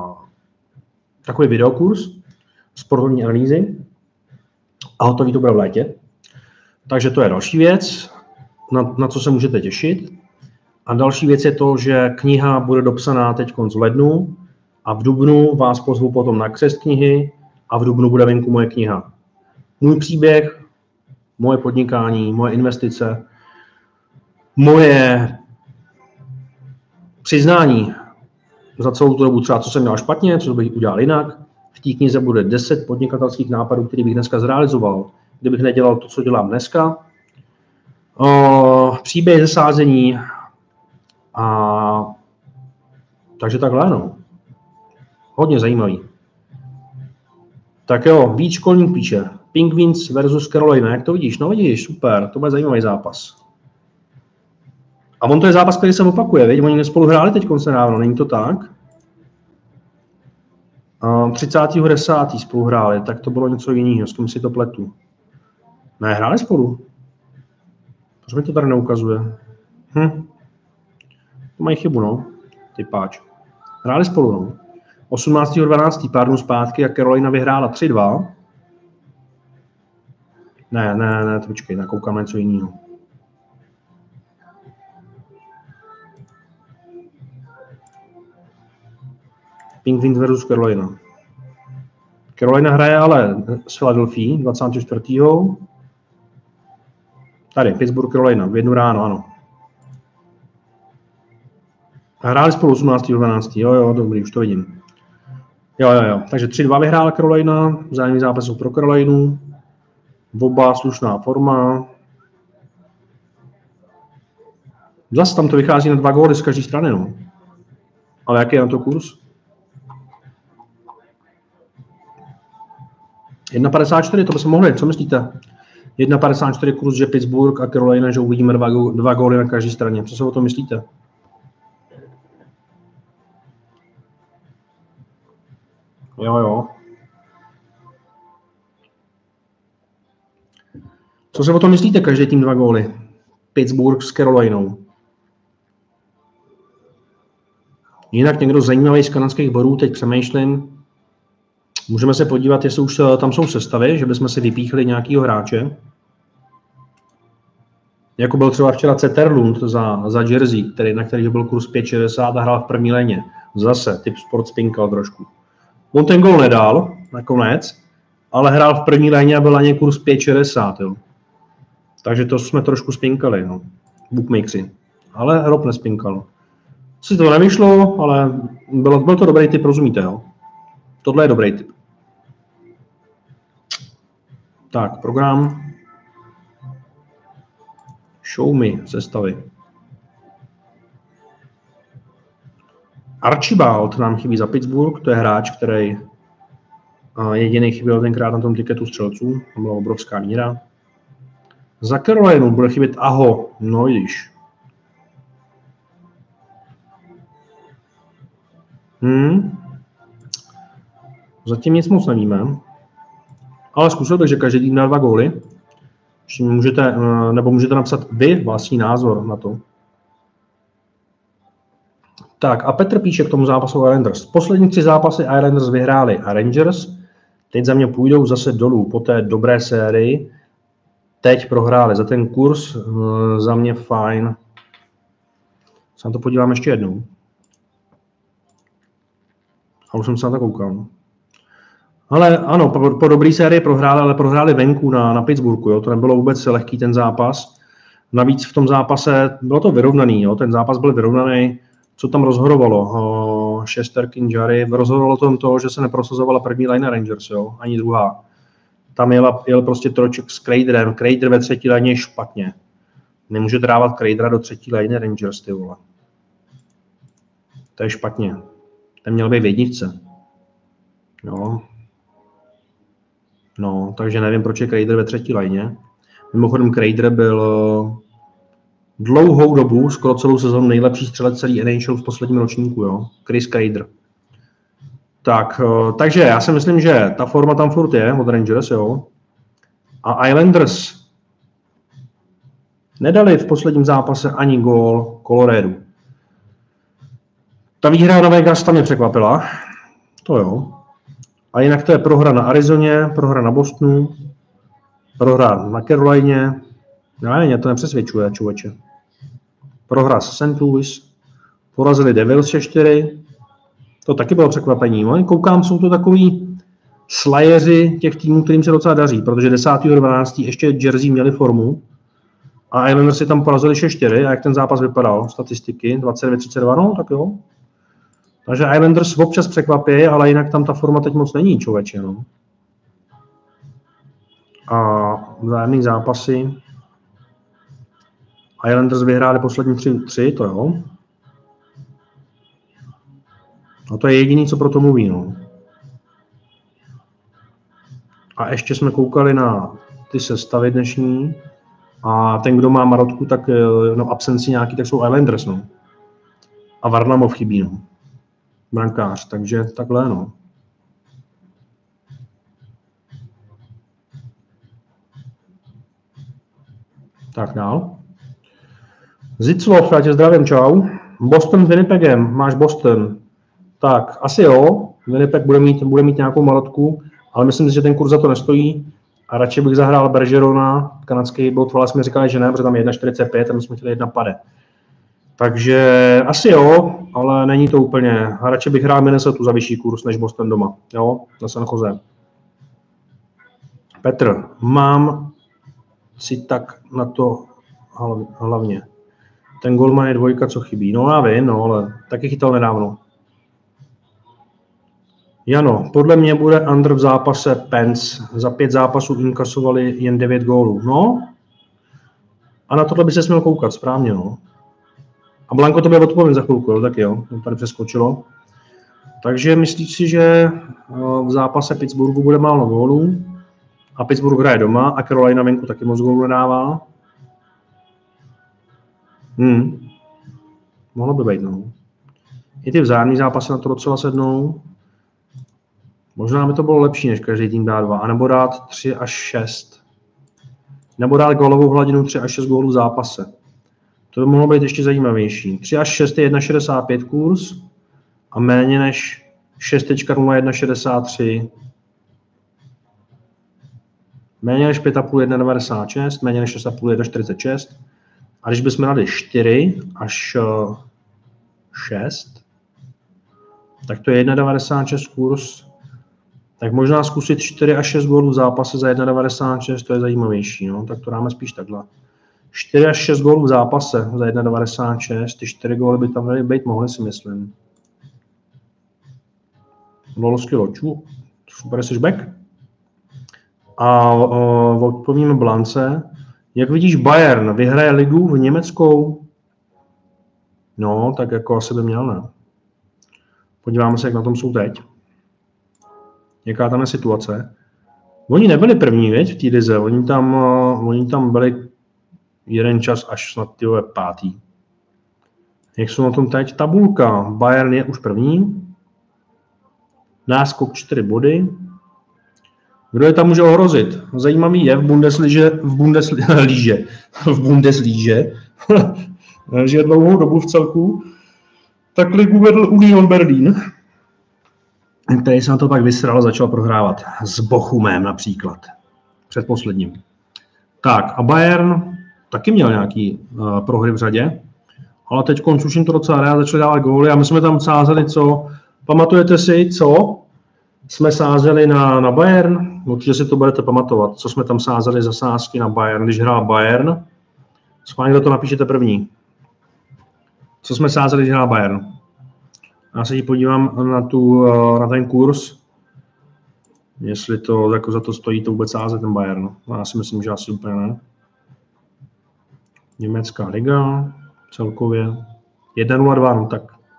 A: takový videokurs sportovní analýzy a hotový to bude v létě. Takže to je další věc, na co se můžete těšit. A další věc je to, že kniha bude dopsaná teď v lednu a v dubnu vás pozvu potom na křest knihy a v dubnu bude venku moje kniha. Můj příběh, moje podnikání, moje investice, moje přiznání za celou tu dobu třeba, co jsem měl špatně, co bych udělal jinak. V té knize bude 10 podnikatelských nápadů, který bych dneska zrealizoval, kdybych nedělal to, co dělám dneska. Příběh ze sázení a Takže takhle, no. Hodně zajímavý. Tak jo, víc školník píše. Penguins versus Carolina, jak to vidíš? No vidíš, super, to bude zajímavý zápas. A on to je zápas, který se opakuje, viď? Oni spolu hráli teď nedávno, není to tak? 30.10. spolu hráli, tak to bylo něco jiného, s kým si to pletu. Ne, hráli spolu. Proč mi to tady neukazuje? To mají chybu, no. Typáč. Hráli spolu, no. 18.12. pár dnů zpátky a Carolina vyhrála 3-2. Ne, to počkej, nakoukám něco jiného. Penguins versus Carolina. Carolina hraje ale s Philadelphia 24. Tady, Pittsburgh, Carolina, v 1 ráno, ano. Hráli spolu 18.12. Jo, dobrý, už to vidím. Jo. Takže 3-2 vyhrála Carolina, vzájemný zápas pro Carolinu. Oba slušná forma. Zase tam to vychází na 2 góly z každé strany, no. Ale jaký je na to kurz? 1,54, to by se mohli, co myslíte? 1,54 kurz, že Pittsburgh a Carolina, že uvidíme 2 góly na každé straně. Co si o tom myslíte? Jo. Co si o tom myslíte, každý tým 2 góly? Pittsburgh s Carolinou. Jinak někdo zajímavý z kanadských borů, teď přemýšlím. Můžeme se podívat, jestli už tam jsou sestavy, že bychom si vypíchli nějakého hráče. Jako byl třeba včera Zetterlund za Jersey, na který byl kurz 5,60 a hrál v první léně. Zase typ sport spinkal trošku. On ten gól nedal nakonec, ale hrál v první léně a byl na ně kurz 5,60. Takže to jsme trošku spinkali, no. Bookmakeri. Ale Rob nespinkal. Si to nevyšlo, ale byl to dobrý tip, rozumíte, jo? Tohle je dobrý tip. Tak, program. Show me sestavy. Archibald nám chybí za Pittsburgh, to je hráč, který jediný chyběl tenkrát na tom tiketu střelců, to byla obrovská míra. Za Carolinu bude chybět Aho, no vidíš. Zatím nic moc nevíme, ale zkusil bych, že každý tým dá 2 góly. Můžete napsat vy vlastní názor na to. Tak a Petr píše k tomu zápasu Islanders. Poslední 3 zápasy Islanders vyhráli a Rangers teď za mě půjdou zase dolů po té dobré sérii. Teď prohráli. Za ten kurz za mě fajn. Se na to podívám ještě jednou. A už jsem se na to koukal. Ale ano, po dobré sérii prohráli, ale prohráli venku na Pittsburghu. Jo? To nebylo vůbec lehký ten zápas. Navíc v tom zápase bylo to vyrovnaný. Jo? Ten zápas byl vyrovnaný. Co tam rozhodovalo? Shesterkin, Jarry. Rozhodovalo to, že se neprosazovala první line Rangers, jo? Ani druhá. Tam jel prostě troček s Kreiderem. Kreider ve 3. léně je špatně. Nemůžete dávat Kreidera do 3. léně Rangers, ty vole. To je špatně. Ten měl být v 1. Jo. No, takže nevím, proč je Kreider ve 3. léně. Mimochodem Kreider byl dlouhou dobu, skoro celou sezónu nejlepší střelec celý NHL v posledním ročníku, jo. Chris Kreider. Tak, takže já si myslím, že ta forma tam furt je od Rangers, jo. A Islanders nedali v posledním zápase ani gól Coloradu. Ta výhra na Vegas tam mě překvapila. To jo. A jinak to je prohra na Arizoně, prohra na Bostonu, prohra na Carolině. Ne, mě to nepřesvědčuje, člověče. Prohra s St. Louis, porazili Devils 4. To taky bylo překvapení. No, koukám, jsou to takový slajeři těch týmů, kterým se docela daří, protože 10.12. ještě Jersey měli formu a Islanders si tam porazili 6-4. A jak ten zápas vypadal? Statistiky 29-32, no tak jo. Takže Islanders občas překvapí, ale jinak tam ta forma teď moc není, člověče, no. A vzájemný zápasy. Islanders vyhráli poslední 3, to jo. No to je jediný, co pro to mluví, no. A ještě jsme koukali na ty sestavy dnešní. A ten, kdo má Marotku, tak no, absenci nějaký, tak jsou Islanders, no. A Varlamov chybí, no. Brankář, takže takhle, no. Tak dál. Ziclov, já tě zdravím, čau. Boston s Winnipegem, máš Boston. Tak, asi jo, Winnipeg bude mít nějakou Marotku, ale myslím si, že ten kurz za to nestojí. A radši bych zahrál Bergerona, kanadský bod, ale jsme říkali, že ne, protože tam je 1,45 a my jsme chtěli 1,50. Takže asi jo, ale není to úplně. A radši bych hrál Minnesota za vyšší kurz než Boston doma. Jo, na San Jose. Petr, mám si tak na to hlavně. Ten golman je dvojka, co chybí. No já vím, no, ale taky chytal nedávno. Jano, podle mě bude under v zápase Pence. Za 5 zápasů inkasovali jen 9 gólů. No, a na tohle by se směl koukat, správně, no. A Blanko to bude odpovím za chvilku, tak jo, to tady přeskočilo. Takže myslíš si, že v zápase Pittsburghu bude málo gólů a Pittsburgh hraje doma a Carolina venku taky moc gólů nedává? Mohlo by být, no. I ty vzájemný zápasy na to docela sednou. Možná by to bylo lepší, než každý tým dá 2, anebo dát 3 až 6. Nebo dát gólovou hladinu 3 až 6 gólů v zápase. To by mohlo být ještě zajímavější. 3 až 6 je 1,65 kurz a méně než 6,0 je 1,63. Méně než 5,5 je 1,96, méně než 6,5 je 1,46. A když bychom dali 4 až 6, tak to je 1,96 kurz. Tak možná zkusit 4 až 6 gólů v zápase za 1,96, to je zajímavější. No? Tak to dáme spíš takhle. 4 až 6 gólů v zápase za 1,96, ty 4 góly by tam být mohly, si myslím. Lolsky loču, super jsi back. A odpovíme Blance. Jak vidíš, Bayern vyhraje ligu v Německou? No, tak jako asi by měl, ne? Podíváme se, jak na tom jsou teď. Jaká tam je situace? Oni nebyli první, věď, v té lize. Oni tam byli jeden čas až snad pátý. Jak jsou na tom teď? Tabulka. Bayern je už první. Náskok 4 body. Kdo je tam může ohrozit? Zajímavý je v Bundeslize, že dlouhou dobu v celku, tak ligu vedl Union Berlin, který se na to pak vysral a začal prohrávat s Bochumem například. Předposledním. Tak a Bayern taky měl nějaký prohry v řadě, ale teď už jim to docela rád začali dávat góly a my jsme tam sázeli co? Pamatujete si, co? Jsme sázeli na Bayern, určitě si to budete pamatovat, co jsme tam sázeli za sázky na Bayern, když hrál Bayern. Schválně to napíšete první. Co jsme sázeli, když hrál Bayern? Já se podívám na ten kurz, jestli to jako za to stojí to vůbec sázet ten Bayern. Já si myslím, že asi úplně ne. Německá liga, celkově 1,02, no tak.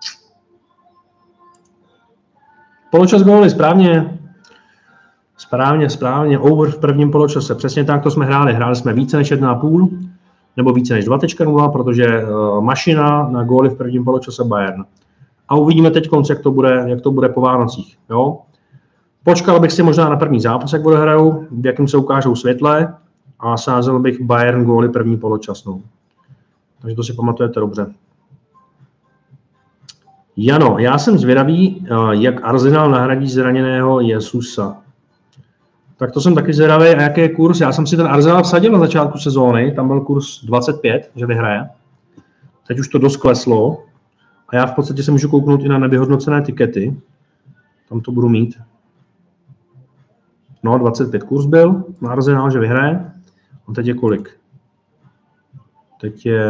A: Poločas góly, správně. Správně. Over v prvním poločase. Přesně tak to jsme hráli. Hráli jsme více než 1,5 nebo více než 2,0, protože mašina na góly v prvním poločase Bayern. A uvidíme teď, jak to bude po Vánocích. Jo? Počkal bych si možná na první zápas, jak bude hrajou, v jakým se ukážou světle a sázel bych Bayern góly první poločasnou. Takže to si pamatujete dobře. Jano, já jsem zvědavý, jak Arsenal nahradí zraněného Jesusa. Tak to jsem taky zvědavý. A jaký je kurz? Já jsem si ten Arsenal vsadil na začátku sezóny, tam byl kurz 25, že vyhraje. Teď už to dost kleslo. A já v podstatě se můžu kouknout i na nevyhodnocené tikety. Tam to budu mít. No, 25 kurz byl na Arsenal, že vyhraje. A teď je kolik? Teď je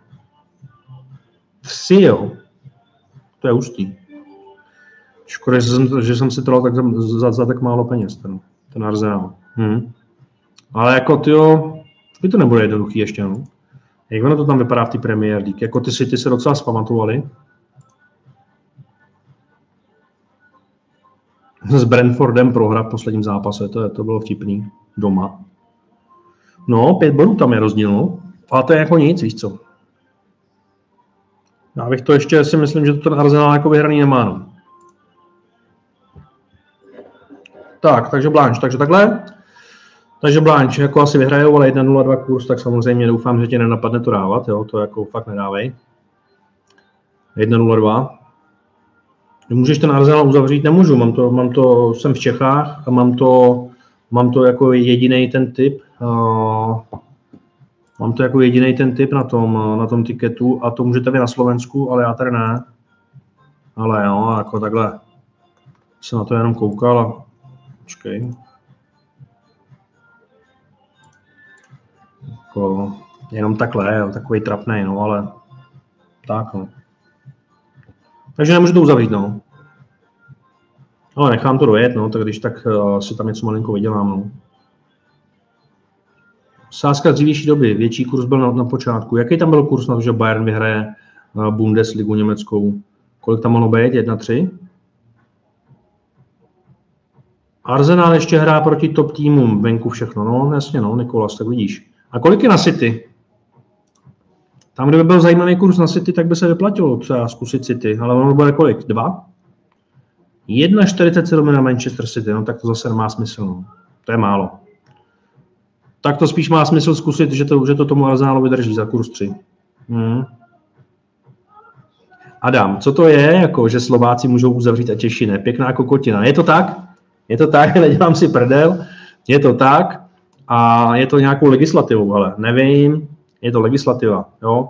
A: 3, jo. To je hustý. Škoda, že jsem si to dal za tak málo peněz, ten Arsenal. Ale jako tyjo, to nebude jednoduchý ještě, no. Jak ono to tam vypadá v té Premier League? Jako ty City se docela zpamatovali. S Brentfordem prohra v posledním zápase, to bylo vtipný. Doma. No, 5 bodů tam je rozdíl, no. Ale to je jako nic, víš co. Já bych to ještě si myslím, že to ten Arsenal jako vyhraný nemá, no. Tak, takže Blanche, takže takhle. Takže Blanche jako asi vyhrajou, ale 1-0-2 kurz, tak samozřejmě doufám, že tě nenapadne to dávat, jo, to jako fakt nedávej. 1-0-2. Můžeš ten Arsenal uzavřít? Nemůžu, mám to, jsem v Čechách a mám to jako jediný ten typ. Mám to jako jediný ten typ na tom tiketu a to můžete vy na Slovensku, ale já tady ne. Ale jo, jako takhle jsem na to jenom koukal a počkej. Jako, jenom takhle, jo, takový trapnej, no, ale tak, no. Takže nemůžu to uzavřít, no. Ale nechám to dojet, no, tak když tak si tam něco malinko vydělám, no. Sázka z dřívější doby, větší kurz byl na počátku. Jaký tam byl kurz na to, že Bayern vyhraje Bundesligu německou? Kolik tam mohlo být? 1-3? Arsenal ještě hrá proti top týmům, venku všechno. No, jasně, no, Nikolas, tak vidíš. A kolik je na City? Tam, kdyby byl zajímavý kurz na City, tak by se vyplatilo třeba zkusit City, ale ono bude kolik? 2? 1,47 na Manchester City, no tak to zase nemá smysl, no. To je málo. Tak to spíš má smysl zkusit, že to tomu Arsenalu vydrží za kurz 3. Adam, co to je, jako, že Slováci můžou uzavřít a Češi ne? Pěkná kokotina. Je to tak? Je to tak, nedělám si prdel. Je to tak a je to nějakou legislativou, ale nevím, je to legislativa, jo.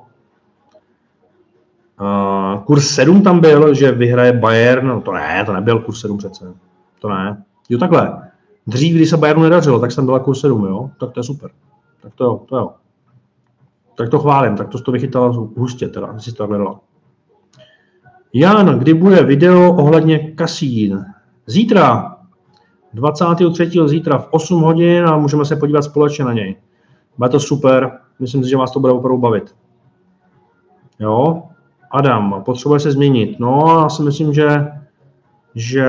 A: Kurz 7 tam byl, že vyhraje Bayern, no to nebyl kurz 7 přece, to ne. Jo, takhle. Dřív, když se Bayernu nedařilo, tak jsem byla kurz 7, jo, tak to je super. Tak to jo. Tak to chválím, tak to vychytala hustě, teda, si to takhle dala. Jan, kdy bude video ohledně kasín? Zítra, 23. zítra v 8 hodin a můžeme se podívat společně na něj. Bude to super, myslím si, že vás to bude opravdu bavit. Jo, Adam, potřebuje se změnit. No, já si myslím, že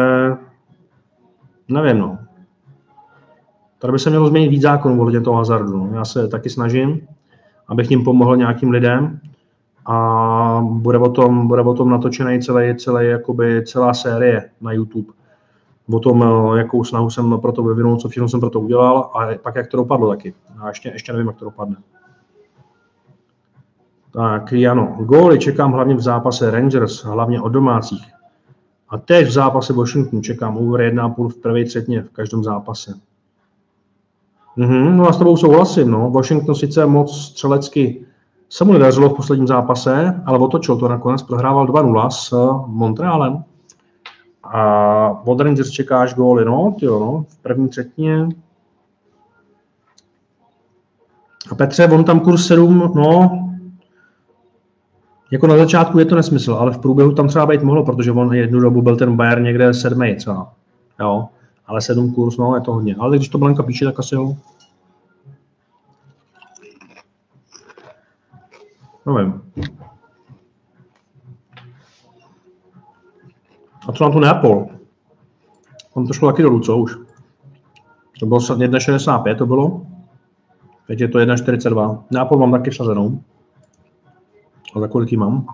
A: nevím, no. Tady by se mělo změnit víc zákonů ohledně toho hazardu. No. Já se taky snažím, abych tím pomohl nějakým lidem a bude o tom natočený celá série na YouTube. O tom, jakou snahu jsem pro to vyvinul, co všechno jsem pro to udělal a pak jak to dopadlo taky. A ještě nevím, jak to dopadne. Tak, Jano, góly čekám hlavně v zápase Rangers, hlavně od domácích. A teď v zápase Washington čekám over 1,5 v první třetině v každém zápase. No a s tebou souhlasím, no. Washington sice moc střelecky se mu nedařilo v posledním zápase, ale otočil to nakonec, prohrával 2-0 s Montrealem. A od Rangers čekáš góly, no, v první třetině. A Petře, on tam kurz 7, no, jako na začátku je to nesmysl, ale v průběhu tam třeba být mohlo, protože on jednu dobu byl ten Bayern někde 7. třeba, jo, ale 7 kurz, no, je to hodně. Ale když to Blanka píše, tak asi jo. Nevím. A co na tu Neapol? Tam to šlo taky dolů, co už? To bylo 1,65 to bylo. Teď je to 1,42. Neapol mám taky vsazenou. A za kolik ji mám?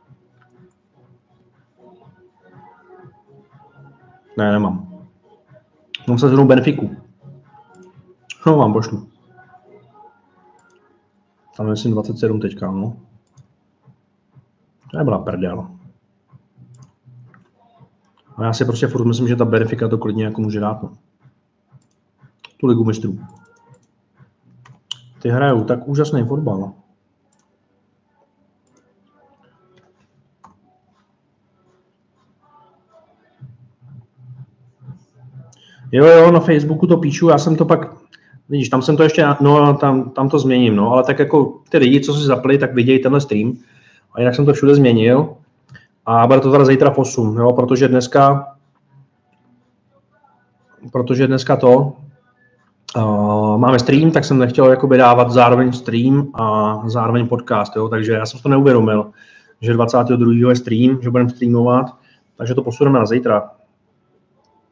A: Ne, nemám. Mám vsazenou Benfiku. No, mám pošlu. Tam je myslím 27 teďka, no. To nebyla prdel. A já si prostě furt myslím, že ta Benfica to klidně jako může dát, no. Tu ligu mistrů. Ty hrajou tak úžasný fotbal. Jo, na Facebooku to píšu, já jsem to pak, vidíš, tam jsem to ještě, no, tam to změním, no, ale tak jako ty lidi, co si zapli, tak vidějí tenhle stream. A jinak jsem to všude změnil. A bude to teda zítra v 8, jo, protože dneska máme stream, tak jsem nechtěl jakoby dávat zároveň stream a zároveň podcast, jo, takže já jsem to neuvědomil, že 22. je stream, že budeme streamovat, takže to posuneme na zítra.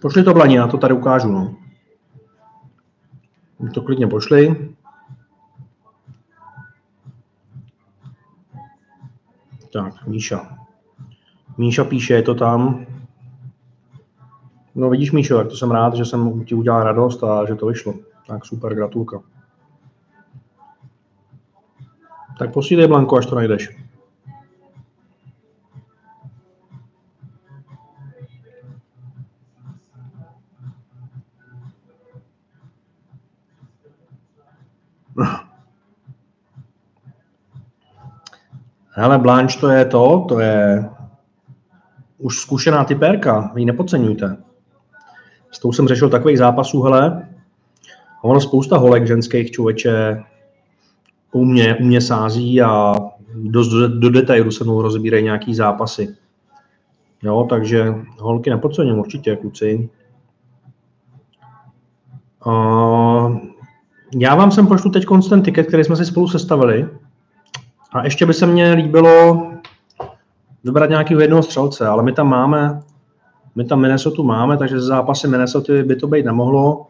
A: Pošli to Blani, já to tady ukážu. No. To klidně pošli. Tak, Míša. Míša píše, je to tam. No vidíš, Míšo, tak to jsem rád, že jsem ti udělal radost a že to vyšlo. Tak super, gratulka. Tak posílej, Blanko, až to najdeš. Hele, Blanche, to je už zkušená typérka, vy ji nepodceňujte. S tou jsem řešil takových zápasů, hele, a ono spousta holek ženských, člověče, u mě sází a dost do detailu se mnou rozbírají nějaký zápasy. Jo, takže holky nepodceňuji určitě, kluci. Já vám sem pošlu teď ten tiket, který jsme si spolu sestavili. A ještě by se mně líbilo vybrat nějakého jednoho střelce, ale my tam Minnesota máme, takže ze zápasy Minnesota by to být nemohlo.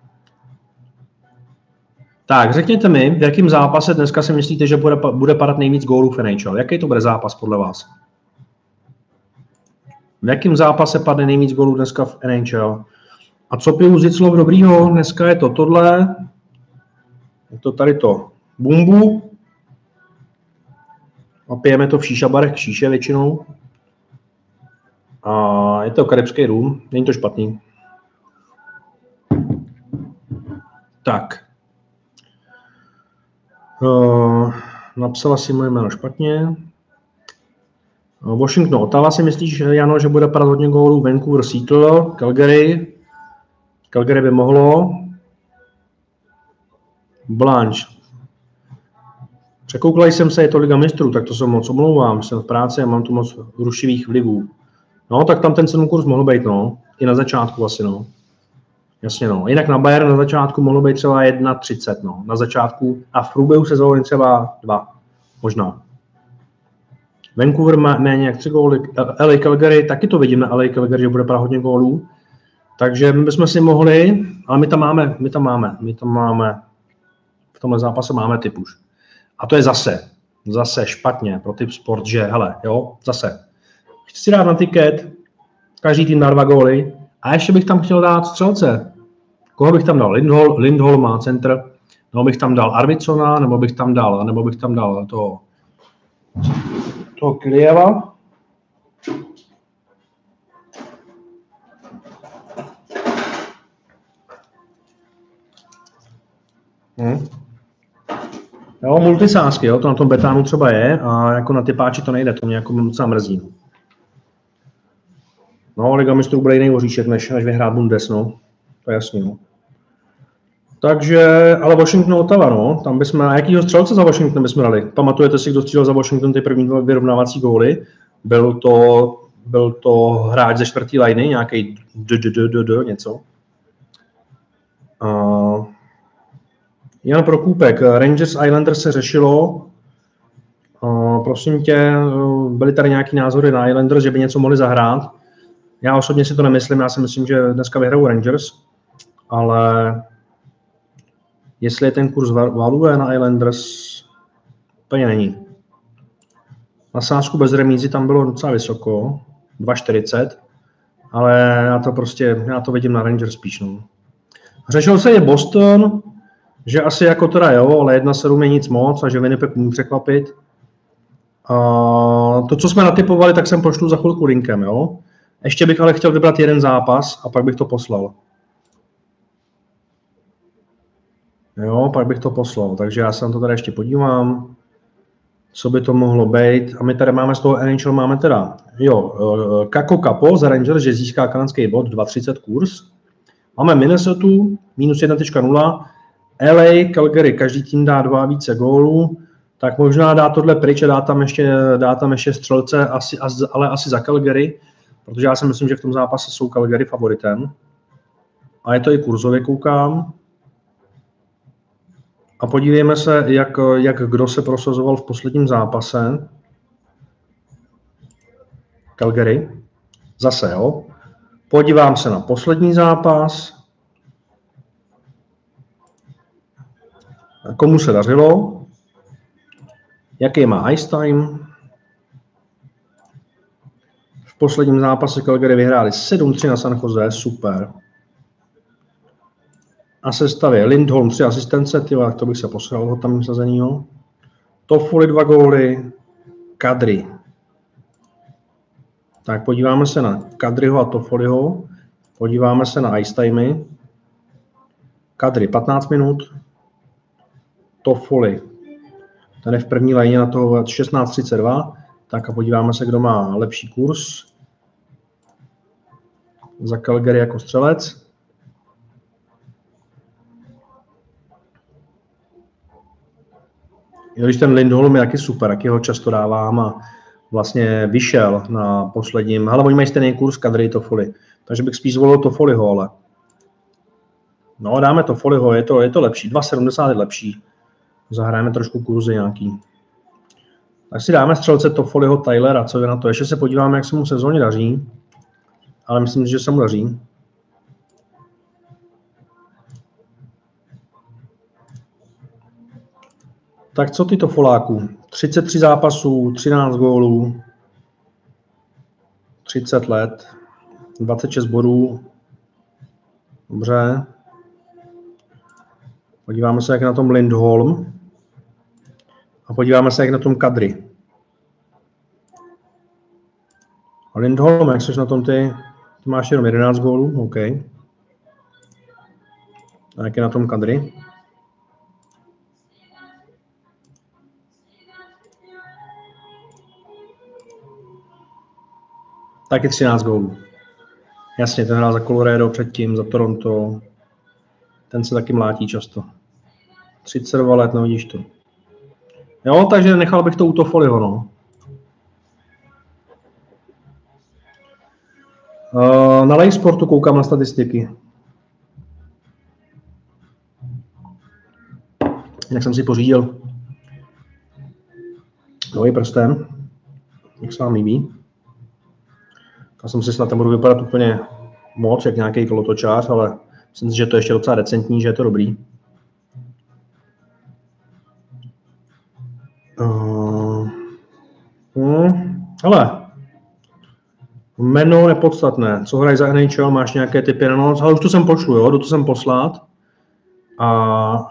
A: Tak, řekněte mi, v jakém zápase dneska si myslíte, že bude padat nejvíc gólů v NHL? Jaký to bude zápas podle vás? V jakém zápase padne nejvíc gólů dneska v NHL? A co piju Ziclov dobrýho? Dneska je to tohle. Je to tady to bumbu. A pijeme to v šíšabarech k šíše většinou. A je to karibský rum. Není to špatný. Tak. Napsala si moje jméno špatně. Washington, Ottawa si myslíš, Jano, že bude padat hodně gólů? Vancouver, Seattle, Calgary. Calgary by mohlo. Blanche. Překoukla jsem se, je to Liga mistrů, tak to se moc omlouvám. Jsem v práci a mám tu moc rušivých vlivů. No, tak tam ten cenový kurz mohl být, no. I na začátku asi, no. Jasně, no. Jinak na Bayern na začátku mohlo být třeba 1,30, no. Na začátku a v průběhu sezóny třeba 2. Možná. Vancouver má méně jak 3 góly. LA Calgary, taky to vidím na LA Calgary, že bude padat hodně gólů. Takže my bychom si mohli, ale my tam máme, v tomhle zápase máme typ už. A to je zase špatně pro typ sport, že hele, jo, zase. Chci si dát na tiket, každý tým dá 2 góly a ještě bych tam chtěl dát střelce. Koho bych tam dal? Lindholm má centr, nebo bych tam dal Arvidssona, nebo bych tam dal toho Klieva. Jo, multisázky, jo, to na tom betánu třeba je a jako na typáči to nejde, to mě jako docela mrzí. No, Liga mistrů bude jiný oříšek, než vyhrát Bundes, no. To je jasný, no. Takže, ale Washington, Ottawa, no, tam bychom, a jakýho střelce za Washington bychom dali? Pamatujete si, kdo střílel za Washington ty první 2 vyrovnávací góly? Byl to hráč ze 4. liny, nějaký něco. Jan Prokůpek, Rangers Islanders se řešilo. Prosím tě, byly tady nějaký názory na Islanders, že by něco mohli zahrát. Já osobně si to nemyslím, já si myslím, že dneska vyhrajou Rangers, ale jestli je ten kurz value na Islanders, úplně není. Na sázku bez remízy tam bylo docela vysoko, 2,40, ale já to vidím na Rangers spíš. No. Řešil se je Boston, že asi jako teda jo, ale 1,7 je nic moc a že Winnipeg může překvapit. To, co jsme natypovali, tak jsem pošlu za chvilku linkem, jo. Ještě bych ale chtěl vybrat jeden zápas a pak bych to poslal. Jo, pak bych to poslal, takže já se na to tady ještě podívám, co by to mohlo být. A my tady máme z toho NHL, máme teda, Kako Capo za Rangers, že získá kanadský bod, 2,30 kurz. Máme Minnesota, minus 1,0. LA, Calgary, každý tým dá 2 více gólů, tak možná dá tohle pryč a dá tam ještě střelce, ale asi za Calgary, protože já si myslím, že v tom zápase jsou Calgary favoritem. A je to i kurzově, koukám. A podívejme se, jak kdo se prosazoval v posledním zápase. Calgary. Zase, jo. Podívám se na poslední zápas. Komu se dařilo? Jaký má ice time? V posledním zápase Calgary vyhráli 7-3 na San Jose, super. A sestavě Lindholm 3 asistence, tyhle, to bych se posral ho tam sazenýho. Toffoli 2 góly, Kadri. Tak podíváme se na Kadriho a Toffoliho. Podíváme se na ice timey. Kadri 15 minut. Toffoli. Ten je v první lajně na toho 16:32. Tak a podíváme se, kdo má lepší kurz. Za Calgary jako střelec. Když ten Lindholm je taky super, jak ho často dávám a vlastně vyšel na posledním, ale oni mají stejný kurz Kadri Toffoli, takže bych spíš zvolil Toffoliho, ale no dáme Toffoliho, je to lepší, 2,70 je lepší, zahrajeme trošku kurzy nějaký. Tak si dáme střelce Toffoliho Tylera, co je na to, ještě se podíváme, jak se mu sezóně daří, ale myslím, že se mu daří. Tak co ty Toffoláku? 33 zápasů, 13 gólů, 30 let, 26 bodů. Dobře. Podíváme se, jak na tom Lindholm. A podíváme se, jak na tom Kadri. A Lindholm, jak jsi na tom ty? Ty máš jenom 11 gólů, OK. A jak je na tom Kadri? Taky 13 gólů. Jasně, ten hrál za Colorado předtím, za Toronto. Ten se taky mlátí často. 32 let, no vidíš to. Jo, takže nechal bych to u Toffoliho, no. Na Live Sportu koukám na statistiky. Jak jsem si pořídil nový prsten. Jak se vám líbí. Já jsem si snad tam budu vypadat úplně moc, jak nějaký kolotočář, ale myslím si, že to je ještě docela decentní, že je to dobrý. Hele, jméno nepodstatné. Co hrají za NHL, máš nějaké typy na noc? Ale už to jsem pošlu, jo, jdu to sem poslat. A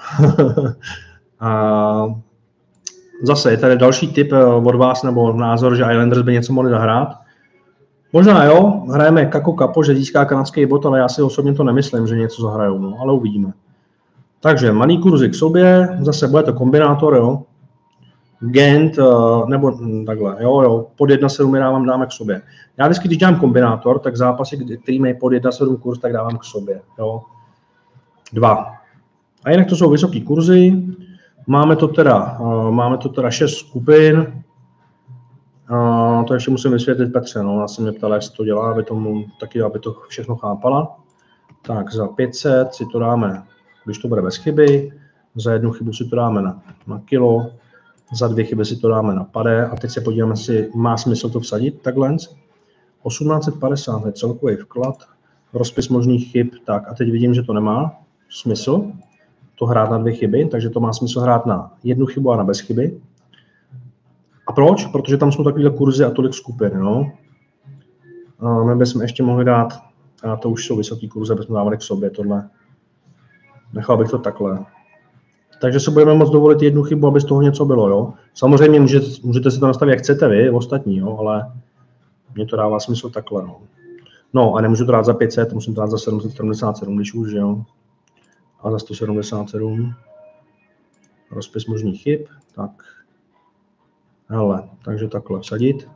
A: zase je tady další tip od vás, nebo názor, že Islanders by něco mohli zahrát. Možná jo, hrajeme Kako Kapo, že získá kanadský bod, ale já si osobně to nemyslím, že něco zahrajou, no, ale uvidíme. Takže malý kurzy k sobě, zase bude to kombinátor, jo. Gent, nebo takhle, jo, pod 1,7 dáme k sobě. Já vždycky, když dělám kombinátor, tak zápasy, který mají pod 1,7 kurz, tak dávám k sobě, jo. 2. A jinak to jsou vysoký kurzy, máme to teda 6 skupin, to ještě musím vysvětlit Petře, no, já jsem mě ptal, jak se to dělá, aby to všechno chápala. Tak za 500 si to dáme, když to bude bez chyby, za 1 chybu si to dáme na kilo, za 2 chyby si to dáme na pade a teď se podíváme, jestli má smysl to vsadit takhle. 1850 je celkový vklad, rozpis možných chyb, tak a teď vidím, že to nemá smysl to hrát na 2 chyby, takže to má smysl hrát na 1 chybu a na bez chyby. A proč? Protože tam jsou takovýhle kurzy a tolik skupin, no. My bychom ještě mohli dát, a to už jsou vysoký kurzy, bychom dávali k sobě tohle. Nechal bych to takhle. Takže se budeme moct dovolit 1 chybu, aby z toho něco bylo, jo. Samozřejmě můžete si to nastavit, jak chcete vy, ostatní, jo, ale mně to dává smysl takhle, no. No a nemůžu to dát za 500, musím to dát za 777, když už, jo. A za 177. Rozpis možných chyb, tak. Hele, takže takhle vsadit.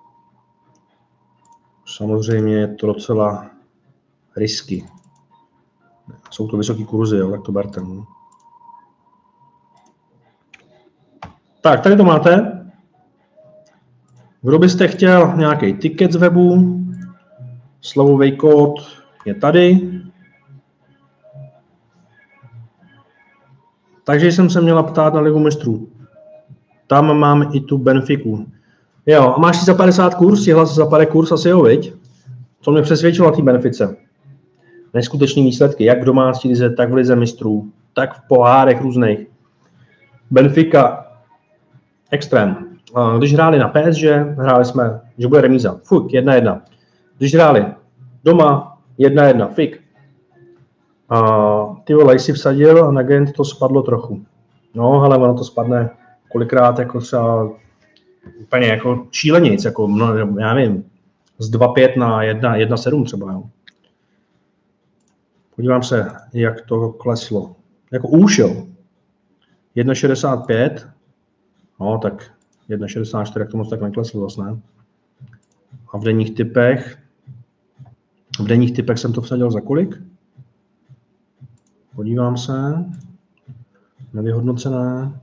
A: Samozřejmě je to docela risky. Jsou to vysoký kurzy, jo, tak to berte. No. Tak, tady to máte. Kdo byste chtěl nějaký ticket z webu, slovový kód je tady. Takže jsem se měla ptát na Ligu mistrů. Tam mám i tu Benfiku. Jo, a máš si za 50 kurz, jihla se za 50 kurz asi jo, viď? Co mě přesvědčilo na té benefice? Neskutečné výsledky, jak v domácí lize, tak v lize mistrů, tak v pohárech různých. Benfica extrém. Když hráli na PSG, hráli jsme, že bude remíza. Fuk, 1-1. Když hráli doma, 1-1. Fik. Ty vole, si vsadil a na Gent to spadlo trochu. No, ale ono to spadne kolikrát jako třeba úplně jako šílenic, jako, no, já nevím, z 2,5 na 1,7 třeba, jo. Podívám se, jak to kleslo. Jako úšel. 1,65. No, tak 1,64, jak to moc tak nekleslo vlastně. A v denních typech jsem to vsadil za kolik? Podívám se. Nevyhodnocené.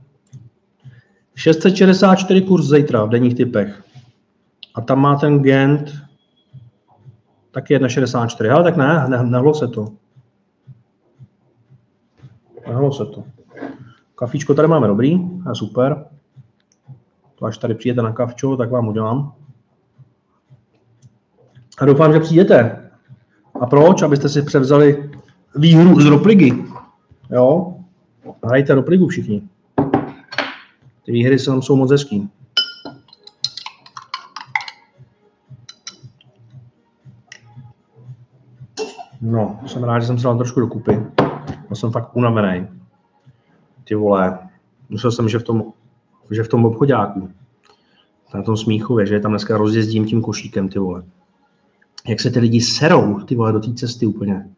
A: 664 kurz zítra v denních typech. A tam má ten Gent taky 1,64. Ale tak nehlo se to. Nehlo se to. Kafíčko tady máme dobrý, a super. To až tady přijete na kavčo, tak vám udělám. A doufám, že přijdete. A proč? Abyste si převzali výhru z Ropligy. Jo? Hrajte Ropligu všichni. Ty výhry jsou moc hezký. No, jsem rád, že jsem se dal trošku dokupy. Já jsem fakt unavený. Ty vole, myslel jsem, že v tom obchodáku, na tom Smíchově, že tam dneska rozjezdím tím košíkem, ty vole. Jak se ty lidi serou, ty vole, do té cesty úplně.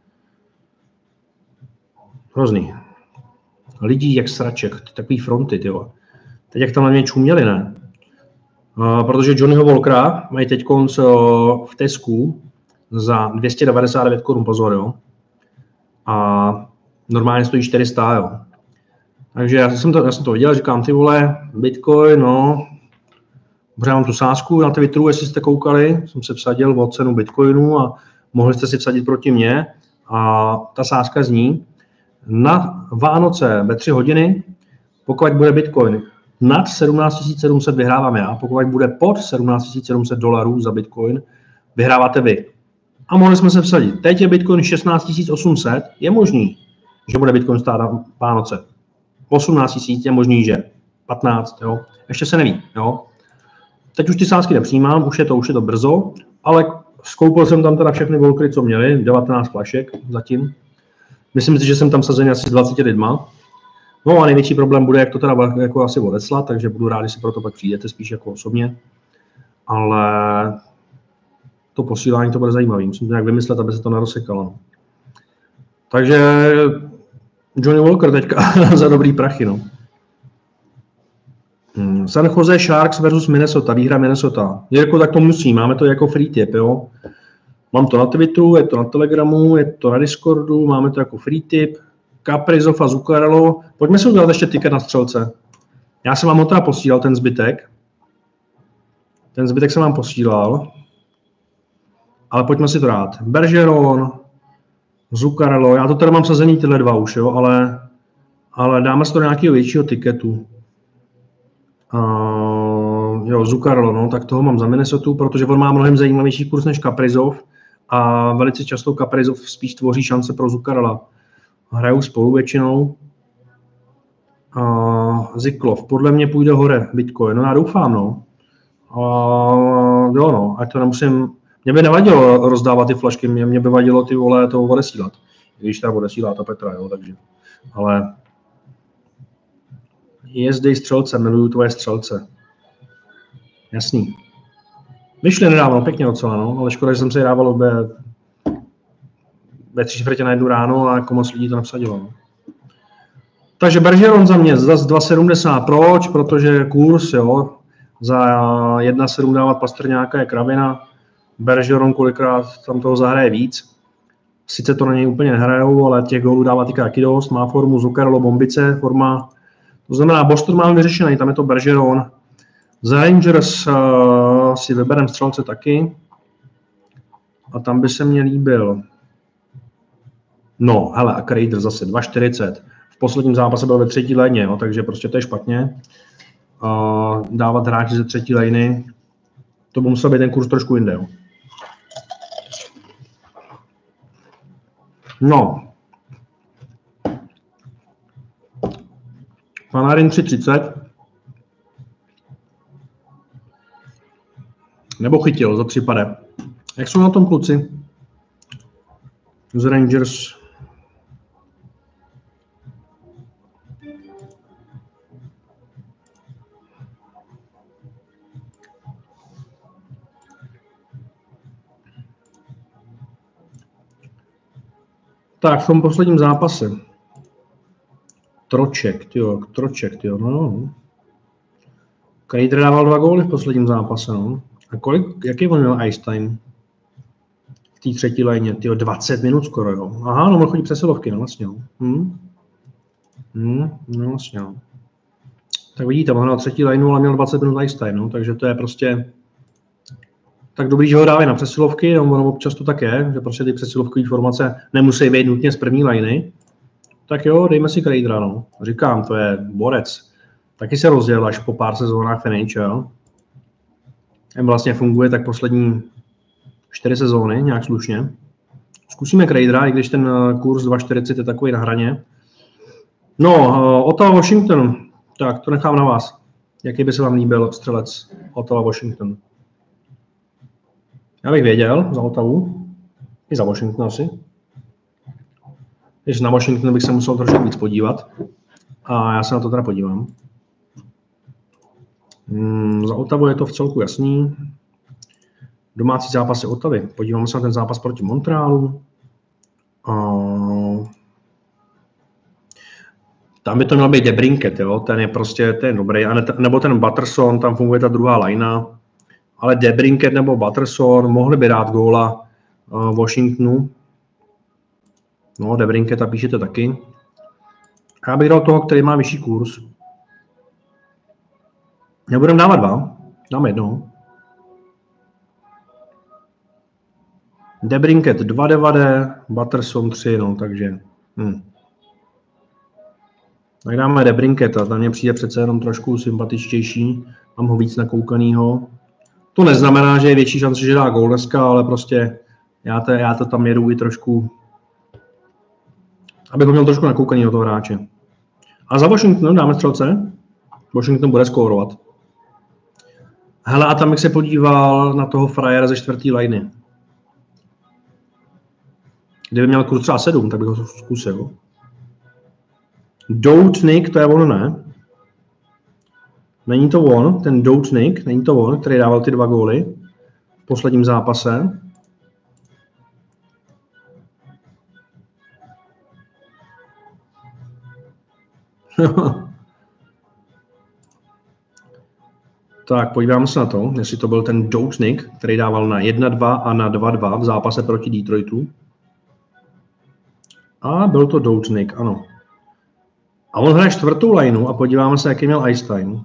A: Hrozný. Lidí jak sraček, takový fronty, ty vole. Teď jak tam na mě čuměli, ne? Protože Johnnyho Walkera mají teď v Tesku za 299 korun, pozor, jo. A normálně stojí 400, jo. Takže já jsem to viděl, říkám, ty vole, Bitcoin, no, protože mám tu sázku na Twitteru, jestli jste koukali, jsem se vsadil o cenu Bitcoinu a mohli jste si vsadit proti mně a ta sázka zní, na Vánoce ve 3 hodiny, pokud bude Bitcoin nad 17 700 vyhrávám já, pokud bude pod 17 700 dolarů za Bitcoin, vyhráváte vy. A mohli jsme se vsadit. Teď je Bitcoin 16 800, je možný, že bude Bitcoin stát na Vánoce. 18 000 je možný, že 15, jo. Ještě se neví, jo. Teď už ty sázky nepřijímám, už je to brzo, ale skoupil jsem tam teda všechny volkry, co měli, 19 flašek zatím. Myslím si, že jsem tam sazený asi s 20 lidma. No a největší problém bude, jak to teda jako asi odeslat, takže budu rád, když si proto pak přijdete spíš jako osobně. Ale to posílání to bude zajímavé, musím to nějak vymyslet, aby se to nerozsekalo. Takže Johnny Walker teďka za dobrý prachy, no. San Jose Sharks versus Minnesota, výhra Minnesota. Jirko, tak to musí, máme to jako free tip, jo. Mám to na Twitteru, je to na Telegramu, je to na Discordu, máme to jako free tip. Kaprizov a Zuccarello. Pojďme si udělat ještě tiket na střelce. Já jsem vám ho teda posílal, ten zbytek. Ten zbytek jsem vám posílal. Ale pojďme si to dát. Bergeron, Zuccarello, já to tady mám sazený tyhle dva už, jo, ale dáme si to do nějakého většího tiketu. Jo, Zuccarello, no, tak toho mám za Minnesota, protože on má mnohem zajímavější kurz než Kaprizov a velice často Kaprizov spíš tvoří šance pro Zuccarella. Hrajou spolu většinou. Ziklov, podle mě půjde hore Bitcoin, no já doufám, no. Jo, no, ať to nemusím, mě by nevadilo rozdávat ty flašky, mě by vadilo ty vole toho odesílat. Když tam odesílá ta Petra, jo, takže, ale jezdej střelce, miluju tvoje střelce. Jasný. Vyšli nedávno, pěkně docela, no, ale škoda, že jsem se je dával ve 3/4 ráno a jako moc lidí to napsadilo. No. Takže Bergeron za mě zase 2,70. Proč? Protože kurz, jo, za 1,7 dávat Pastrňáka je kravina. Bergeron kolikrát tam toho zahraje víc. Sice to na něj úplně nehrajou, ale těch gólů dává taky dost. Má formu Zuccarello, bombice, forma. To znamená, Boston má vyřešený, tam je to Bergeron. Za Rangers si vybereme střelce taky. A tam by se mně líbil. No, hele, a Kreider zase 2,40. V posledním zápase byl ve 3. léně, jo, takže prostě to je špatně. Dávat hráči ze 3. lény, to by musel být ten kurz trošku jinde. Jo. No. Panarin 3,30. Nebo chytil za 3 pade. Jak jsou na tom kluci? Z Rangers. Tak, v tom posledním zápase. Troček, jo, no. Kreider dával 2 góly v posledním zápase, no. A jaký on měl ice time? V té třetí lajně, 20 minut skoro, jo. Aha, no mohl chodit přesilovky, no vlastně, no. No vlastně, no. Tak vidíte, on hrál třetí lajnu, ale měl 20 minut ice time, no, takže to je prostě tak dobrý, že ho dávají na přesilovky, no, ono občas to tak je, že prostě ty přesilovkové formace nemusí být nutně z první lajny. Tak jo, dejme si Kreidera, no. Říkám, to je borec. Taky se rozjel až po pár sezónách v NHL. Vlastně funguje tak poslední 4 sezóny, nějak slušně. Zkusíme Kreidera, i když ten kurz 2,40 je takový na hraně. No, Ottawa Washington. Tak, to nechám na vás. Jaký by se vám líbil střelec Ottawa Washington? Já bych věděl za Ottawu. I za Washington asi. Když na Washington bych se musel trošku víc podívat. A já se na to teda podívám. Za Ottawu je to v celku jasný. Domácí zápasy Ottavy. Podíváme se na ten zápas proti Montrealu. Tam by to měl být DeBrincat, jo? Ten je prostě dobrý. Nebo ten Batterson, tam funguje ta druhá lajna. Ale DeBrincat nebo Batterson mohli by dát góla Washingtonu. No, DeBrincata píšete taky. Já bych dal toho, který má vyšší kurz. Nebudeme dávat 2, dáme 1. DeBrincat 2,90, Batterson 3, no, takže... Tak dáme DeBrincata, tam mě přijde přece jenom trošku sympatičtější, mám ho víc nakoukanýho. To neznamená, že je větší šance, že dá gól dneska, ale prostě já to tam jedu i trošku, abych ho měl trošku nakoukaný do toho hráče. A za Washington dáme střelce. Washington bude skórovat. Hele, a tam bych se podíval na toho frajera ze 4. lajny. Kdyby měl kurz třeba 7, tak bych ho zkusil. Doutnik, to je on, ne? Není to on, ten Doutnik, není to on, který dával ty 2 góly v posledním zápase. Tak, podíváme se na to, jestli to byl ten Doutnik, který dával na 1-2 a na 2-2 v zápase proti Detroitu. A byl to Doutnik, ano. A on hraje 4. lajnu a podíváme se, jaký měl ice time.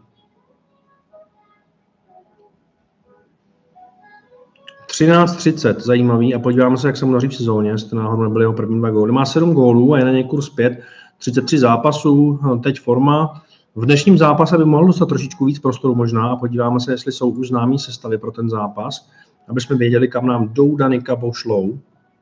A: 13,30, zajímavý. A podíváme se, jak se mu daří v sezóně, jestli náhodou nebyly jeho první 2 góly. Má 7 gólů a je na něj kurz 5, 33 zápasů, teď forma. V dnešním zápase by mohl dostat trošičku víc prostoru možná a podíváme se, jestli jsou už známý sestavy pro ten zápas, aby jsme věděli, kam nám Danica pošlou.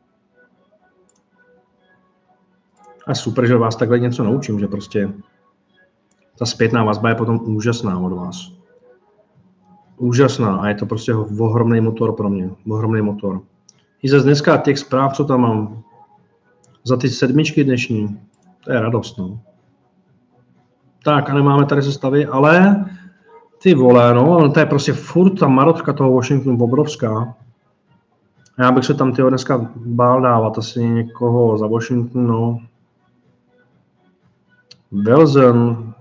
A: A super, že vás takhle něco naučím, že prostě ta zpětná vazba je potom úžasná od vás. Úžasná a je to prostě ohromný motor pro mě. Ohromný motor. I zase dneska těch zpráv, co tam mám, za ty 7 dnešní, to je radost, no. Tak a nemáme tady sestavy, ale ty vole, no, to je prostě furt ta marotka toho Washingtonu obrovská. Já bych se tam dneska bál dávat asi někoho za Washington, no. Wilson,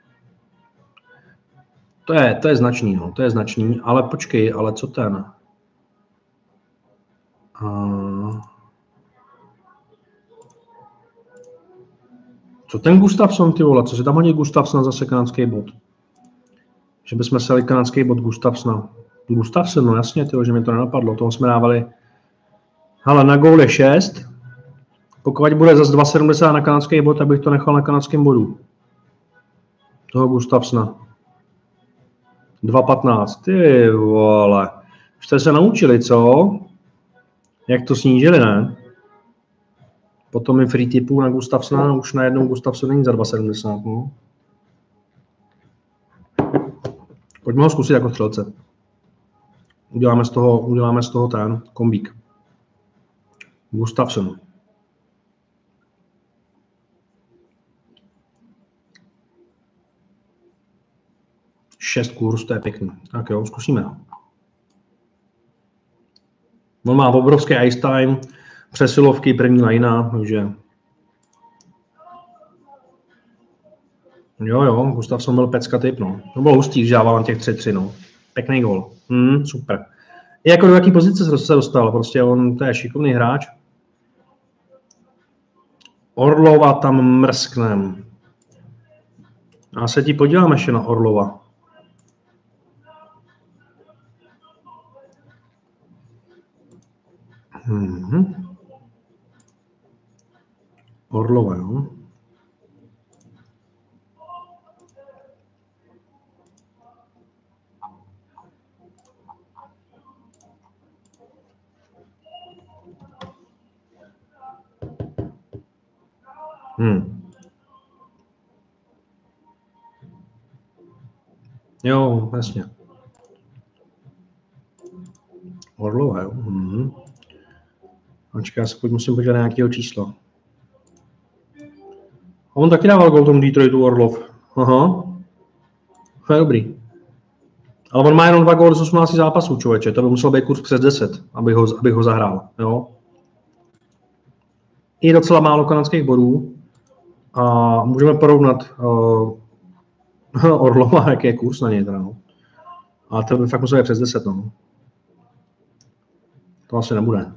A: to je značný, no, to je značný, ale počkej, ale co ten? Co ten Gustafsson, ty vole, co si tam hodí Gustafsson zase kanadský bod? Že bychom se dali kanadský bod Gustafssona. Gustafsson, no jasně, tyjo, že mi to nenapadlo, toho jsme dávali. Hele, na gól je 6. Pokud bude zase 2,70 na kanadský bod, tak bych to nechal na kanadském bodu. Toho Gustafssona. 2,15. Ty vole. Už jste se naučili, co? Jak to snížili, ne? Potom je free tipů na Gustafsona, už najednou Gustafson není za 2,70. No. Pojďme ho zkusit jako střelce. Uděláme z toho ten kombík. Gustafson. Šest kurz, to je pěkný. Tak jo, zkusíme. On má obrovský ice time, přesilovky, první lajna, takže... Jo, Gustafson byl pecka typ, no. To bylo hustý, když dával na těch 3-3, no. Pěkný gól. Super. I jako do jaký pozice se dostal, prostě on, to je šikovný hráč. Orlova tam mrsknem. Já se ti podívám ještě na Orlova. Orlova, jo. Jo, jasně. Orlova, jo. Počkej, já se musím podívat na nějakého čísla. A on taky dával gol tomu Detroitu Orlov. Aha. To je dobrý. Ale on má jenom 2 góly z 18 zápasů, člověče. To by musel být kurz přes 10, abych ho zahrál. Jo. I docela málo kanadských bodů. A můžeme porovnat Orlova, jaký je kurz na něj. Teda, no. Ale to by fakt musel být přes 10. No. To asi nebude.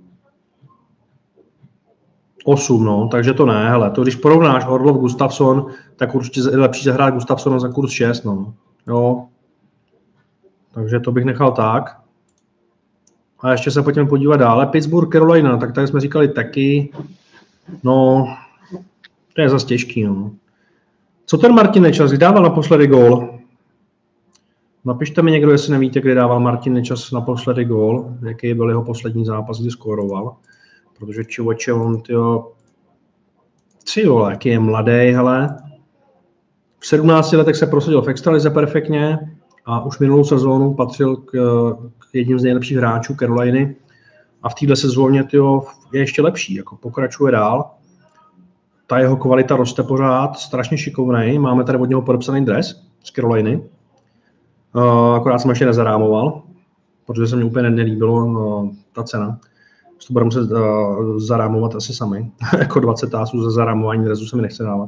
A: 8, no, takže to ne, hele, to když porovnáš Orlov Gustafson, tak určitě je lepší zahrát Gustafsona za kurz 6, no, jo. Takže to bych nechal tak. A ještě se pojďme podívat dále. Pittsburgh, Carolina, tak tady jsme říkali taky, no, to je zase těžký, no. Co ten Martin Nečas, kdy dával naposledy gól? Napište mi někdo, jestli nevíte, kdy dával Martin Nečas naposledy gól, jaký byl jeho poslední zápas, kdy skóroval. Protože člověče, on, tyjo, jaký je mladý, hele. V 17 letech se prosadil v extralize perfektně a už minulou sezónu patřil k jedním z nejlepších hráčů Caroliny a v této sezóně, tyjo, je ještě lepší, jako pokračuje dál. Ta jeho kvalita roste pořád, strašně šikovnej. Máme tady od něho podepsaný dres z Caroliny. Akorát jsem ještě nezarámoval, protože se mi úplně nelíbilo ta cena. To budeme muset zarámovat asi sami. Jako 20 tásů za zarámování dresu se mi nechce dávat.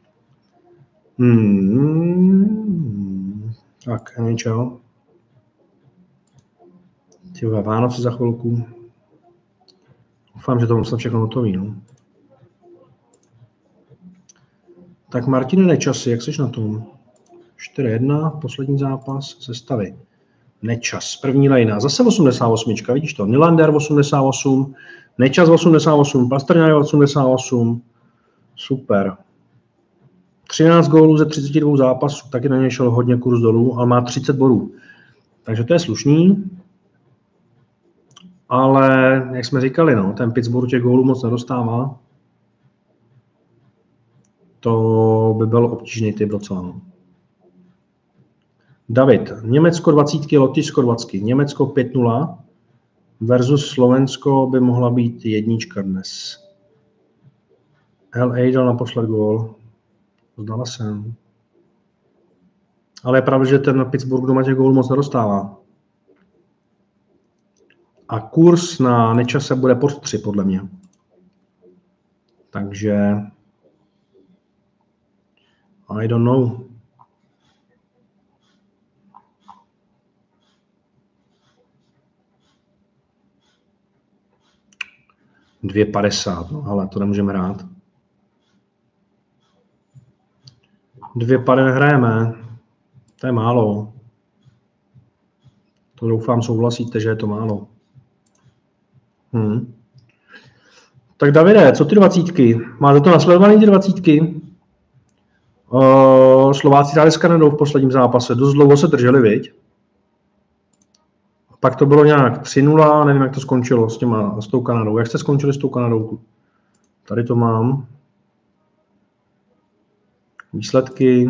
A: Tak, NHL. Tyhle Vánoce za chvilku. Doufám, že to mám snad všechno hotový, no. Tak Martine Nečasy, jak seš na tom? 4-1, poslední zápas, sestavy. Nečas, první lajna, zase 88, vidíš to, Nylander 88, Nečas 88, Pastrňák 88, super. 13 gólů ze 32 zápasů, taky na něj šel hodně kurz dolů, ale má 30 bodů. Takže to je slušný. Ale, jak jsme říkali, no, ten Pittsburgh těch gólů moc nedostává. To by byl obtížný typ docela. No. David, Německo 20, Lotyšsko 20, Německo 5-0 versus Slovensko by mohla být 1 dnes. LA dal naposled gól. Zdala jsem. Ale je pravda, že ten Pittsburgh doma těch gólů moc nedostává. A kurz na Nečase bude pod 3, podle mě. Takže I don't know. $2,50, no ale to nemůžeme hrát. 2,50 nehrajeme. To je málo. To doufám souhlasíte, že je to málo. Tak Davide, co ty 20? Máte to nasledovaný ty 20? Slováci hráli s Kanadou v posledním zápase. Dost dlouho se drželi, viď? Pak to bylo nějak 3-0, nevím, jak to skončilo s tou Kanadou. Jak jste skončili s tou Kanadou? Tady to mám. Výsledky.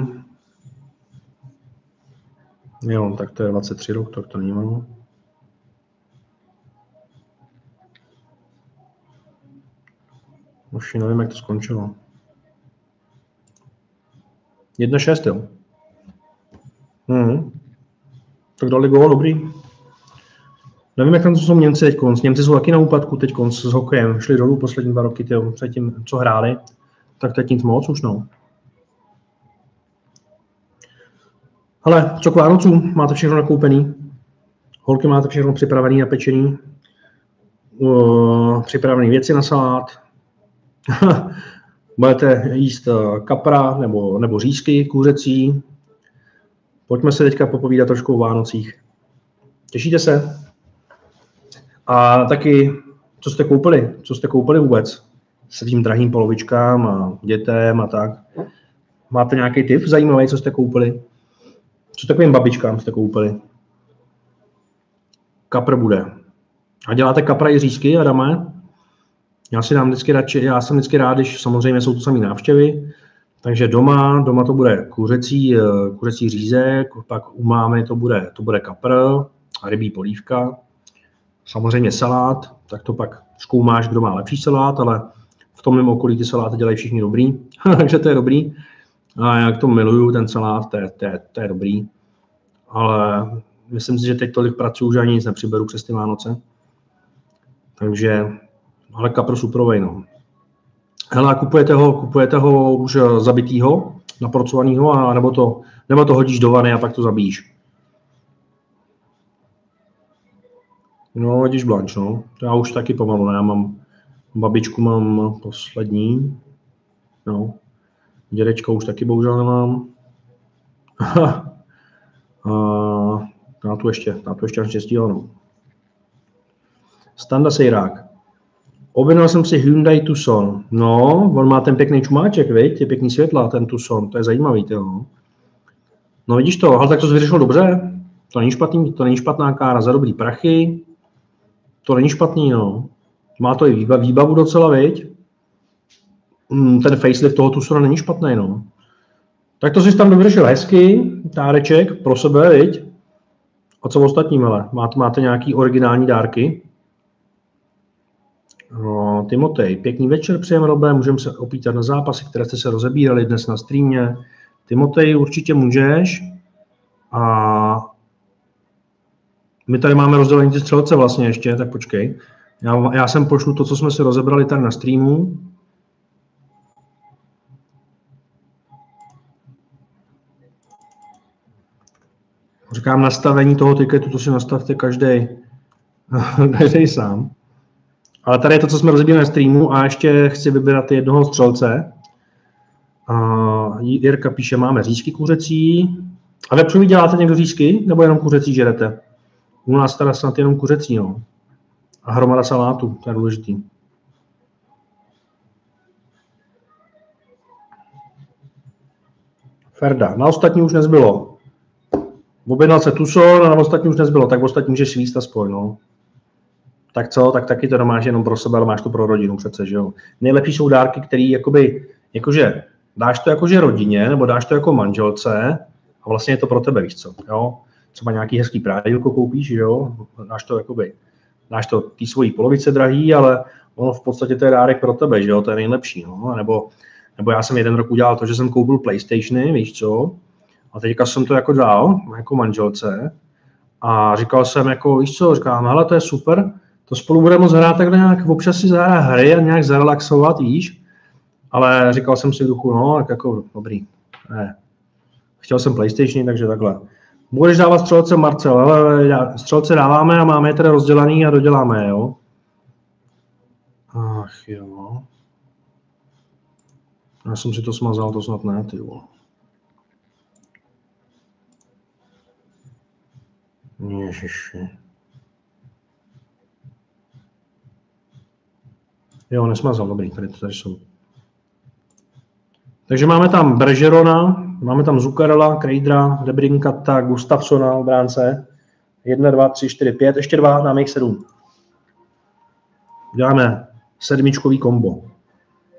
A: Jo, tak to je 23 rok, tak to není malo. Už nevím, jak to skončilo. 1-6, jo. Tak dali gól, dobrý. Nevím, jak tam jsou Němci teď. Němci jsou taky na úpadku teď s hokejem. Šli dolů poslední 2 roky, tyjo, předtím, co hráli. Tak teď nic moc už, no. Hele, co k Vánocům? Máte všechno nakoupený? Holky, máte všechno připravený, napečený? Připravený věci na salát? Budete jíst kapra nebo řízky kuřecí? Pojďme se teďka popovídat trošku o Vánocích. Těšíte se? A taky, co jste koupili? Co jste koupili vůbec? S tím drahým polovičkám a dětem a tak. Máte nějaký tip zajímavý, co jste koupili? Co takovým babičkám jste koupili? Kapr bude. A děláte kapra i řízky, Adame? Já jsem vždycky rád, když samozřejmě jsou to samé návštěvy, takže doma to bude kuřecí řízek, pak u mámy to bude kapr a rybí polívka. Samozřejmě salát, tak to pak zkoumáš, kdo má lepší salát, ale v tom mém okolí ty saláty dělají všichni dobrý, takže to je dobrý. A já to miluju, ten salát, to je dobrý. Ale myslím si, že teď tolik pracuju, že ani nic nepřiberu přes ty Vánoce. Takže, ale kapr suprovej, no. Hele, kupujete ho už zabitýho, naporcovanýho, a nebo to hodíš do vany a pak to zabíjíš. No, vidíš blanč, no. To já už taky pomalu, ne? Já mám babičku, mám poslední. No. Dědečka už taky bohužel nemám. Na tu ještě naštěstí, ano. Standa Sejrák. Objednal jsem si Hyundai Tucson. No, on má ten pěkný čumáček, viď? Je pěkný světla, ten Tucson, to je zajímavý, jo. No vidíš to, ale tak to vyřešil dobře. To není špatná kára za dobrý prachy. To není špatný, no. Má to i výbavu docela, viď? Ten facelift toho Tucsona není špatný, no. Tak to jsi tam dovyřešil hezky, dáreček pro sebe, viď? A co ostatním, ale? Máte nějaký originální dárky? No, Timotej, pěkný večer přejeme, Robe, můžeme se opýtat na zápasy, které jste se rozebírali dnes na streamě. Timotej, určitě můžeš. A my tady máme rozdělení ty střelce vlastně ještě, tak počkej. Já sem pošlu to, co jsme si rozebrali tady na streamu. Říkám nastavení toho tiketu, to si nastavte každý sám. Ale tady je to, co jsme rozebírali na streamu a ještě chci vybírat jednoho střelce. Jirka píše, máme řízky kuřecí. A vepřový děláte někdo řízky, nebo jenom kuřecí žerete? U nás teda snad jenom kuřecí, no. A hromada salátu, to je důležitý. Ferda, na ostatní už nezbylo. Objednal se Tucson a na ostatní už nezbylo, tak ostatní můžeš svíst aspoň, no. Tak co, tak taky to nemáš jenom pro sebe, ale máš to pro rodinu přece, že jo. Nejlepší jsou dárky, který jakože dáš to jakože rodině, nebo dáš to jako manželce a vlastně je to pro tebe, víš co, jo. Třeba nějaký hezký prádělko koupíš, jo, dáš to té svojí polovice drahý, ale ono v podstatě to je dárek pro tebe, že jo, to je nejlepší, no. Nebo já jsem jeden rok udělal to, že jsem koupil PlayStationy, víš co, a teďka jsem to jako dal, jako manželce a říkal jsem jako, víš co, říkám, hele, to je super, to spolu budeme moc hrát takhle nějak, občas si zahrát hry a nějak zarelaxovat, víš, ale říkal jsem si v duchu, no, tak jako dobrý, ne. Chtěl jsem PlayStation, takže takhle. Budeš dávat střelce, Marcel, ale střelce dáváme a máme je teda rozdělaný a doděláme, jo. Ach jo. Já jsem si to smazal, to snad ne, ty vole. Ježiši. Jo, nesmazal, dobrý, tady jsou. Takže máme tam Bergerona, máme tam Zuccarella, Kreidra, Debrinkata, Gustafsona, obránce. 1, 2, 3, 4, 5, ještě 2, dáme jich 7. Děláme 7čkový kombo.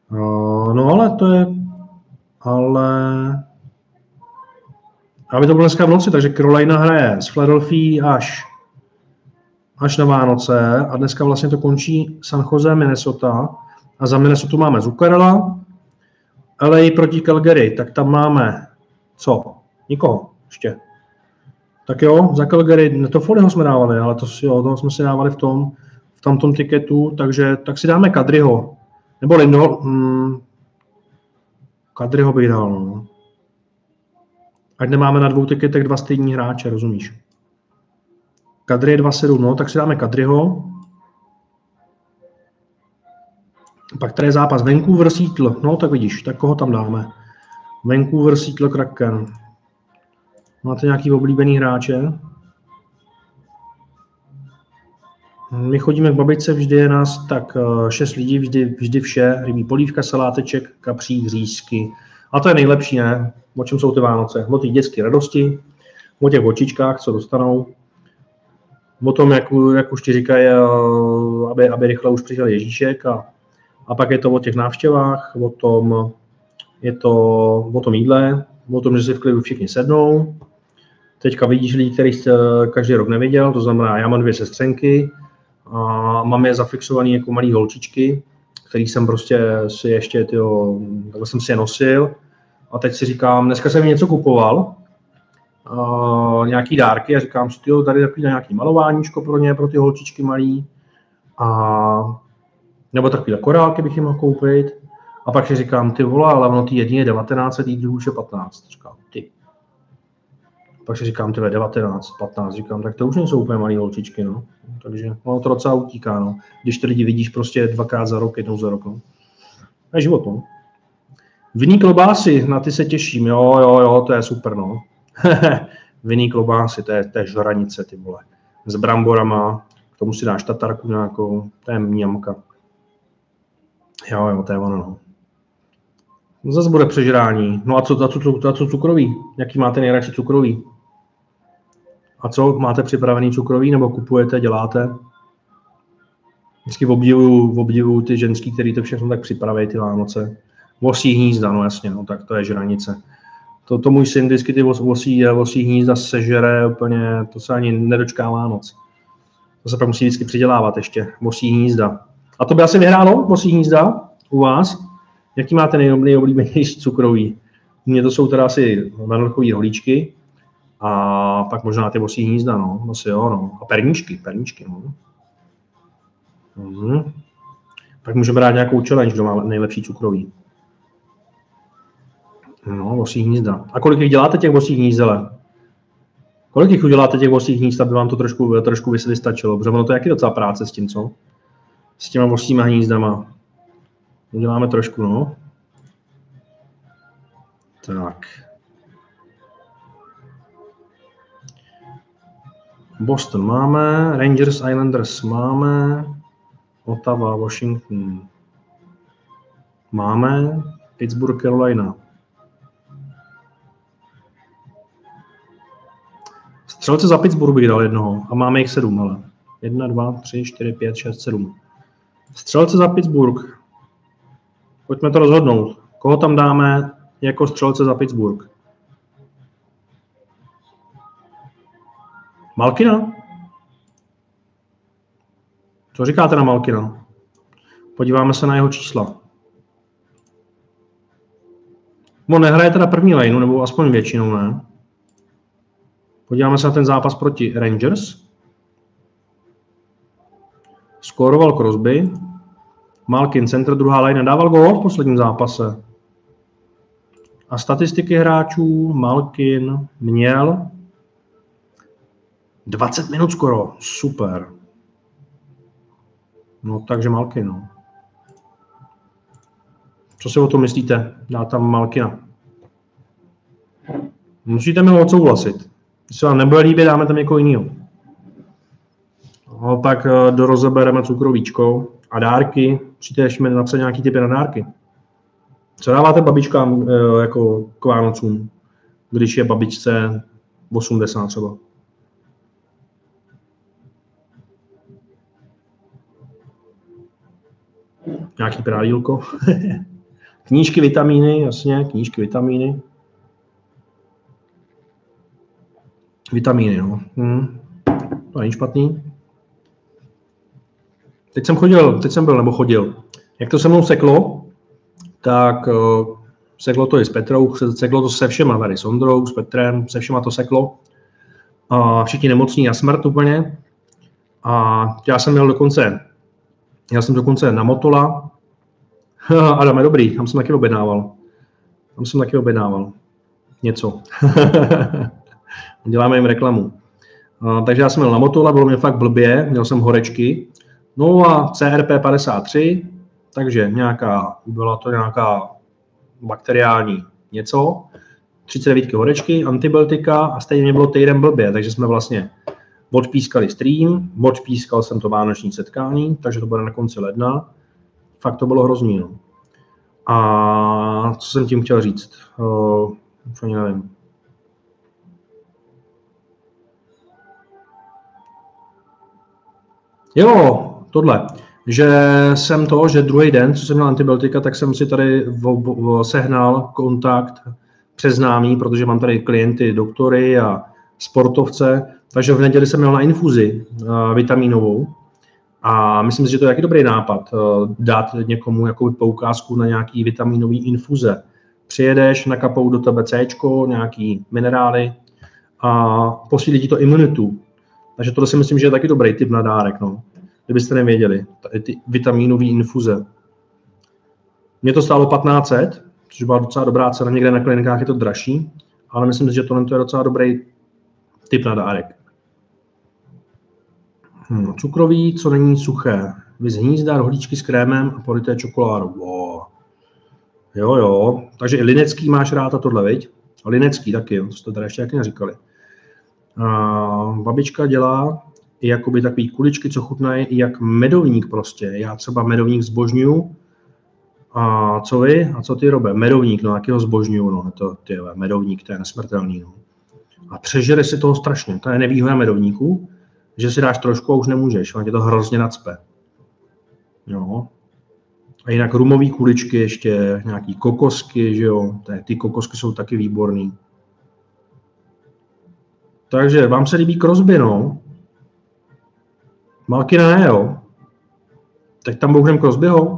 A: No ale to je... Ale... Aby to bylo dneska v noci, takže Carolina hraje z Philadelphia až na Vánoce a dneska vlastně to končí San Jose, Minnesota a za Minnesota máme Zuccarella, LA proti Calgary, tak tam máme co? Nikoho ještě. Tak jo, za Calgary, to Foleyho jsme dávali, ale toho jsme si dávali v tamtom tiketu, takže tak si dáme Kadriho. Nebo Lindo, Kadriho bych dal, no. Ať nemáme na 2 tiketech 2 stejní hráče, rozumíš? Kadri je 2,7, no, tak si dáme Kadriho. Pak tady je zápas Vancouver, Seattle, no tak vidíš, tak koho tam dáme? Vancouver, Seattle, Kraken. Máte nějaký oblíbený hráče? My chodíme k babičce, vždy je nás tak 6 lidí, vždy vše, rybí polívka, saláteček, kapřík, řízky. A to je nejlepší, ne? O čem jsou ty Vánoce? O těch dětské radosti, o těch očičkách, co dostanou, o tom, jak už ti říkají, aby rychle už přišel Ježíšek a pak je to o těch návštěvách, je to o tom jídle, o tom, že si v klidu všichni sednou. Teďka vidíš lidi, který jste každý rok neviděl, to znamená, já mám 2 sestřenky a mám je zafixovaný jako malý holčičky, který jsem prostě si ještě, takhle jsem si je nosil a teď si říkám, dneska jsem něco kupoval, nějaký dárky a říkám si, tady takový nějaký malováníčko pro ně, pro ty holčičky malý nebo takovýhle korálky bych jim mohl koupit a pak si říkám, ty vole, ale ono ty jedině je 19, tý druhý už je 15, říkám, ty. Pak si říkám, 19, 15, říkám, tak to už nejsou úplně malý holčičky, no. Takže ono to docela utíká, no. Když ty lidi vidíš prostě 2krát za rok, jednou za rok, no. To je život, no. Vinný klobásy, na ty se těším, jo, to je super, no. Vinný klobásy, to je žranice, ty vole. S bramborama, k tomu si dáš tatarku nějakou, to je mňamka. Jo, to je ono, no. Zase bude přežrání. No a co cukrový? Jaký máte nejradši cukrový? A co, máte připravený cukrový, nebo kupujete, děláte? Vždycky obdivuju ty ženský, který to všechno tak připraví, ty Vánoce. Vosí hnízda, no jasně, no tak to je žranice. To můj syn vždycky ty vosí hnízda sežere úplně, to se ani nedočká Vánoc. To se pak musí vždycky přidělávat ještě, vosí hnízda. A to by asi vyhrálo, vosí hnízda u vás? Jaký máte nejoblíbenější cukrový? Mně to jsou teda asi vanilkový rohlíčky a pak možná ty vosí hnízda, no. Asi jo, no. A perníčky, no. Pak můžeme dát nějakou challenge, kdo má nejlepší cukrový. No, vosí hnízda. A kolik jich děláte těch vosích hnízdele? Kolik jich uděláte těch vosích hnízd, aby vám to trošku vystačilo? Protože ono to je jaký docela práce s tím, co? S těma vosíma hnízdama. Uděláme trošku, no. Tak. Boston máme, Rangers, Islanders máme, Ottawa, Washington máme, Pittsburgh, Carolina. Střelce za Pittsburgh bych dal jednoho a máme jich 7, ale 1, 2, 3, 4, 5, 6, 7. Střelce za Pittsburgh. Pojďme to rozhodnout. Koho tam dáme jako střelce za Pittsburgh? Malkina? Co říkáte na Malkina? Podíváme se na jeho čísla. On nehraje teda první lineu, nebo aspoň většinou ne. Podíváme se na ten zápas proti Rangers. Skóroval Crosby. Malkin, center, druhá line, dával gól v posledním zápase. A statistiky hráčů Malkin měl 20 minut skoro. Super. No, takže Malkin, no. Co si o tom myslíte? Dá tam Malkina. Musíte mi ho odsouhlasit. Když se vám nebude líbit, dáme tam někoho jiného. No, tak dorozebereme cukrovíčko a dárky. Přijďte ještě mi napsat nějaký typy na dárky. Co dáváte babičkám jako k Vánocům, když je babičce 80 třeba? Nějaký prádílko? Knížky, vitamíny, jasně, knížky, vitamíny. Vitamíny, no. To není špatný. Teď jsem byl, Jak to se mnou seklo, tak seklo to i s Petrou, seklo to se všema tady, s Ondrou, s Petrem, se všema to seklo. A všichni nemocní na smrt úplně. A já jsem dokonce na Motola. Adam je dobrý, tam jsem taky objednával. Něco. Děláme jim reklamu. Takže já jsem měl na Motola, bylo mě fakt blbě, měl jsem horečky. No a CRP 53, takže byla to nějaká bakteriální něco, 39 horečky, antibiotika a stejně mě bylo týden blbě, takže jsme vlastně odpískali stream, odpískal jsem to vánoční setkání, takže to bude na konci ledna. Fakt to bylo hrozný, no. A co jsem tím chtěl říct? Už ani nevím. Jo, tohle. Že druhý den, co jsem měl antibiotika, tak jsem si tady sehnal kontakt přes známý, protože mám tady klienty, doktory a sportovce, takže v neděli jsem měl na infuzi vitamínovou a myslím si, že to je taky dobrý nápad dát někomu jakou poukázku na nějaký vitaminový infuze. Přijedeš, nakapou do tebe Cčko, nějaký minerály a posílí ti to imunitu. Takže tohle si myslím, že je taky dobrý tip na dárek, no. Kdybyste nevěděli, ty vitamínové infuze. Mě to stálo 1500, což byla docela dobrá cena, někde na klinikách je to dražší, ale myslím si, že tohle je docela dobrý tip na dárek. Cukrový, co není suché. Vys hnízda, rohlíčky s krémem a polité čokoládou. Wow. Jo, takže i linecký máš rád a tohle, viď? A linecký taky, jo, to jste tady ještě taky neříkali. Babička dělá i jakoby takový kuličky, co chutnají i jak medovník prostě. Já třeba medovník zbožňuju. A co vy? A co ty, Robe? Medovník, no, jakýho zbožňuju, no, medovník, to je nesmrtelný, no. A přežere si toho strašně, to je nevýhoda medovníku, že si dáš trošku a už nemůžeš, on tě to hrozně nacpe. Jo. A jinak rumový kuličky ještě, nějaký kokosky, že jo, ty kokosky jsou taky výborný. Takže vám se líbí Crosby, no. Malkina ne, jo. Tak tam bouhneme Crosbyho.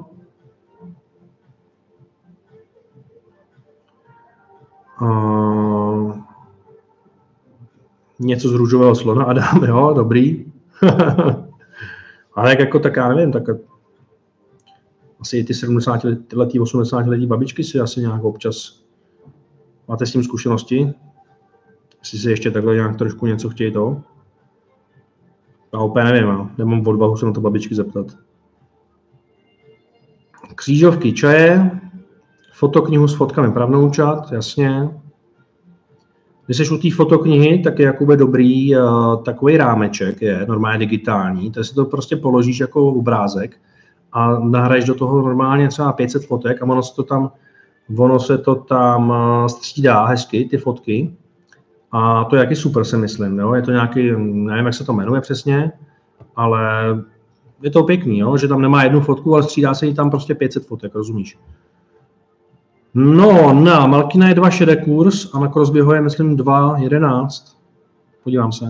A: Něco z růžového slona a dáme, jo, dobrý. Ale jako tak já nevím, tak asi i ty 70letý, 80letý babičky si asi nějak občas máte s tím zkušenosti? Jestli si ještě takhle nějak trošku něco chtějí to? Já úplně nevím, jo. Nemám odvahu se na to babičky zeptat. Křížovky čaje, fotoknihu s fotkami pravnoučat, jasně. Když jsi u té fotoknihy, tak je jakoby dobrý takový rámeček, je normálně digitální, takže si to prostě položíš jako obrázek a nahraješ do toho normálně třeba 500 fotek a ono se to tam střídá hezky, ty fotky. A to je jaký super, si myslím, jo? Je to nějaký, nevím, jak se to jmenuje přesně, ale je to pěkný, jo? Že tam nemá jednu fotku, ale střídá se jí tam prostě 500 fotek, rozumíš? No, na Malkina je 2,6 kurz a na Crosbyho je, myslím, 2,11. Podívám se.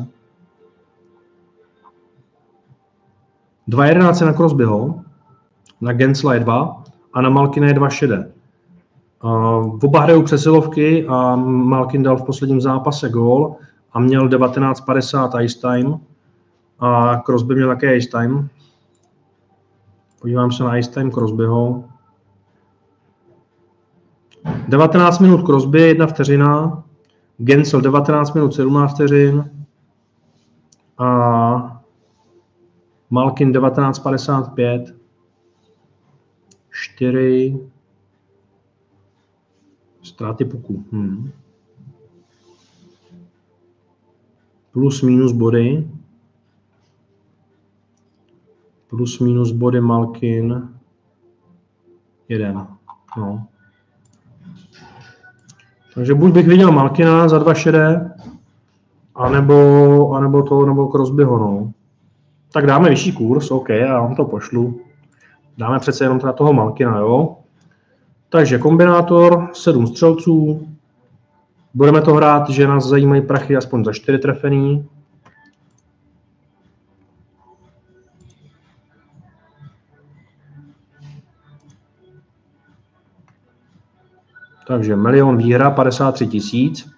A: 2,11 je na Crosbyho, na Gensla je 2 a na Malkina je 2,6. Oba hrajou přesilovky a Malkin dal v posledním zápase gól a měl 19:50 ice time a Crosby měl také ice time. Podívám se na ice time Crosbyho. 19 minut Crosby, 1 vteřina, Gensel 19 minut 17 vteřin a Malkin 19:55, 4 ztráty puku. Plus minus body. Plus minus body Malkin 1. No. Takže buď bych viděl Malkina za 2,6, anebo Crosbyho, no. Tak dáme vyšší kurz, OK, já vám to pošlu. Dáme přece jenom teda toho Malkina, jo. Takže kombinátor, 7 střelců. Budeme to hrát, že nás zajímají prachy aspoň za 4 trefený. Takže milion výhra, 53 tisíc.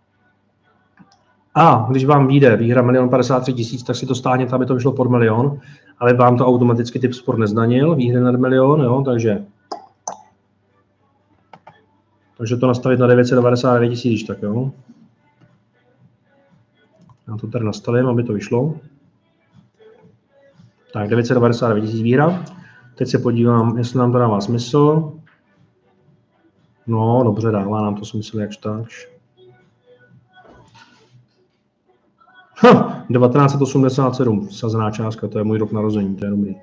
A: A když vám vyjde výhra 1 053 000, tak si to stáhněte, aby to vyšlo pod milion, ale vám to automaticky Tipsport nezdanil, výhry nad milion, jo, takže to nastavit na 999 000, když tak, jo. Já to tady nastavím, aby to vyšlo. Tak, 999 000 výhra. Teď se podívám, jestli nám to dává smysl. No, dobře, dává nám to smysl, jakž takž. 1987, sazená částka, to je můj rok narození, to je dobrý.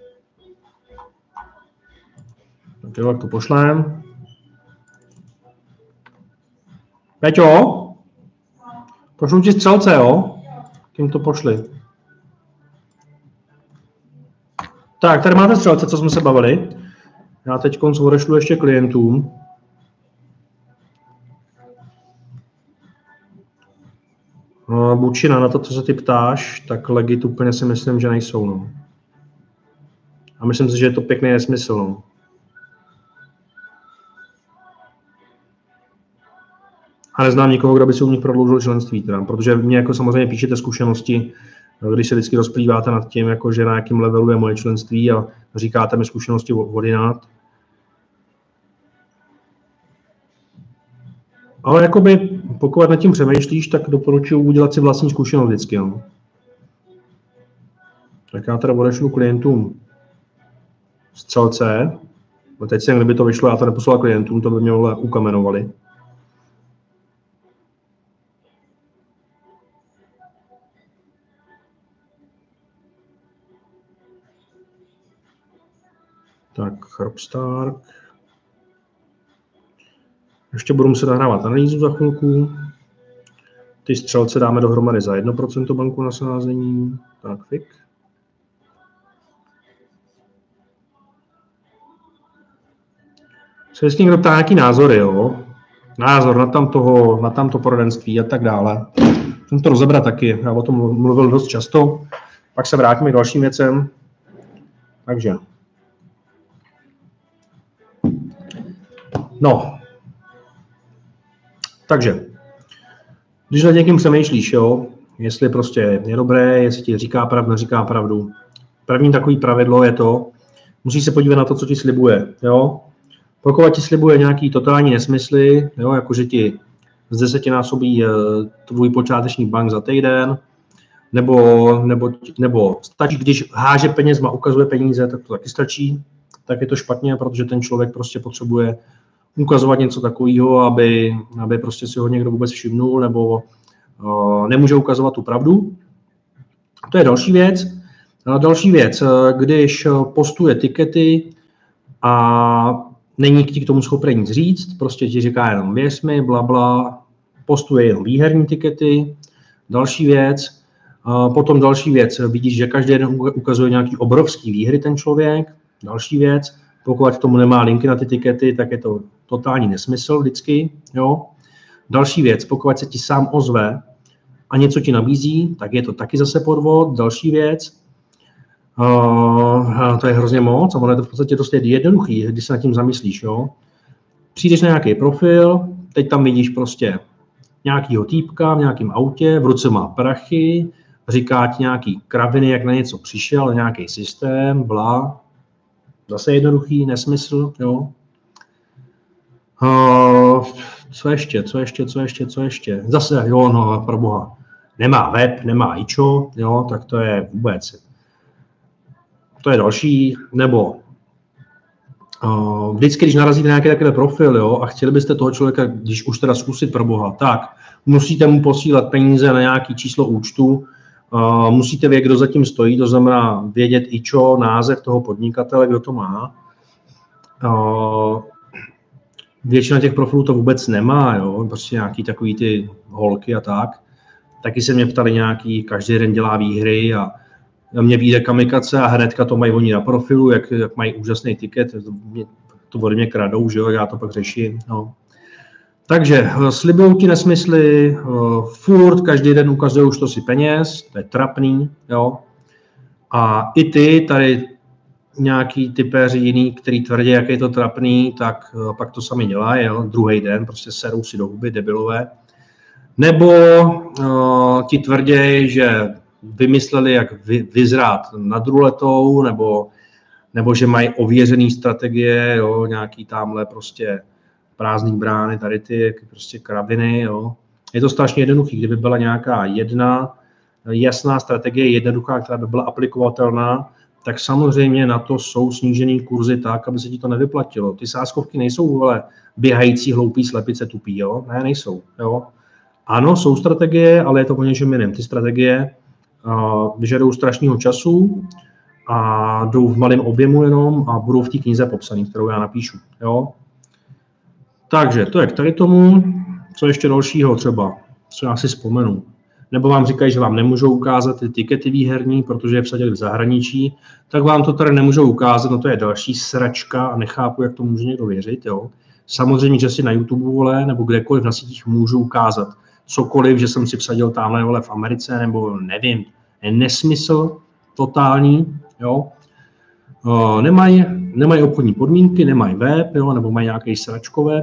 A: Tak jo, jak to pošlem. Peťo, pošlu ti střelce, jo? Kým to pošli? Tak, tady máte střelce, co jsme se bavili. Já teď odešlu ještě klientům. Bučina, na to, co se ty ptáš, tak legit úplně si myslím, že nejsou. No. A myslím si, že je to pěkný nesmysl. No. A neznám nikoho, kdo by si u nich prodloužil členství, teda, protože mě jako samozřejmě píšete zkušenosti, když se vždycky rozplýváte nad tím, jako, že na jakém levelu je moje členství a říkáte mi zkušenosti od jinat. Ale jakoby, pokud nad tím přemýšlíš, tak doporučuji udělat si vlastní zkušenost vždycky. No. Tak já teda odešlu klientům střelce. Teď si, kdyby to vyšlo, já to neposlal klientům, to by mě ukamenovali. Tak, Herbstark. Ještě budu muset nahrávat analýzu za chvilku. Ty střelce dáme dohromady za 1% banku na sázení. Tak, fik. Se vždycky někdo ptá nějaký názory, jo? Názor na tamto poradenství a tak dále. Můžeme to rozebrat taky, já o tom mluvil dost často. Pak se vrátíme k dalším věcem. Takže. No. Takže, když nad někým přemýšlíš, jo, jestli prostě je dobré, jestli ti říká pravdu, neříká pravdu. První takový pravidlo je to, musíš se podívat na to, co ti slibuje, jo. Pokud ti slibuje nějaký totální nesmysly, jo, jakože ti z 10násobí tvůj počáteční bank za týden, nebo stačí, když háže penězma, ukazuje peníze, tak to taky stačí, tak je to špatně, protože ten člověk prostě potřebuje ukazovat něco takového, aby prostě si ho někdo vůbec všimnul, nebo nemůže ukazovat tu pravdu. To je další věc. Další věc, když postuje tikety a není ti k tomu schopný nic říct, prostě ti říká jenom věř mi, blabla, postuje jenom výherní tikety. Další věc, potom další věc, vidíš, že každý den ukazuje nějaký obrovský výhry ten člověk. Další věc, pokud k tomu nemá linky na ty tikety, tak je to totální nesmysl vždycky. Jo. Další věc, pokud se ti sám ozve a něco ti nabízí, tak je to taky zase podvod. Další věc, to je hrozně moc a ono je to v podstatě dost jednoduchý, když se nad tím zamyslíš. Jo. Přijdeš na nějaký profil, teď tam vidíš prostě nějakýho týpka v nějakém autě, v ruce má prachy, říká ti nějaký kraviny, jak na něco přišel, nějaký systém, bla. Zase jednoduchý, nesmysl, jo. Co ještě? Zase, jo, no, pro boha. Nemá web, nemá ičo, jo, tak to je vůbec. To je další, nebo vždycky, když narazíte na nějaký takový profil, jo, a chtěli byste toho člověka, když už teda zkusit pro boha, tak musíte mu posílat peníze na nějaký číslo účtu, musíte vědět, kdo zatím stojí, to znamená vědět ičo, název toho podnikatele, kdo to má. Většina těch profilů to vůbec nemá, jo, prostě nějaký takový ty holky a tak. Taky se mě ptali nějaký, každý den dělá výhry a mě vyjde kamikace a hnedka to mají oni na profilu, jak mají úžasný tiket. to ode mě kradou, že jo, já to pak řeším, no. Takže slibují ti nesmysly, furt, každý den ukazují, že to si peněz, to je trapný, jo. A i ty, tady nějaký typéři jiný, který tvrdí, jak je to trapný, tak pak to sami dělají, jo, druhý den, prostě serou si do huby, debilové. Nebo ti tvrdí, že vymysleli, jak vyzrát nad ruletou, nebo že mají ověřený strategie, jo, nějaký tamhle prostě prázdný brány, tady ty prostě kraviny, jo. Je to strašně jednoduchý, kdyby byla nějaká jedna jasná strategie, jednoduchá, která by byla aplikovatelná, tak samozřejmě na to jsou snížený kurzy tak, aby se ti to nevyplatilo. Ty sázkovky nejsou vole, běhající, hloupý, slepice, tupý, jo? Ne, nejsou, jo. Ano, jsou strategie, ale je to o něčem jiném. Ty strategie vyžadují strašného času a jdou v malém objemu jenom a budou v té knize popsaný, kterou já napíšu, jo. Takže to je k tady tomu. Co ještě dalšího třeba, co já si vzpomenu. Nebo vám říkají, že vám nemůžou ukázat ty tikety výherní, protože je vsadili v zahraničí, tak vám to tady nemůžou ukázat, no to je další sračka a nechápu, jak to může někdo věřit, jo. Samozřejmě, že si na YouTube, vole, nebo kdekoliv na sítích můžu ukázat cokoliv, že jsem si vsadil tamhle, vole, v Americe, nebo nevím, je nesmysl totální, jo. Nemají obchodní podmínky, nemají web, jo, nebo mají nějaký sračkové.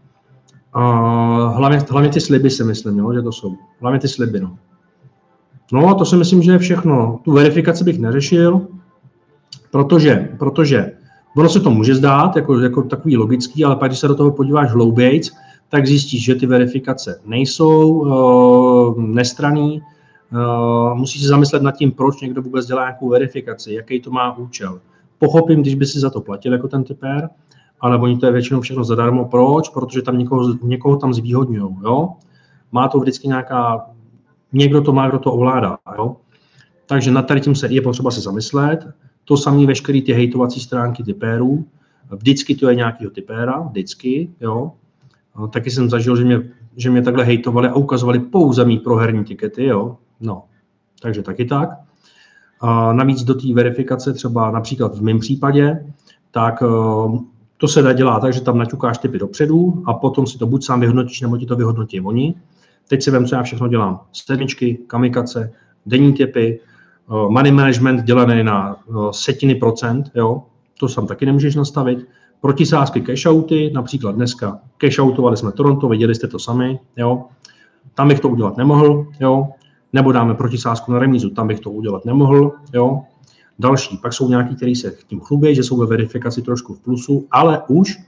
A: Hlavně ty sliby si myslím, jo, že to jsou. Hlavně ty sliby, no. No, to si myslím, že je všechno. Tu verifikaci bych neřešil, protože ono se to může zdát jako takový logický, ale pak, když se do toho podíváš hloubějc, tak zjistíš, že ty verifikace nejsou nestranný. Musíš se zamyslet nad tím, proč někdo vůbec dělá nějakou verifikaci, jaký to má účel. Pochopím, když by si za to platil jako ten typér, ale oni to je většinou všechno zadarmo. Proč? Protože tam někoho tam zvýhodňují, jo? Má to vždycky někdo to má, kdo to ovládá, jo? Takže nad tady tím je potřeba se zamyslet. To samé veškeré ty hejtovací stránky typérů. Vždycky to je nějakýho typéra, vždycky, jo? Taky jsem zažil, že mě takhle hejtovali a ukazovali pouze mý proherní tikety, jo? No, takže taky tak. A navíc do té verifikace, třeba například v mém případě, tak to se dá dělat tak, že tam naťukáš typy dopředu a potom si to buď sám vyhodnotíš, nebo ti to vyhodnotí oni. Teď si vem, co já všechno dělám. Sedmičky, kamikace, denní typy, money management dělaný na setiny procent, jo? To sam taky nemůžeš nastavit. Protisázky cashouty, například dneska cashoutovali jsme Toronto, viděli jste to sami, jo? Tam bych to udělat nemohl, jo? Nebo dáme protisázku na remízu, tam bych to udělat nemohl, jo? Další, pak jsou nějaký, který se tím chlubí, že jsou ve verifikaci trošku v plusu, ale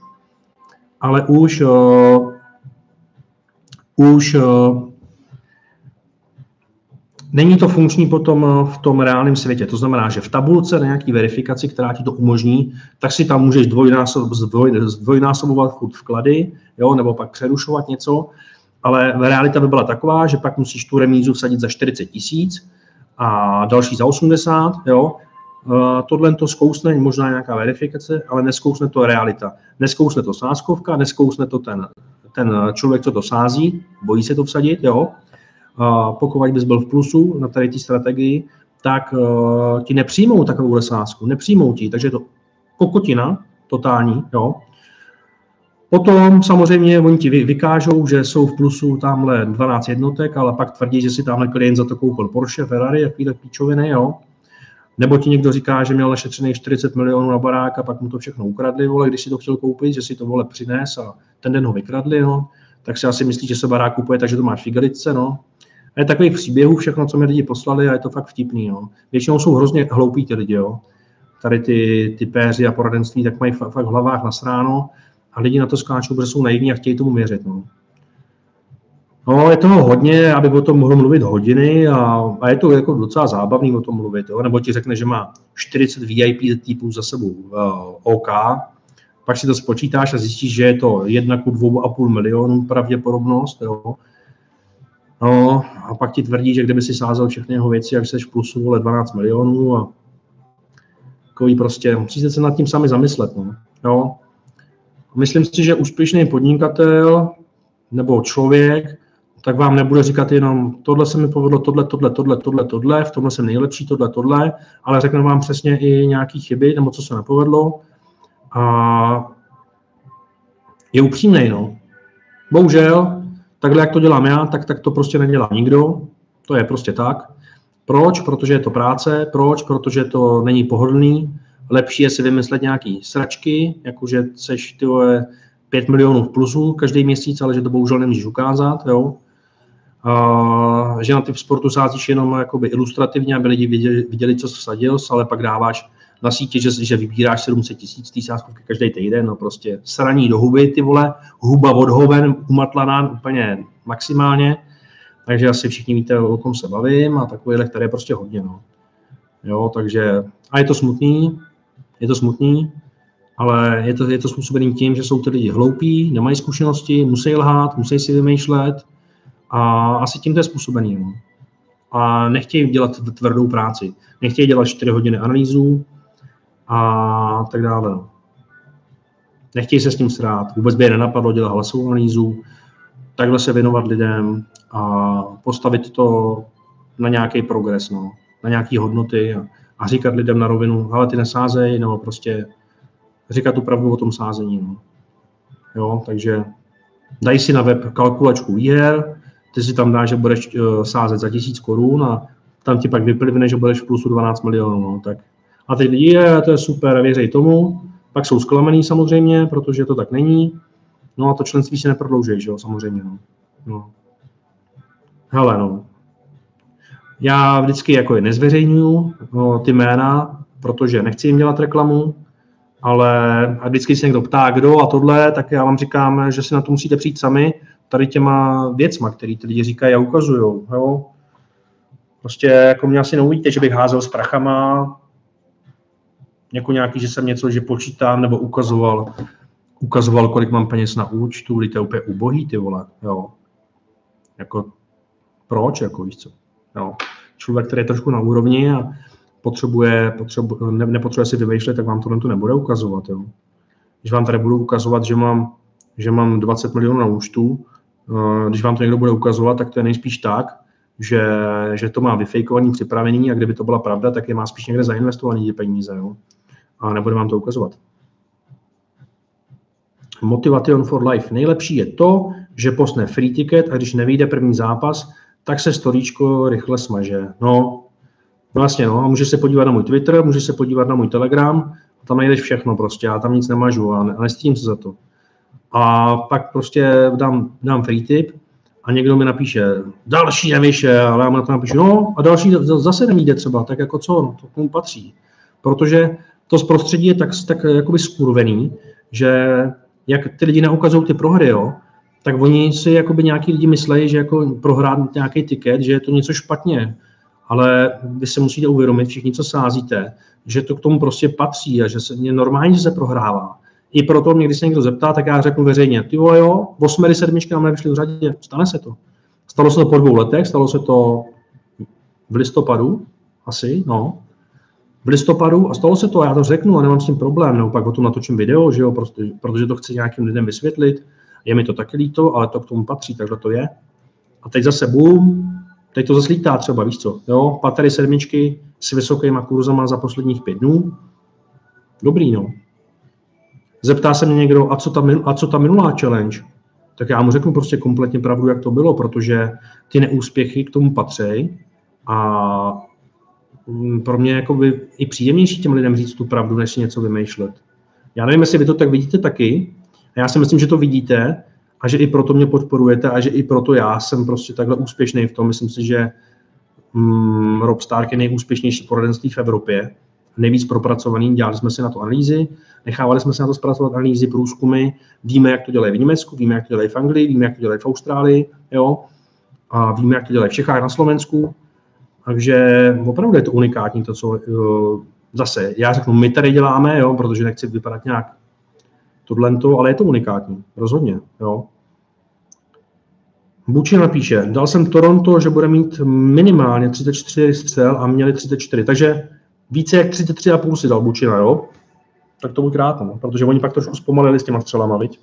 A: už není to funkční potom v tom reálném světě. To znamená, že v tabulce na nějaký verifikaci, která ti to umožní, tak si tam můžeš zdvojnásobovat vklady, jo, nebo pak přerušovat něco, ale realita by byla taková, že pak musíš tu remízu vsadit za 40 000 a další za 80, jo. Tohle to zkousne možná nějaká verifikace, ale neskousne to realita. Neskousne to sázkovka, neskousne to ten člověk, co to sází, bojí se to vsadit, jo. Pokud bys byl v plusu na tady té strategii, tak ti nepřijmou takovou sázku, nepřijmou ti, takže je to kokotina totální, jo. Potom samozřejmě oni ti vykážou, že jsou v plusu tamhle 12 jednotek, ale pak tvrdí, že si tamhle klient za to koupil Porsche, Ferrari, jakýhle píčoviny, jo. Nebo ti někdo říká, že měl našetřených 40 milionů na barák a pak mu to všechno ukradli, vole, když si to chtěl koupit, že si to, vole, přines a ten den ho vykradli, no. Tak si asi myslí, že se barák kupuje, takže to máš v igelice, no. A je takových příběhů všechno, co mi lidi poslali a je to fakt vtipný, jo. Většinou jsou hrozně hloupí ty lidi, jo. Tady ty péři a poradenství, tak mají fakt v hlavách nasráno a lidi na to skáčou, protože jsou naivní a chtějí tomu věřit, no. No, je toho hodně, abych o tom mohl mluvit hodiny a je to jako docela zábavný o tom mluvit, jo? Nebo ti řekne, že má 40 VIP typů za sebou OK, pak si to spočítáš a zjistíš, že je to 1 ku 2,5 milionů pravděpodobnost, jo? No, a pak ti tvrdí, že kdyby si sázel všechny jeho věci, jak jsi v plusu, vole, 12 milionů a takový prostě, musíte se nad tím sami zamyslet, no. Jo? Myslím si, že úspěšný podnikatel nebo člověk, tak vám nebude říkat jenom tohle se mi povedlo, tohle, v tomhle jsem nejlepší, tohle, ale řekne vám přesně i nějaké chyby, nebo co se nepovedlo. A
B: je upřímnej, no. Bohužel, takhle jak to dělám já, tak to prostě nedělá nikdo. To je prostě tak. Proč? Protože je to práce. Proč? Protože to není pohodlný. Lepší je si vymyslet nějaký sračky, jakože seš ty 5 milionů v plusu každý měsíc, ale že to bohužel nemůžeš ukázat, jo. Že na ty v sportu sázíš jenom jakoby ilustrativně, aby lidi viděli, co vsadil, ale pak dáváš na sítě, že vybíráš 700 000 té sázkovky každý týden, no prostě sraní do huby, ty vole, huba od hoven, umatlaná úplně maximálně, takže asi všichni víte, o kom se bavím a takovýhle, které je prostě hodně, no. Jo, takže, a je to smutný, ale je to způsobený tím, že jsou ty lidi hloupí, nemají zkušenosti, musí lhát, musí si vymýšlet a asi tím to je způsobený, no. A nechtějí dělat tvrdou práci, nechtějí dělat 4 hodiny analýzu, a tak dále. Nechtějí se s tím srát, vůbec by je nenapadlo dělat hlasovou analýzu, takhle se věnovat lidem a postavit to na nějaký progres, no, na nějaké hodnoty a říkat lidem na rovinu, hele, ty nesázej, nebo prostě říkat tu pravdu o tom sázení. No. Jo, takže daj si na web kalkulačku výher, ty si tam dáš, že budeš sázet za 1000 korun a tam ti pak vyplivne, že budeš v plusu 12 milionů. No, tak. A teď lidi, to je super, věřej tomu, pak jsou zklamaný samozřejmě, protože to tak není. No a to členství si neprodlouží, že jo, samozřejmě. No. Hele, no. Já vždycky jako je nezveřejňuju ty jména, protože nechci jim dělat reklamu, ale a vždycky se někdo ptá, kdo a tohle, tak já vám říkám, že si na to musíte přijít sami tady těma věcma, který ty lidi říkají a ukazujou. Jo. Prostě jako mě asi neuvidíte, že bych házel s prachama, jako nějaký, že jsem něco, že počítám, nebo ukazoval, kolik mám peněz na účtu, to je úplně ubohý, ty vole, jo. Jako, proč, jako víš co, jo. Člověk, který je trošku na úrovni a nepotřebuje si vymýšlet, tak vám to nebude ukazovat, jo. Když vám tady budu ukazovat, že mám 20 milionů na účtu, když vám to někdo bude ukazovat, tak to je nejspíš tak, že to má vyfejkovaný, připravený a kdyby to byla pravda, tak je má spíš někde zainvestovaný ty peníze, jo. A nebude vám to ukazovat. Motivation for life. Nejlepší je to, že postne free ticket a když nevyjde první zápas, tak se storíčko rychle smaže. No vlastně, no. A můžeš se podívat na můj Twitter, můžeš se podívat na můj Telegram, a tam najdeš všechno prostě, já tam nic nemažu a nestydím se za to. A pak prostě dám free tip a někdo mi napíše, další nevyšel, ale já mu na to napíšu, no a další zase nevíde třeba, tak jako co, no, to k tomu patří. Protože to prostředí je tak jakoby skurvený, že jak ty lidi neukazují ty prohry, jo, tak oni si jakoby nějaký lidi myslejí, že jako prohrát nějaký tiket, že je to něco špatně. Ale vy se musíte uvědomit, všichni, co sázíte, že to k tomu prostě patří a že je normální, že se prohrává. I proto mě, když se někdo zeptá, tak já řeknu veřejně, ty vole jo, 8 7 nám nevyšli v řadě, stane se to. Stalo se to po 2 letech, stalo se to v listopadu, asi, no. V listopadu a stalo se to, já to řeknu a nemám s tím problém, nebo pak o tom natočím video, že jo, protože to chci nějakým lidem vysvětlit, je mi to taky líto, ale to k tomu patří, takhle to je. A teď zase boom, teď to zase lítá třeba, víš co, jo, patery 7 s vysokýma kurzama za posledních 5 dnů, dobrý, no. Zeptá se mě někdo, a co ta minulá challenge, tak já mu řeknu prostě kompletně pravdu, jak to bylo, protože ty neúspěchy k tomu patří a pro mě je jakoby i příjemnější těm lidem říct tu pravdu, než si něco vymýšlet. Já nevím, jestli vy to tak vidíte taky, a já si myslím, že to vidíte a že i proto mě podporujete a že i proto já jsem prostě takhle úspěšný v tom. Myslím si, že Rob Stark je nejúspěšnější poradenství v Evropě, nejvíc propracovaný, dělali jsme si na to analýzy, nechávali jsme se na to zpracovat analýzy, průzkumy, víme, jak to dělají v Německu, víme, jak to dělají v Anglii, víme, jak to dělají v Austrálii, jo, a víme, jak to dělají v Čechách, na Slovensku. Takže opravdu je to unikátní to, co zase, já řeknu, my tady děláme, jo, protože nechci vypadat nějak tohleto, ale je to unikátní, rozhodně, jo. Buči napíše, dal jsem Toronto, že bude mít minimálně 34 střel a měli 34, takže více jak 33,5 si dal Bučina, jo. Tak to buď rád, no, protože oni pak trošku zpomalili s těma střelama, viď.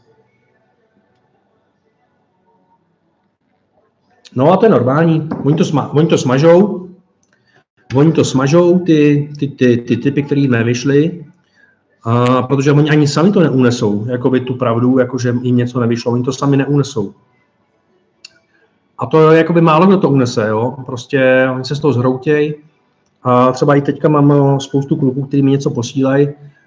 B: No a to je normální, oni to smažou, ty typy, které nevyšly, protože oni ani sami to neunesou, jakoby tu pravdu, jakože jim něco nevyšlo, oni to sami neunesou. A to je jakoby málo kdo to unese, jo? Prostě oni se z toho zhroutějí. A třeba i teďka mám spoustu kluků, kteří mi něco posílají,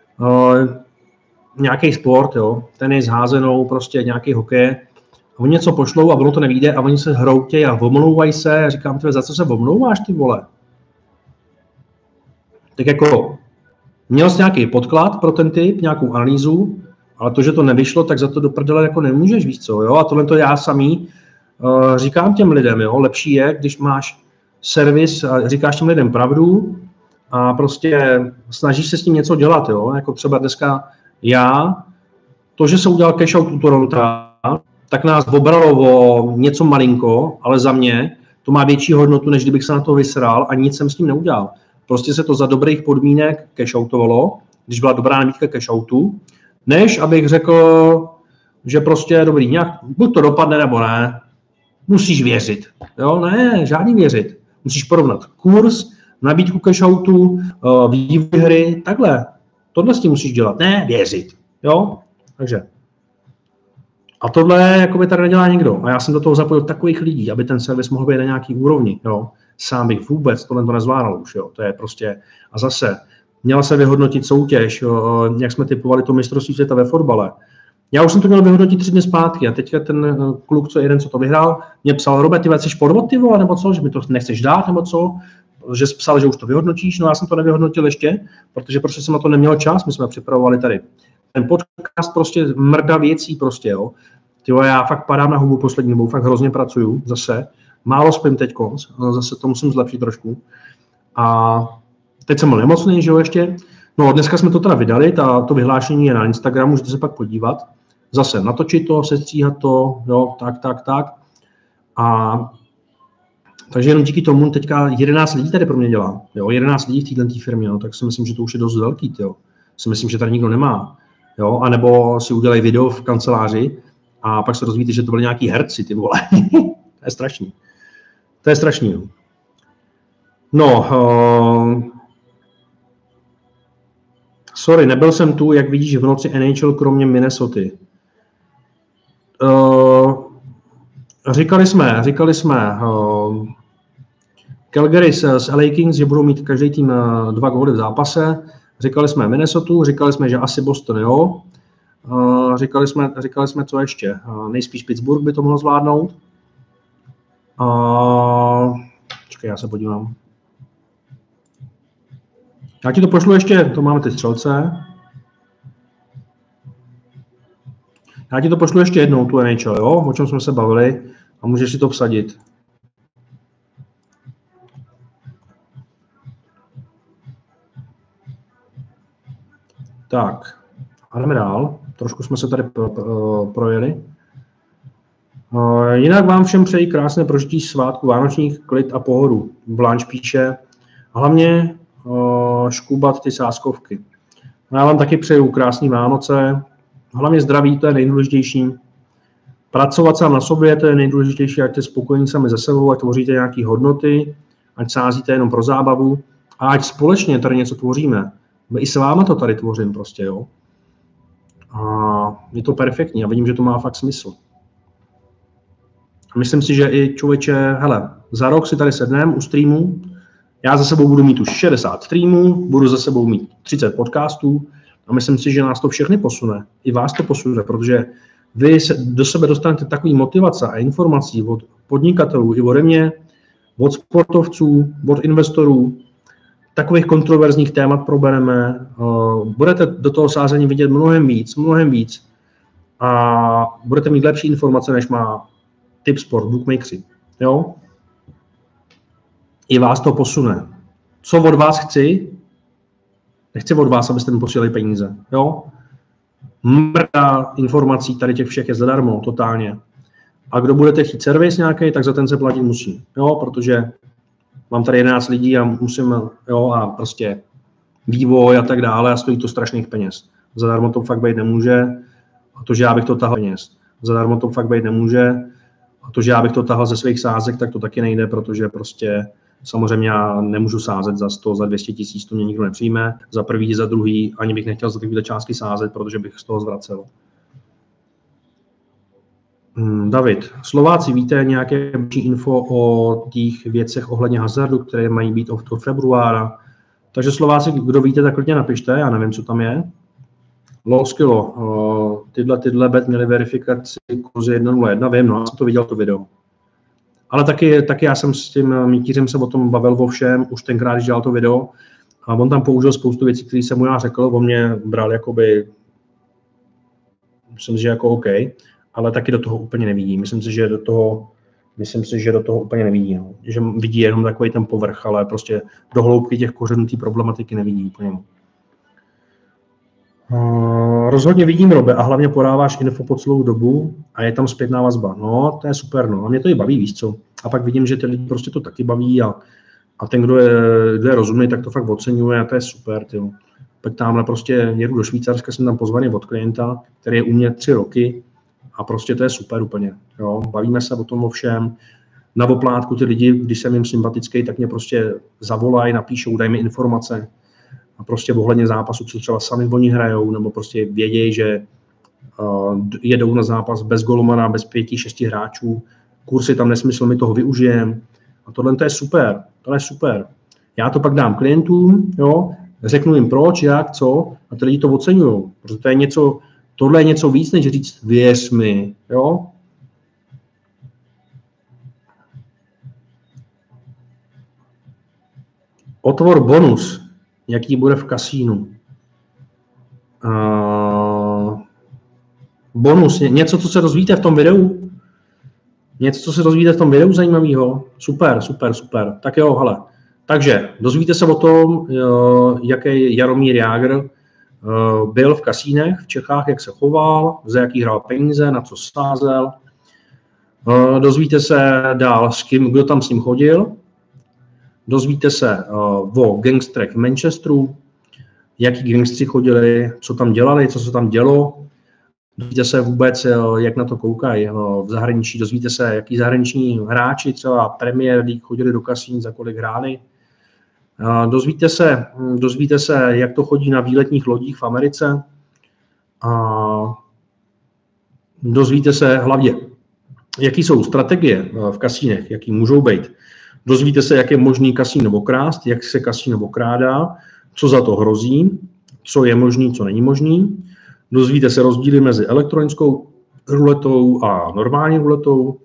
B: nějaký sport, jo? Tenis, házenou, prostě nějaký hokej. A oni něco pošlou a ono to nevyjde a oni se hroutějí a omlouvají se. A říkám, za co se omlouváš, ty vole? Tak jako, měl jsi nějaký podklad pro ten typ, nějakou analýzu, ale to, že to nevyšlo, tak za to do prdele jako nemůžeš, víš co, jo? A tohle to já samý říkám těm lidem, jo? Lepší je, když máš servis a říkáš těm lidem pravdu a prostě snažíš se s tím něco dělat, jo? Jako třeba dneska to, že se udělal cash out u Toronta, tak nás obralo o něco malinko, ale za mě to má větší hodnotu, než kdybych se na to vysral a nic jsem s tím neudělal. Prostě se to za dobrých podmínek cash-outovalo, když byla dobrá nabídka cash-outu, než abych řekl, že prostě dobrý, nějak, buď to dopadne, nebo ne. Musíš věřit. Jo, ne, žádný věřit. Musíš porovnat kurz, nabídku cash-outu, vývoj hry, takhle. Tohle s tím musíš dělat, ne věřit. Jo, takže. A tohle jakoby tady nedělá nikdo. A já jsem do toho zapojil takových lidí, aby ten servis mohl být na nějaký úrovni. Jo. Sám bych vůbec tohle to nezvládal už. Jo. To je prostě... A zase, měla se vyhodnotit soutěž, jak jsme typovali to mistrovství světa ve fotbale. Já už jsem to měl vyhodnotit 3 dny zpátky a teďka ten kluk, co to vyhrál, mě psal, Robert, ty chceš podvod, ty vole, nebo co, že mi to nechceš dát, nebo co? Že jsi psal, že už to vyhodnotíš, no já jsem to nevyhodnotil ještě, protože jsem na to neměl čas, my jsme připravovali tady ten podcast, prostě mrda věcí prostě, jo. Tyjo, já fakt padám na hubu poslední dobou, fakt hrozně pracuju, zase, málo spím teďkonc, zase to musím zlepšit trošku. A teď jsem byl nemocný, že jo, ještě. No, dneska jsme to teda vydali, to vyhlášení je na Instagramu, můžete se pak podívat. Zase natočit to, sestříhat to, jo, tak. A takže jenom díky tomu teďka 11 lidí tady pro mě dělá, jo, 11 lidí v této firmě, no, tak si myslím, že to už je dost velký, jo. Si myslím, že tady nikdo nemá, jo, anebo si udělají video v kanceláři a pak se dozvíte, že to byly nějaký herci, ty vole. To je strašný. To je strašný, jo. No, sorry, nebyl jsem tu, jak vidíš, v noci NHL kromě Minnesoty. Říkali jsme Calgary s LA Kings, že budou mít každý tým 2 góly v zápase. Říkali jsme Minnesotu, říkali jsme, že asi Boston, jo. Říkali jsme, co ještě. Nejspíš Pittsburgh by to mohl zvládnout. Čekaj, já se podívám. Já ti to pošlu ještě, to máme ty střelce. Já ti to pošlu ještě jednou, tu NHL, jo, o čem jsme se bavili a můžeš si to vsadit. Tak, a jdeme dál. Trošku jsme se tady projeli. Jinak vám všem přeji krásné prožití svátku vánočních, klid a pohodu. Blanche píše, hlavně škubat ty sázkovky. Já vám taky přeju krásný Vánoce, hlavně zdraví, to je nejdůležitější. Pracovat sám na sobě, to je nejdůležitější, ať jste spokojení sami ze sebou, ať tvoříte nějaké hodnoty, ať sázíte jenom pro zábavu a ať společně tady něco tvoříme. I s váma to tady tvořím prostě, jo. A je to perfektní a vidím, že to má fakt smysl. A myslím si, že i člověče, hele, za rok si tady sedneme u streamu, já za sebou budu mít už 60 streamů, budu za sebou mít 30 podcastů a myslím si, že nás to všechny posune. I vás to posune, protože vy do sebe dostanete takový motivace a informací od podnikatelů i ode mě, od sportovců, od investorů, takových kontroverzních témat probereme, budete do toho sázení vidět mnohem víc a budete mít lepší informace, než má Tipsport, bookmakeri. Jo? I vás to posune. Co od vás chci? Nechci od vás, abyste mi posílali peníze. Jo? Mrda informací tady těch všech je zadarmo, totálně. A kdo budete chtít servis nějaký, tak za ten se platit musí. Jo? Protože mám tady 11 lidí a musím, jo, a prostě vývoj a tak dále a stojí to strašných peněz. Zadarmo to fakt být nemůže. A to, že já bych to tahal peněz. Zadarmo to fakt být nemůže. A to, že já bych to tahal ze svých sázek, tak to taky nejde, protože prostě Samozřejmě já nemůžu sázet za 100, za 200 tisíc, to mě nikdo nepřijme. Za prvý, za druhý, ani bych nechtěl za takové částky sázet, protože bych z toho zvracel. David, Slováci, víte nějaké info o těch věcech ohledně hazardu, které mají být od februára? Takže Slováci, kdo víte, tak klidně napište, já nevím, co tam je. Loskilo, tyhle bet měly verifikaci kurzy 1.01, vím, no, já jsem to viděl, to video. Ale taky já jsem s tím Mítířem se o tom bavil o všem, už tenkrát, když dělal to video, a on tam použil spoustu věcí, které jsem mu já řekl, on mě bral jakoby, myslím si, že jako OK, ale taky do toho úplně nevidí. Myslím si, že do toho úplně nevidí, no. Že vidí jenom takový ten povrch, ale prostě do hloubky těch kořenů té problematiky nevidí úplně. Rozhodně vidím, Robe, a hlavně podáváš info po celou dobu a je tam zpětná vazba. No, to je super, no. A mě to i baví, víš co. A pak vidím, že ty lidi prostě to taky baví a ten, kdo je rozumný, tak to fakt oceňuje a to je super, tyjo. Pak tamhle prostě jedu do Švýcarska, jsem tam pozvaný od klienta, který je u mě 3 roky a prostě to je super úplně, jo. Bavíme se o tom o všem. Na oplátku ty lidi, když jsem jim sympatický, tak mě prostě zavolají, napíšou, dají mi informace. A prostě ohledně zápasu, co třeba sami oni hrajou, nebo prostě vědějí, že jedou na zápas bez golmana, bez 5-6 hráčů, kurz je tam nesmysl, my toho využijeme. A tohle to je super. Já to pak dám klientům, jo, řeknu jim proč, jak, co, a ty lidi to oceňují. Protože tohle je něco víc, než říct věř mi, jo. Otvor bonus. Jaký bude v kasínu. Bonus, něco, co se dozvíte v tom videu? Něco, co se dozvíte v tom videu zajímavého? Super. Tak jo, hele. Takže dozvíte se o tom, jaký Jaromír Jágr byl v kasínech v Čechách, jak se choval, za jaký hrál peníze, na co sázel. Dozvíte se dál, kdo tam s ním chodil. Dozvíte se o gangstrech v Manchesteru, jaký gangstři chodili, co tam dělali, co se tam dělo. Dozvíte se vůbec, jak na to koukají v zahraničí. Dozvíte se, jaký zahraniční hráči, třeba Premier League, chodili do kasín, za kolik hráli. Dozvíte se, jak to chodí na výletních lodích v Americe. Dozvíte se hlavně, jaký jsou strategie v kasínech, jaký můžou být. Dozvíte se, jak je možný kasíno okrást, jak se kasíno okrádá, co za to hrozí, co je možný, co není možný. Dozvíte se rozdíly mezi elektronickou ruletou a normální ruletou.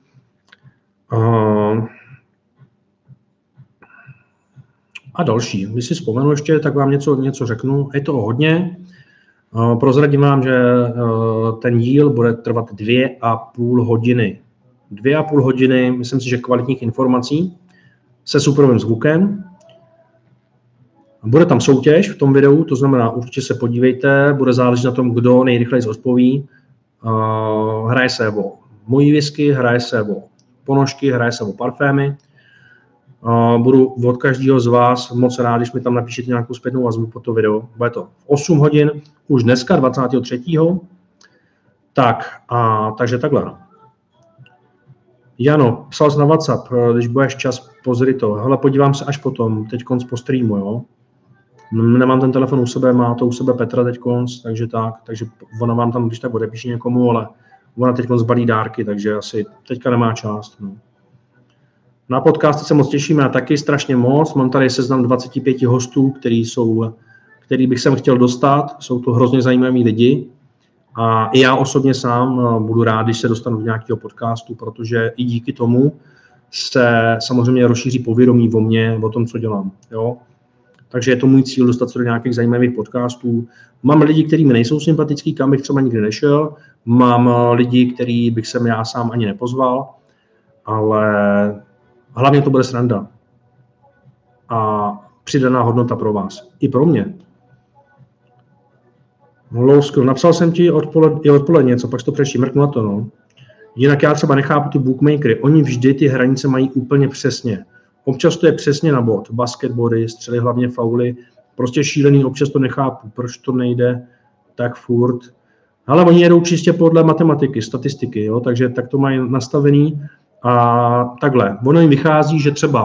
B: A další. Když si vzpomenu ještě, tak vám něco řeknu. Je to hodně. Prozradím vám, že ten díl bude trvat 2,5 hodiny. 2,5 hodiny, myslím si, že kvalitních informací se superovým zvukem. Bude tam soutěž v tom videu, to znamená, určitě se podívejte, bude záležet na tom, kdo nejrychleji odpoví. Hraje se o mojí whisky, hraje se o ponožky, hraje se o parfémy. Budu od každého z vás moc rád, když mi tam napíšete nějakou zpětnou vazbu po to video. Bude to v 8 hodin, už dneska, 23. Takže takhle. Jano, psal jsi na WhatsApp, když budeš čas, pozri to. Hele, podívám se až potom, teď konc po streamu, jo. Nemám ten telefon u sebe, má to u sebe Petra teď konc, takže ona vám tam, když tak odepíše někomu, ale ona teď konc balí dárky, takže asi teďka nemá čas. No. Na podcasty se moc těšíme a taky strašně moc. Mám tady seznam 25 hostů, který bych sem chtěl dostat. Jsou to hrozně zajímaví lidi. A i já osobně sám budu rád, když se dostanu do nějakého podcastu, protože i díky tomu se samozřejmě rozšíří povědomí o mně, o tom, co dělám. Jo? Takže je to můj cíl dostat se do nějakých zajímavých podcastů. Mám lidi, kteří mi nejsou sympatický, kam bych třeba nikdy nešel. Mám lidi, který bych sem já sám ani nepozval, ale hlavně to bude sranda. A přidaná hodnota pro vás. I pro mě. Low skill. Napsal jsem ti odpoledně něco, pak to přečti, mrknu na to, no. Jinak já třeba nechápu ty bookmakery. Oni vždy ty hranice mají úplně přesně. Občas to je přesně na bod. Basketbody, střely, hlavně fauly. Prostě šílený, občas to nechápu. Proč to nejde tak furt? Ale oni jedou čistě podle matematiky, statistiky, jo? Takže tak to mají nastavený. A takhle. Ono jim vychází, že třeba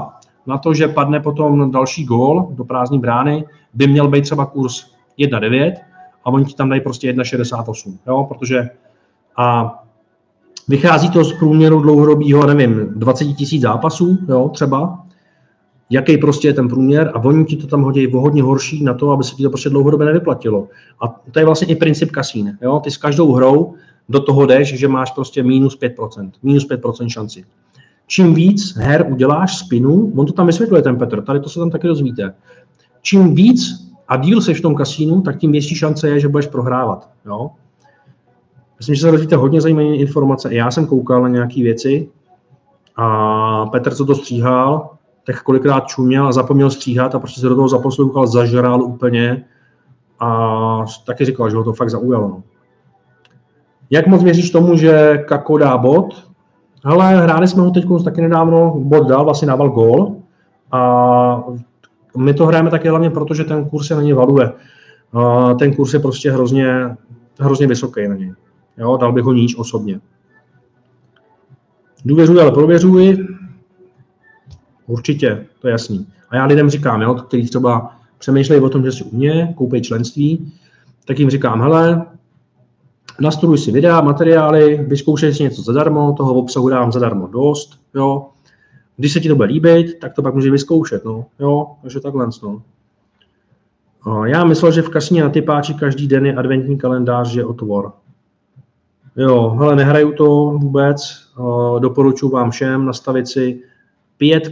B: na to, že padne potom další gól do prázdné brány, by měl být třeba kurz 1,9 a oni ti tam dají prostě 1,68, jo, protože a vychází to z průměru dlouhodobýho, nevím, 20 000 zápasů, jo, třeba, jaký prostě je ten průměr a oni ti to tam hodí hodně horší na to, aby se ti to prostě dlouhodobě nevyplatilo. A to je vlastně i princip kasín, jo, ty s každou hrou do toho jdeš, že máš prostě minus 5% šanci. Čím víc her uděláš spinu, on to tam vysvětluje ten Petr, tady to se tam taky dozvíte. Čím víc a díl seš v tom kasínu, tak tím větší šance je, že budeš prohrávat. Jo? Myslím, že se dozvíte hodně zajímavé informace. Já jsem koukal na nějaké věci a Petr, co to stříhal, tak kolikrát čuměl a zapomněl stříhat a prostě se do toho zaposlouchal, zažral úplně a taky říkal, že ho to fakt zaujalo. No. Jak moc věříš tomu, že Kako dá bod? Hele, hráli jsme ho teď taky nedávno, bod dal, vlastně dával gól a my to hrajeme taky hlavně proto, že ten kurz se na něj valuje. Ten kurz je prostě hrozně vysoký na něj. Jo, dal bych ho níž osobně. Důvěřuji, ale prověřuji. Určitě, to je jasný. A já lidem říkám, jo, kteří třeba přemýšlejí o tom, že si u mě koupí členství, tak jim říkám, hele, nastuduj si videa, materiály, vyzkoušej si něco zadarmo, toho obsahu dám zadarmo dost, jo. Když se ti to bude líbit, tak to pak můžeš vyzkoušet, no, jo, takže takhle, no. Já myslel, že v kasíně na typáči každý den je adventní kalendář, že je otvor. Jo, hele, nehraju to vůbec, doporučuji vám všem nastavit si 5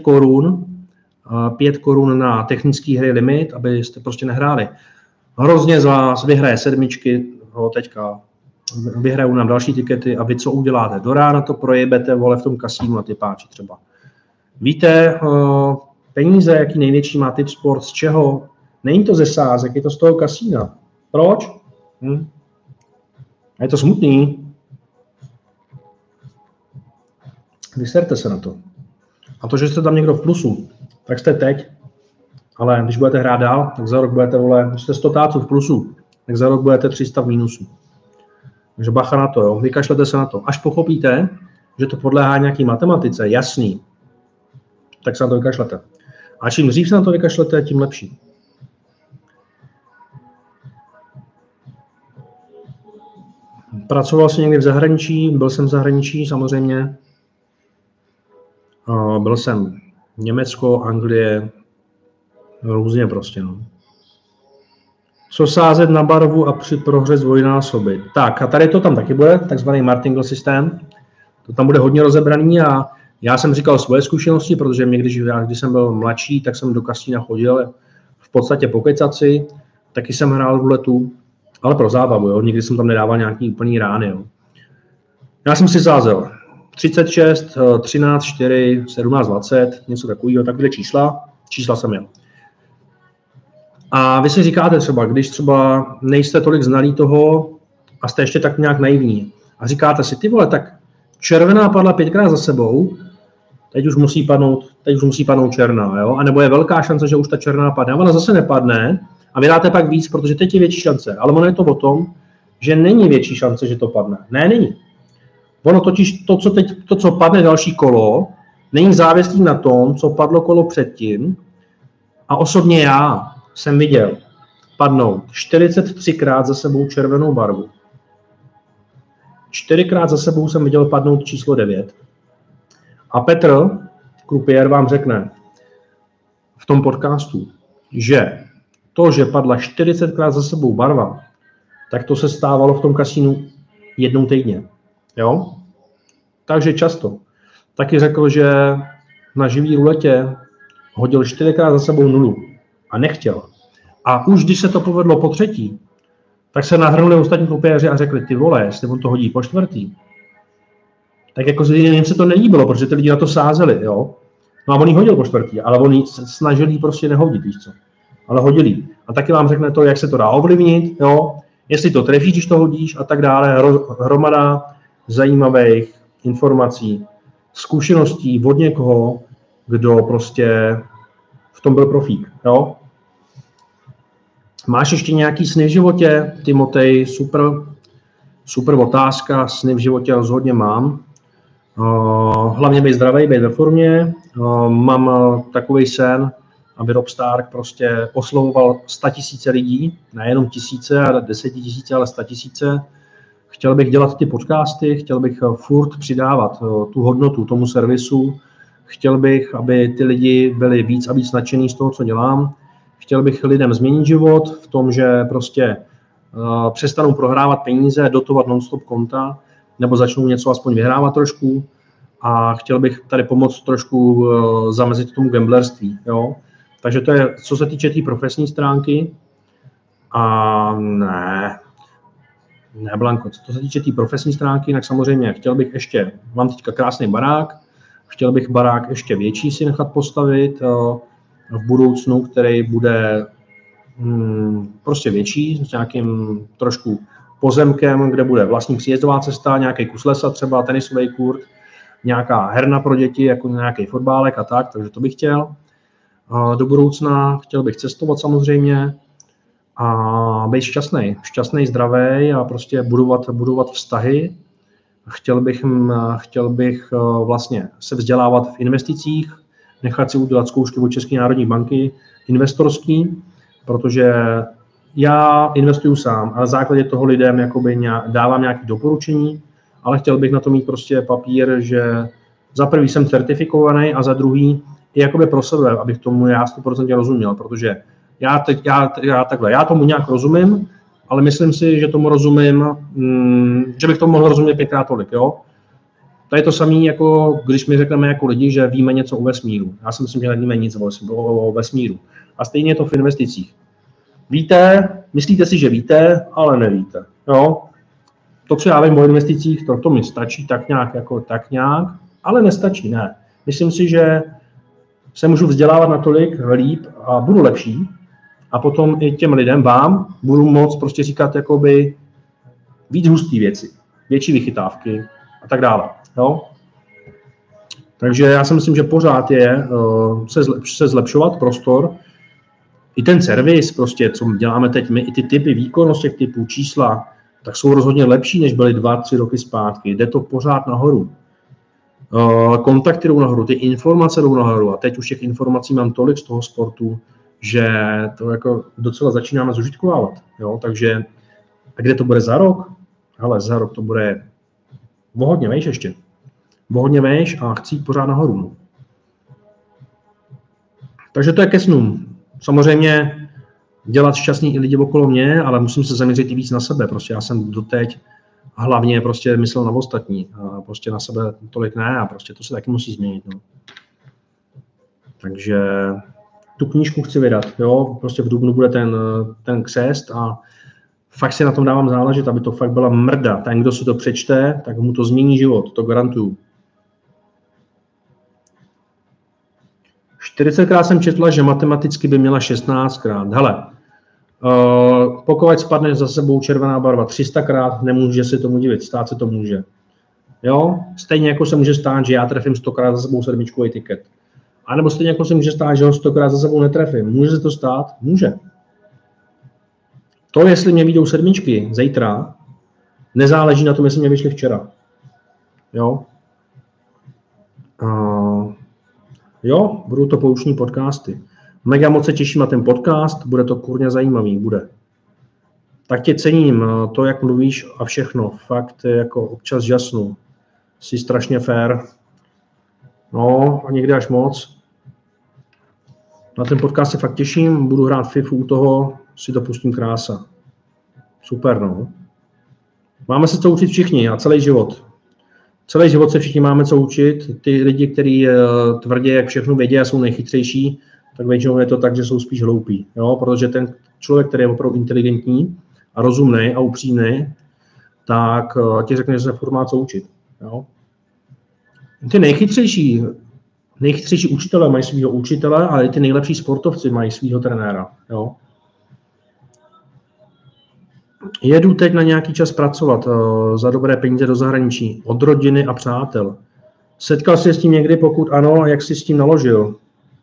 B: korun na technické hry limit, abyste prostě nehráli. Hrozně z vás vyhraje sedmičky, teďka vyhrajou nám další tikety a vy co uděláte? Do rána to projebete, vole, v tom kasínu na typáči třeba. Víte, peníze, jaký největší má Tipsport, z čeho? Není to ze sázek, je to z toho kasína. Proč? A je to smutný. Vyserte se na to. A to, že jste tam někdo v plusu, tak jste teď. Ale když budete hrát dál, tak za rok budete, vole, když jste 100 táců v plusu, tak za rok budete 300 v mínusu. Takže bacha na to, jo. Vykašlete se na to. Až pochopíte, že to podléhá nějaký matematice, jasný, tak se na to vykašlete. A čím dřív se na to vykašlete, tím lepší. Pracoval jsem někdy v zahraničí, byl jsem v zahraničí samozřejmě. Byl jsem Německo, Anglie, různě prostě, no. Co sázet na barvu a při prohře zdvojnásobit. Tak a tady to tam taky bude, takzvaný martingale systém. To tam bude hodně rozebraný a já jsem říkal svoje zkušenosti, protože mě, když jsem byl mladší, tak jsem do kasína chodil v podstatě pokecat si, taky jsem hrál ruletu, ale pro zábavu, jo. Nikdy jsem tam nedával nějaký úplný rány, jo. Já jsem si sázel 36, 13, 4, 17, 20, něco takového, takové čísla jsem měl. A vy si říkáte třeba, když třeba nejste tolik znalí toho a jste ještě tak nějak naivní a říkáte si, ty vole, tak červená padla 5krát za sebou, teď už musí padnout černá, jo? A nebo je velká šance, že už ta černá padne, a ona zase nepadne a vy dáte pak víc, protože teď je větší šance. Ale ono je to o tom, že není větší šance, že to padne. Ne, není. Ono totiž to, co padne další kolo, není závislý na tom, co padlo kolo předtím. A osobně já jsem viděl padnout 43krát za sebou červenou barvu. 4krát za sebou jsem viděl padnout číslo 9. A Petr, krupiér, vám řekne v tom podcastu, že to, že padla 40krát za sebou barva, tak to se stávalo v tom kasínu jednou týdně. Jo? Takže často. Taky řekl, že na živý ruletě hodil 4krát za sebou nulu a nechtěl. A už když se to povedlo po třetí, tak se nahrnuli ostatní krupéři a řekli, ty vole, jestli on to hodí po čtvrtý. Tak jako jim se to nelíbilo, protože ty lidi na to sázeli, jo. No a on jí hodil po čtvrtý, ale on jí snažil jí prostě nehodit, víš co. Ale hodil jí. A taky vám řekne to, jak se to dá ovlivnit, jo. Jestli to trefíš, když to hodíš a tak dále. Hromada zajímavých informací, zkušeností od někoho, kdo prostě v tom byl profík, jo. Máš ještě nějaký sny v životě, Timotej? Super otázka, sny v životě rozhodně mám. Hlavně být zdravý, být ve formě. Mám takový sen, aby Rob Stark prostě oslovoval 100 000 lidí, nejenom tisíce a 10 000, ale 100 000. Chtěl bych dělat ty podcasty, chtěl bych furt přidávat tu hodnotu tomu servisu, chtěl bych, aby ty lidi byli víc a víc nadšení z toho, co dělám. Chtěl bych lidem změnit život v tom, že prostě přestanou prohrávat peníze, dotovat non-stop konta, nebo začnou něco aspoň vyhrávat trošku. A chtěl bych tady pomoct trošku zamezit tomu gamblerství. Jo? Takže to je, co se týče té profesní stránky. A ne, Blanko, co se týče té profesní stránky, tak samozřejmě chtěl bych ještě, mám teďka krásný barák, chtěl bych barák ještě větší si nechat postavit v budoucnu, který bude prostě větší, s nějakým trošku pozemkem, kde bude vlastní příjezdová cesta, nějaký kus lesa třeba, tenisový kurt, nějaká herna pro děti, jako nějaký fotbálek a tak, takže to bych chtěl. Do budoucna chtěl bych cestovat samozřejmě a být šťastný, zdravý a prostě budovat vztahy. Chtěl bych vlastně se vzdělávat v investicích, nechat si udělat zkoušky od České národní banky investorský, protože já investuju sám a na základě toho lidem jakoby dávám nějaké doporučení, ale chtěl bych na to mít prostě papír, že za prvý jsem certifikovaný a za druhý i jakoby pro sebe, abych tomu já 100% rozuměl, protože já tomu nějak rozumím, ale myslím si, že tomu rozumím, že bych tomu mohl rozumět 5krát tolik, jo. To je to samé, jako když my řekneme jako lidi, že víme něco o vesmíru. Já si myslím, že nevíme nic o vesmíru. A stejně je to v investicích. Víte, myslíte si, že víte, ale nevíte, jo. To, co já vím o investicích, to mi stačí tak nějak, ale nestačí, ne. Myslím si, že se můžu vzdělávat natolik líp a budu lepší a potom i těm lidem, vám, budu moct prostě říkat jakoby víc hustý věci, větší vychytávky a tak dále, jo. Takže já si myslím, že pořád je se zlepšovat prostor. I ten servis, prostě, co děláme teď, my i ty typy, výkonnost těch typů, čísla, tak jsou rozhodně lepší, než byly 2-3 roky zpátky. Jde to pořád nahoru. Kontakty jdou nahoru, ty informace jdou nahoru a teď už těch informací mám tolik z toho sportu, že to jako docela začínáme zužitkovávat. Jo? Takže a kde to bude za rok? Hele, za rok to bude o hodně vejš ještě. O hodně vejš a chci jít pořád nahoru. Takže to je ke snům. Samozřejmě dělat šťastný i lidi okolo mě, ale musím se zaměřit i víc na sebe. Prostě já jsem doteď hlavně prostě myslel na ostatní. A prostě na sebe tolik ne a prostě to se taky musí změnit. No. Takže tu knížku chci vydat. Jo? Prostě v dubnu bude ten křest a fakt si na tom dávám záležet, aby to fakt byla mrda. Ten, kdo si to přečte, tak mu to změní život, to garantuju. 40krát jsem četla, že matematicky by měla 16krát. Hele, pokud spadne za sebou červená barva 300krát, nemůže se tomu divit, stát se to může. Jo? Stejně jako se může stát, že já trefím 100krát za sebou sedmičkový tiket. A nebo stejně jako se může stát, že ho 100krát za sebou netrefím. Může se to stát? Může. To, jestli mě vyjdou sedmičky zítra, nezáleží na tom, jestli mě vyšly včera. Jo? Jo, budou to pouční podcasty. Mega moc se těším na ten podcast, bude to kurně zajímavý, bude. Tak tě cením, to, jak mluvíš a všechno, fakt jako občas žasnu. Jsi strašně fair. No, a někdy až moc. Na ten podcast se fakt těším, budu hrát FIFU u toho, si to pustím, krása. Super, no. Máme se co učit všichni a celý život. Celý život se všichni máme co učit. Ty lidi, kteří tvrdí, jak všechno vědí a jsou nejchytřejší, tak většinou je to tak, že jsou spíš hloupí. Jo? Protože ten člověk, který je opravdu inteligentní a rozumný a upřímný, tak ti řekne, že se furt má co učit. Jo? Ty nejchytřejší učitelé mají svého učitele, ale i ty nejlepší sportovci mají svého trenéra. Jo? Jedu teď na nějaký čas pracovat za dobré peníze do zahraničí, od rodiny a přátel. Setkal jsi s tím někdy, pokud ano, jak jsi s tím naložil?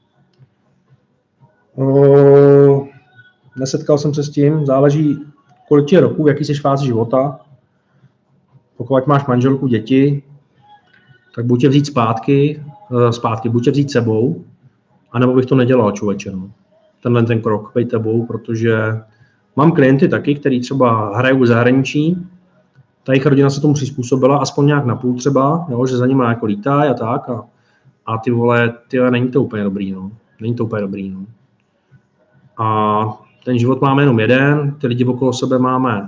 B: Nesetkal jsem se s tím, záleží, kolik je roku, jaký jsi fázi života. Pokud máš manželku, děti, tak buď je vzít zpátky, buď je vzít sebou, anebo bych to nedělal, člověče. No. Tenhle ten krok, pejte tebou, protože mám klienty taky, kteří třeba hrajou v zahraničí, ta jejich rodina se tomu přizpůsobila, aspoň nějak napůl třeba, jo, že za nimi jako lítají a tak. A ty vole, není to úplně dobrý, no. Není to úplně dobrý, no. A ten život máme jenom jeden, ty lidi okolo sebe máme.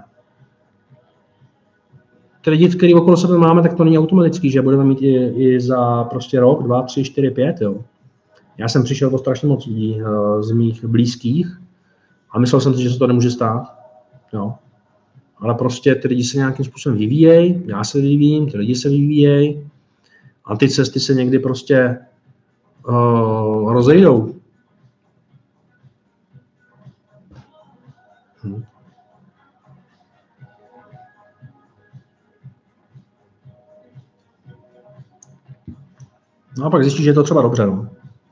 B: Ty lidi, který okolo sebe máme, tak to není automatický, že budeme mít i za prostě rok, 2, 3, 4, 5, jo. Já jsem přišel po strašně moc lidí z mých blízkých a myslel jsem si, že se to nemůže stát, jo. Ale prostě ty lidi se nějakým způsobem vyvíjejí, já se vyvíjím, ty lidi se vyvíjejí a ty cesty se někdy prostě rozejdou. No a pak zjistíš, že je to třeba dobře. No.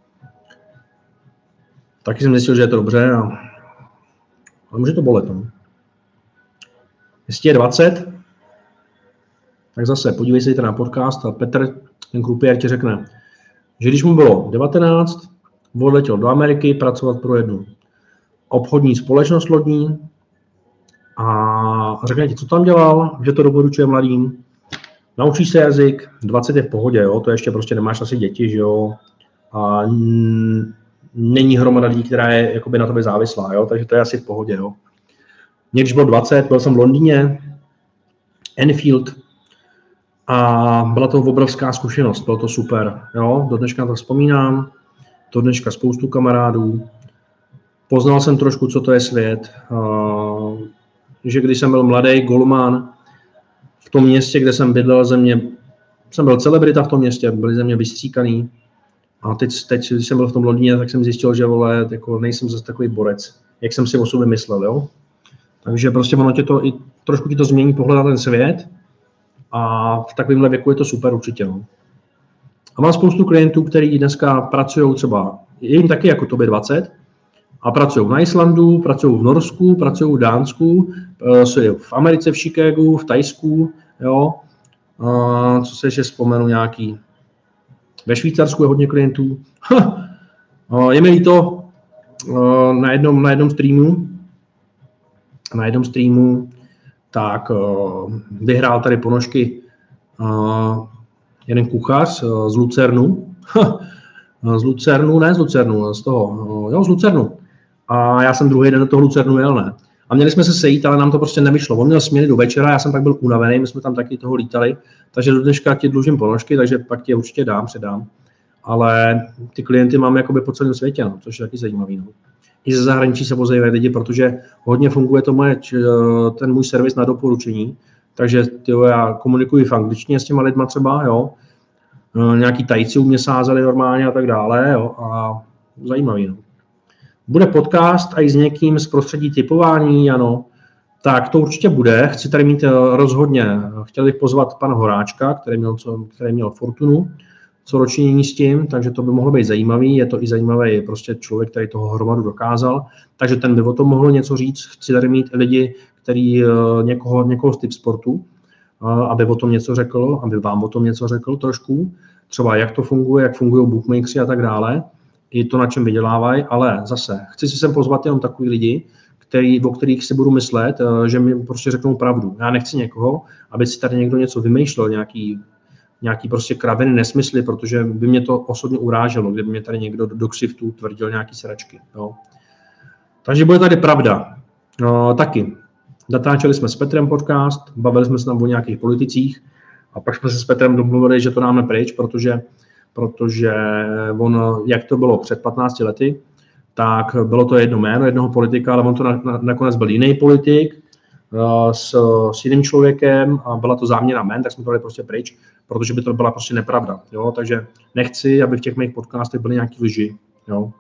B: Taky jsem zjistil, že je to dobře, ale může to bolet. No. Jestli je 20, tak zase podívej se na podcast a Petr, ten krupiér, ti řekne, že když mu bylo 19, odletěl do Ameriky pracovat pro jednu obchodní společnost lodní a řekne ti, co tam dělal, že to doporučuje mladým. Naučíš se jazyk, 20 je v pohodě, jo? To ještě prostě nemáš asi děti, že jo? A není hromada lidí, která je jakoby na tobě závislá, jo? Takže to je asi v pohodě, jo? Mě, když bylo 20, byl jsem v Londýně, Enfield, a byla to obrovská zkušenost, bylo to super, jo? Do dneška to vzpomínám, do dneška spoustu kamarádů, poznal jsem trošku, co to je svět, že když jsem byl mladý golman, v tom městě, kde jsem bydlel, jsem byl celebrita v tom městě, byli ze mě vystříkaný. A teď, když jsem byl v tom Londýně, tak jsem zjistil, že vole, jako nejsem zase takový borec, jak jsem si o sobě myslel, jo. Takže prostě ono trošku ti to změní pohled na ten svět a v takovémhle věku je to super určitě, no. A mám spoustu klientů, kteří dneska pracují třeba, je jim taky jako tobě 20, a pracují na Islandu, pracují v Norsku, pracují v Dánsku, jsou v Americe, v Chicagu, v Thajsku, jo. Co se ještě vzpomenu nějaký. Ve Švýcarsku je hodně klientů. Je mi líto, na jednom streamu, tak vyhrál tady ponožky jeden kuchař z Lucernu. Z Lucernu. A já jsem druhý den do toho Lucernu jel, ne. A měli jsme se sejít, ale nám to prostě nevyšlo. On měl směny do večera, já jsem pak byl unavený, my jsme tam taky toho lítali, takže do dneška ti dlužím ponožky, takže pak ti je určitě předám. Ale ty klienty mám jakoby po celém světě, no, což je taky zajímavý. No. I ze zahraničí se vozejí lidi, protože hodně funguje ten můj servis na doporučení, takže já komunikuji v angličtině s těma lidma třeba, jo. Nějaký Tajci u mě sázeli normálně a tak dále, jo, a zajímavý, no. Bude podcast a i s někým z prostředí typování, ano, tak to určitě bude. Chci tady mít rozhodně, chtěl bych pozvat pana Horáčka, který měl Fortunu, co ročnění s tím, takže to by mohlo být zajímavý. Je to i zajímavý prostě člověk, který toho hromadu dokázal, takže ten by o tom mohl něco říct. Chci tady mít lidi, který někoho z typ sportu, aby o tom něco řekl, aby vám o tom něco řekl trošku, třeba jak to funguje, jak fungují bookmakeri a tak dále, i to, na čem vydělávají, ale zase chci si sem pozvat jenom takový lidi, o kterých si budu myslet, že mi prostě řeknou pravdu. Já nechci někoho, aby si tady někdo něco vymýšlel, nějaký prostě kraviny, nesmysly, protože by mě to osobně uráželo, kdyby mě tady někdo do ksiftů tvrdil nějaký sračky. Jo. Takže bude tady pravda. Taky. Natáčeli jsme s Petrem podcast, bavili jsme se tam o nějakých politicích a pak jsme se s Petrem domluvili, že to dáme pryč, protože on, jak to bylo před 15 lety, tak bylo to jedno jméno jednoho politika, ale on to nakonec byl jiný politik s jiným člověkem a byla to záměna jmen, tak jsme to dali prostě pryč, protože by to byla prostě nepravda. Jo? Takže nechci, aby v těch mých podcastech byly nějaký lži. Jo?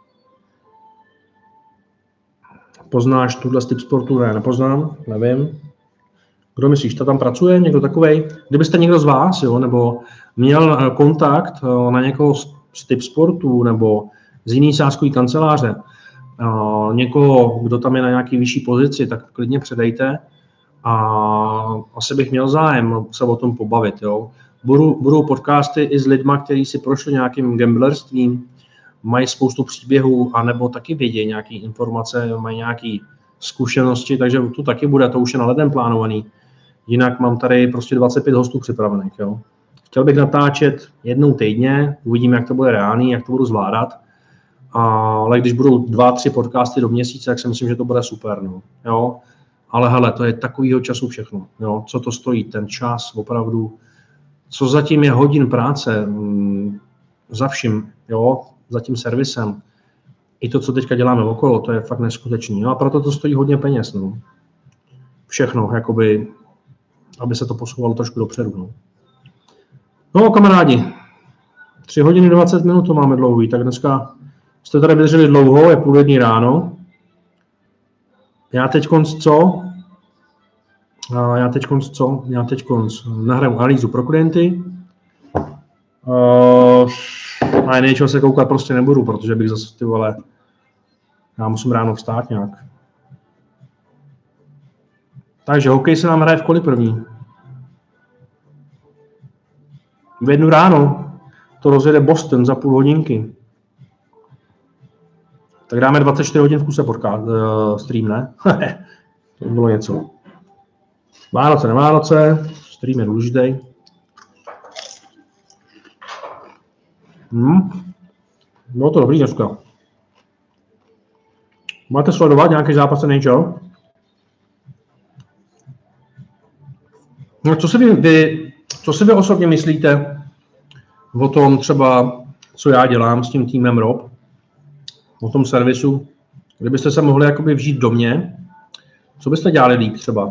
B: Poznáš tuhle typ sportu? Ne, nepoznám, nevím. Kdo myslíš, to tam pracuje? Někdo takovej? Kdybyste někdo z vás, jo, nebo měl kontakt na někoho z typ sportu nebo z jiný sázkový kanceláře, někoho, kdo tam je na nějaký vyšší pozici, tak klidně předejte a asi bych měl zájem se o tom pobavit. Jo. Budou podcasty i s lidma, kteří si prošli nějakým gamblerstvím, mají spoustu příběhů, anebo taky vědí nějaké informace, mají nějaké zkušenosti, takže tu taky bude, to už je na leden plánovaný. Jinak mám tady prostě 25 hostů připravených. Jo. Chtěl bych natáčet jednou týdně, uvidíme, jak to bude reálný, jak to budu zvládat. Ale když budou 2-3 podcasty do měsíce, tak si myslím, že to bude super. No. Jo. Ale hele, to je takovýho času všechno. Jo. Co to stojí, ten čas opravdu, co zatím je hodin práce za vším, jo, za tím servisem. I to, co teďka děláme okolo, to je fakt neskutečný. No a proto to stojí hodně peněz. No. Všechno, jakoby, aby se to posouvalo trošku dopředu. No kamarádi, 3 hodiny 20 minut to máme dlouhý, tak dneska jste tady vydrželi dlouho, je 12:30 ráno. Já teď nahraju analýzu pro klienty. Na něčeho se koukat prostě nebudu, protože bych zase, ty vole, já musím ráno vstát nějak. Takže hokej se nám hraje v kolik první? V 1 ráno to rozjede Boston za půl hodinky. Tak dáme 24 hodin v kuse stream, ne? To bylo něco. Vánoce, nevánoce, stream je důležitý. Bylo to dobrý dneska. Máte sledovat nějaký zápas NHL? No, co si vy osobně myslíte o tom třeba, co já dělám s tím týmem Rob, o tom servisu? Kdybyste se mohli jakoby vžít do mě, co byste dělali líp třeba?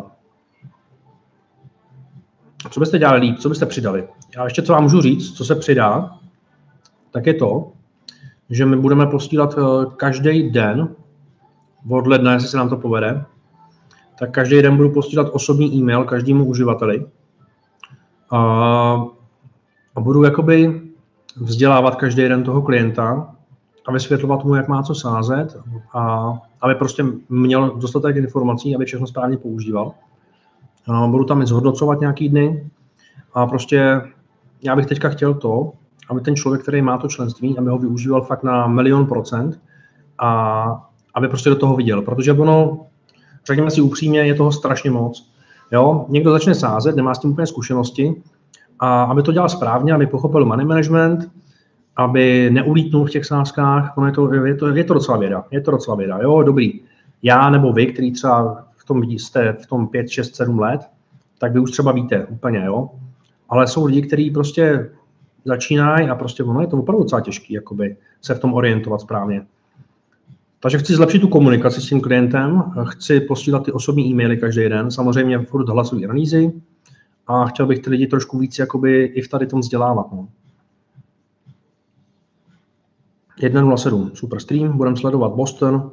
B: Co byste dělali líp? Co byste přidali? Já ještě co vám můžu říct, co se přidá, tak je to, že my budeme posílat každý den od ledna, jestli se nám to povede, tak každý den budu posílat osobní e-mail každému uživateli a budu jakoby vzdělávat každý den toho klienta a vysvětlovat mu, jak má co sázet a aby prostě měl dostatek informací, aby všechno správně používal. Budu tam i zhodnocovat nějaký dny a prostě já bych teďka chtěl to, aby ten člověk, který má to členství, aby ho využíval fakt na 1,000,000% a aby prostě do toho viděl, protože ono, řekněme si upřímně, je toho strašně moc. Jo? Někdo začne sázet, nemá s tím úplně zkušenosti a aby to dělal správně, aby pochopil money management, aby neulítnul v těch sázkách, je to docela věda. Je to docela věda. Jo, dobrý. Já nebo vy, který třeba jste v tom 5, 6, 7 let, tak vy už třeba víte úplně, jo. Ale jsou lidi, kteří prostě začínají a prostě ono je to opravdu docela těžký, jakoby se v tom orientovat správně. Takže chci zlepšit tu komunikaci s tím klientem, chci posílat ty osobní e-maily každý den, samozřejmě furt hlasové analýzy a chtěl bych ty lidi trošku víc jakoby i v tady tom vzdělávat. No. 1:07, super stream, budeme sledovat Boston.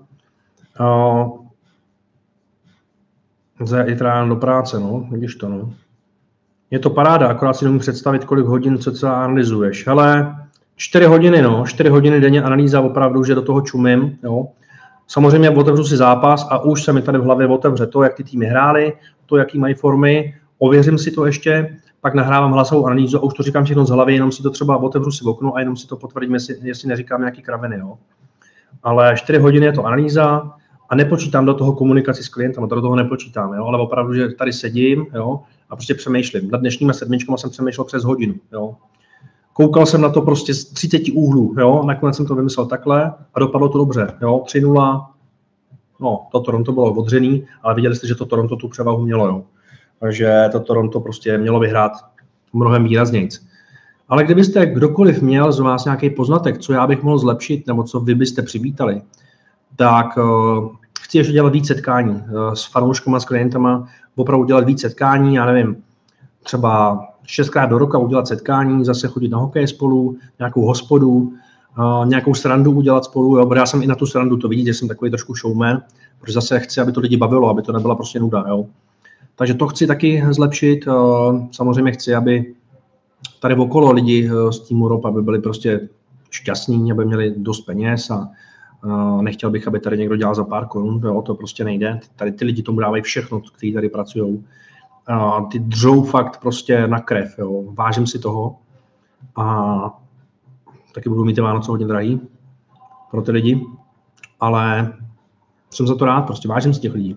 B: Zítra ráno do práce, no, vidíš to, no. Je to paráda, akorát si nemůžu představit, kolik hodin cca analyzuješ. Hele, 4 hodiny, no, 4 hodiny denně analýza opravdu, že do toho čumím, jo. Samozřejmě otevřu si zápas a už se mi tady v hlavě otevře to, jak ty týmy hrály, to, jaký mají formy, ověřím si to ještě, pak nahrávám hlasovou analýzu a už to říkám všechno z hlavy, jenom si to třeba otevřu si v oknu a jenom si to potvrdím, jestli neříkám nějaký kraviny, jo. Ale 4 hodiny je to analýza a nepočítám do toho komunikaci s klientem, to do toho nepočítám, jo, ale opravdu, že tady sedím, jo, a prostě přemýšlím. Nad dnešníma 7 jsem přemýšlel přes hodinu, jo. Koukal jsem na to prostě z 30 úhlů, jo, nakonec jsem to vymyslel takhle a dopadlo to dobře, jo, 3:0, no, to Toronto bylo odřený, ale viděli jste, že to Toronto tu převahu mělo, jo. Takže to Toronto prostě mělo vyhrát mnohem výraznějc. Ale kdybyste kdokoliv měl z vás nějaký poznatek, co já bych mohl zlepšit, nebo co vy byste přivítali, tak chci ještě dělat víc setkání s fanouškama, s klientama, opravdu dělat víc setkání, já nevím, třeba 6krát do roka udělat setkání, zase chodit na hokej spolu, nějakou hospodu, nějakou srandu udělat spolu, jo, protože já jsem i na tu srandu, to vidíte, že jsem takový trošku showman, protože zase chci, aby to lidi bavilo, aby to nebyla prostě nuda, jo. Takže to chci taky zlepšit, samozřejmě chci, aby tady okolo lidi z týmu Rob, aby byli prostě šťastní, aby měli dost peněz a nechtěl bych, aby tady někdo dělal za pár korun, jo, to prostě nejde. Tady ty lidi tomu dávají všechno, kteří tady pracují. ty dřou fakt prostě na krev, jo. Vážím si toho a taky budu mít ty Vánoce hodně drahý pro ty lidi, ale jsem za to rád, prostě vážím si těch lidí.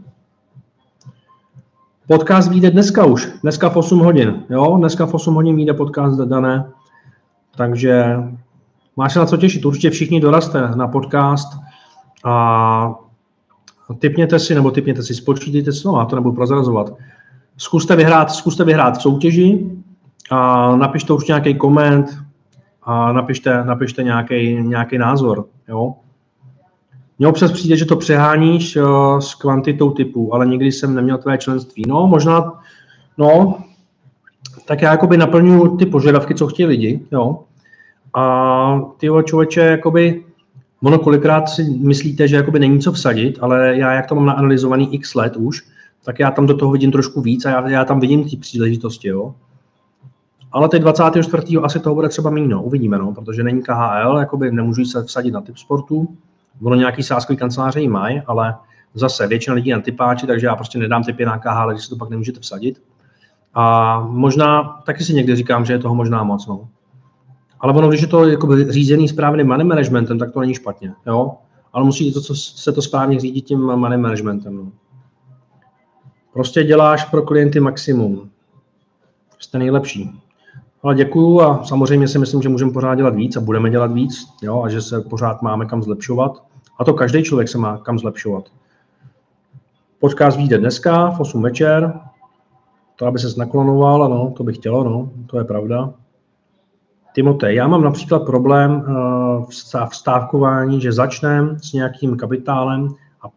B: Podcast vyjde dneska už, dneska v 8 hodin, jo, dneska v 8 hodin vyjde podcast, Dané, takže máš se na co těšit, určitě všichni doraste na podcast a tipněte si, spočítejte si, no já to nebudu prozrazovat. Zkuste vyhrát v soutěži a napište určitě nějaký koment a napište nějaký názor, jo. Mně občas přijde, že to přeháníš s kvantitou typů, ale nikdy jsem neměl tvé členství. No, možná, tak já jakoby naplňuji ty požadavky, co chtějí lidi, jo. A ty člověče, jakoby, ono kolikrát si myslíte, že jakoby není co vsadit, ale já, jak to mám naanalyzovaný x let už, tak já tam do toho vidím trošku víc a já tam vidím ty příležitosti, jo. Ale teď 24. asi toho bude třeba míň, uvidíme, protože není KHL, jakoby nemůžu se vsadit na typ sportu. Ono nějaký sázkový kanceláře jí mají, ale zase většina lidí na typáči, takže já prostě nedám typy na KHL, když si to pak nemůžete vsadit. A možná, taky si někdy říkám, že je toho možná moc, Ale ono, když je to jakoby řízený správným money managementem, tak to není špatně, jo. Ale musí se to správně řídit tím money managementem, Prostě děláš pro klienty maximum. Jste nejlepší. Ale děkuju a samozřejmě si myslím, že můžeme pořád dělat víc a budeme dělat víc, jo, a že se pořád máme kam zlepšovat. A to každý člověk se má kam zlepšovat. Podcast vyjde dneska v 8 večer. To, aby ses naklonoval, to bych chtělo, to je pravda. Timotej, já mám například problém v stávkování, že začnem s nějakým kapitálem a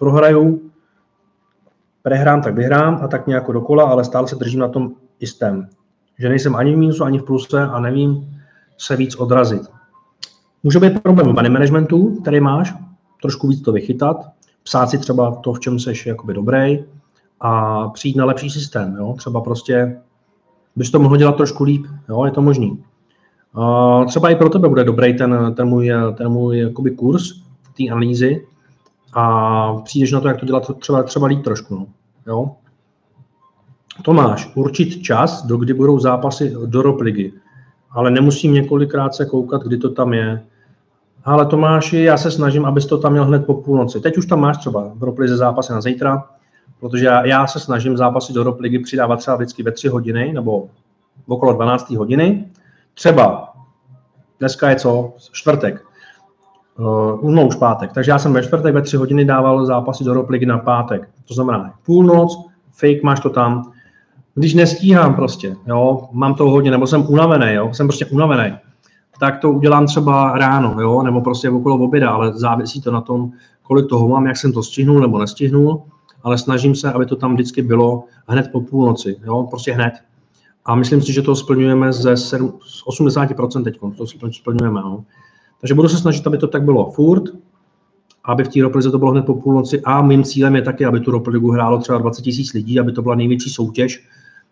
B: prehrám, tak vyhrám a tak nějak dokola, ale stále se držím na tom jistém. Že nejsem ani v mínusu, ani v pluse a nevím se víc odrazit. Může být problém v money managementu, který máš, trošku víc to vychytat, psát si třeba to, v čem seš jakoby dobrý a přijít na lepší systém. Jo? Třeba prostě bys to mohl dělat trošku líp, jo? Je to možný. Třeba i pro tebe bude dobrý ten můj jakoby kurz té analýzy a přijdeš na to, jak to dělat třeba líp trošku. Jo? Tomáš, určit čas, do kdy budou zápasy do ROP ligy, ale nemusím několikrát se koukat, kdy to tam je. Ale Tomáši, já se snažím, abys to tam měl hned po půlnoci. Teď už tam máš třeba v ROP lize zápasy na zítra, protože já se snažím zápasy do ROP ligy přidávat třeba vždycky ve 3 hodiny nebo okolo 12 hodiny. Třeba dneska je co? Čtvrtek. Už pátek. Takže já jsem ve čtvrtek ve 3 hodiny dával zápasy do ROP ligy na pátek. To znamená půlnoc, fake, máš to tam. Když nestíhám prostě, jo, mám toho hodně, nebo jsem unavený, jsem prostě unavený, tak to udělám třeba ráno, jo, nebo prostě okolo oběda, ale závisí to na tom, kolik toho mám, jak jsem to stihnul nebo nestihnul, ale snažím se, aby to tam vždycky bylo hned po půlnoci, jo, prostě hned. A myslím si, že to splňujeme z 80% teď, to splňujeme, no. Takže budu se snažit, aby to tak bylo furt, aby v té ROP lize to bylo hned po půlnoci a mým cílem je taky, aby tu ROP ligu hrálo třeba 20 000 lidí, aby to byla největší soutěž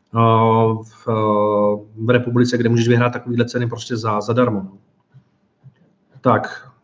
B: v republice, kde můžeš vyhrát takovýhle ceny prostě zadarmo. Tak.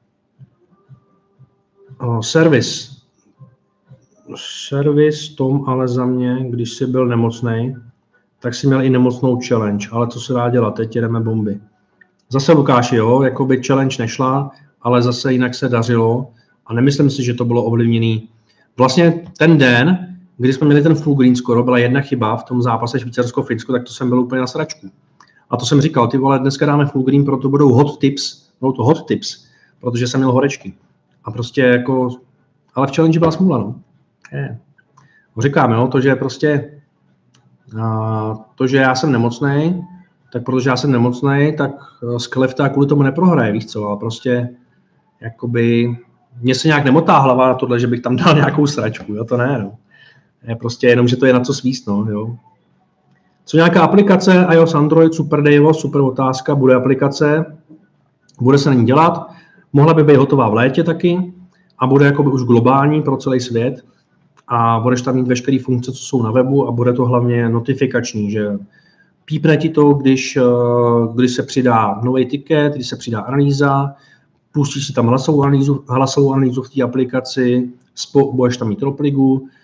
B: Servis, Tom, ale za mě, když jsi byl nemocnej, tak jsi měl i nemocnou challenge, ale co se dá dělat, teď jedeme bomby. Zase Lukáši, jakoby challenge nešla, ale zase jinak se dařilo a nemyslím si, že to bylo ovlivněný. Vlastně ten den, když jsme měli ten full green skoro, byla jedna chyba v tom zápase Švýcarsko-Finsko, tak to jsem byl úplně na sračku. A to jsem říkal, ty vole, dneska dáme full green, proto budou hot tips, protože jsem měl horečky. A prostě jako, ale v challenge byla smůla, Říkám, to, že prostě, to, že já jsem nemocnej, tak protože já jsem nemocnej, tak Sklefta kvůli tomu neprohraje, víš co, ale prostě, jakoby, mně se nějak nemotá hlava na tohle, že bych tam dal nějakou sračku, to ne, Je prostě jenom, že to je na co svíst, jo. Co nějaká aplikace iOS, Android, super Dave, super otázka, bude aplikace, bude se na ní dělat, mohla by být hotová v létě taky a bude jakoby už globální pro celý svět a budeš tam mít veškeré funkce, co jsou na webu a bude to hlavně notifikační, že pípne ti to, když se přidá nový ticket, když se přidá analýza, pustíš si tam hlasovou analýzu v té aplikaci, budeš tam mít ROP ligu,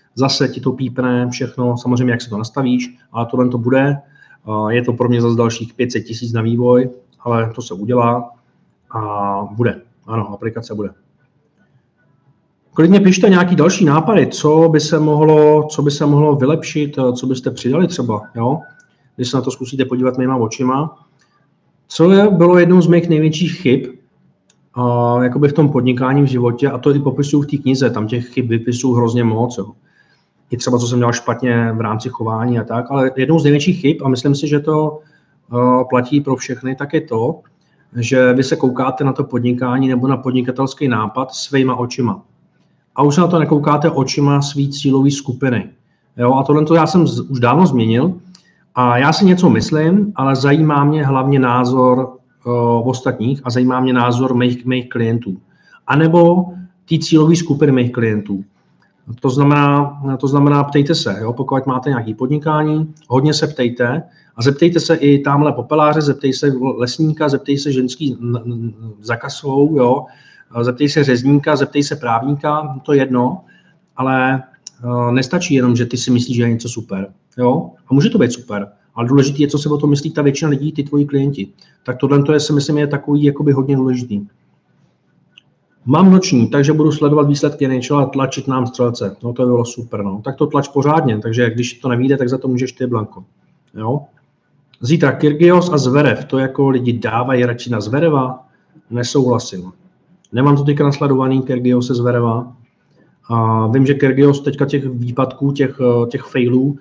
B: zase ti to pípne všechno, samozřejmě jak si to nastavíš, ale tohle to bude. Je to pro mě zase dalších 500 000 na vývoj, ale to se udělá a bude. Ano, aplikace bude. Klidně pište nějaký další nápady, co by se mohlo vylepšit, co byste přidali třeba, jo? Když se na to zkusíte podívat mýma očima. Co bylo jednou z mých největších chyb, jakoby v tom podnikání v životě, a to i popisuju v té knize, tam těch chyb vypisuju hrozně moc, jo. I třeba, co jsem dělal špatně v rámci chování a tak, ale jednou z největších chyb, a myslím si, že to platí pro všechny, tak je to, že vy se koukáte na to podnikání nebo na podnikatelský nápad svýma očima. A už se na to nekoukáte očima svý cílové skupiny. Jo, a tohle já jsem už dávno změnil. A já si něco myslím, ale zajímá mě hlavně názor ostatních a zajímá mě názor mých klientů. A nebo ty cílové skupiny mých klientů. To znamená ptejte se, jo? Pokud máte nějaké podnikání, hodně se ptejte a zeptejte se i tamhle popeláře, zeptej se lesníka, zeptej se ženský za kasou, jo? Zeptej se řezníka, zeptej se právníka, to je jedno, ale nestačí jenom, že ty si myslíš, že je něco super. Jo? A může to být super, ale důležité je, co si o tom myslí ta většina lidí, ty tvoji klienti. Tak tohle si myslím, je takový jakoby hodně důležitý. Mám noční, takže budu sledovat výsledky NHL a tlačit nám střelce. No to by bylo super, no. Tak to tlač pořádně, takže když to nevíde, tak za to můžeš ty, Blanko. Jo? Zítra Kyrgios a Zverev, to jako lidi dávají radši na Zvereva, nesouhlasím. Nemám to teďka nasledovaný Kyrgios se Zvereva. A vím, že Kyrgios teďka těch výpadků, těch failů,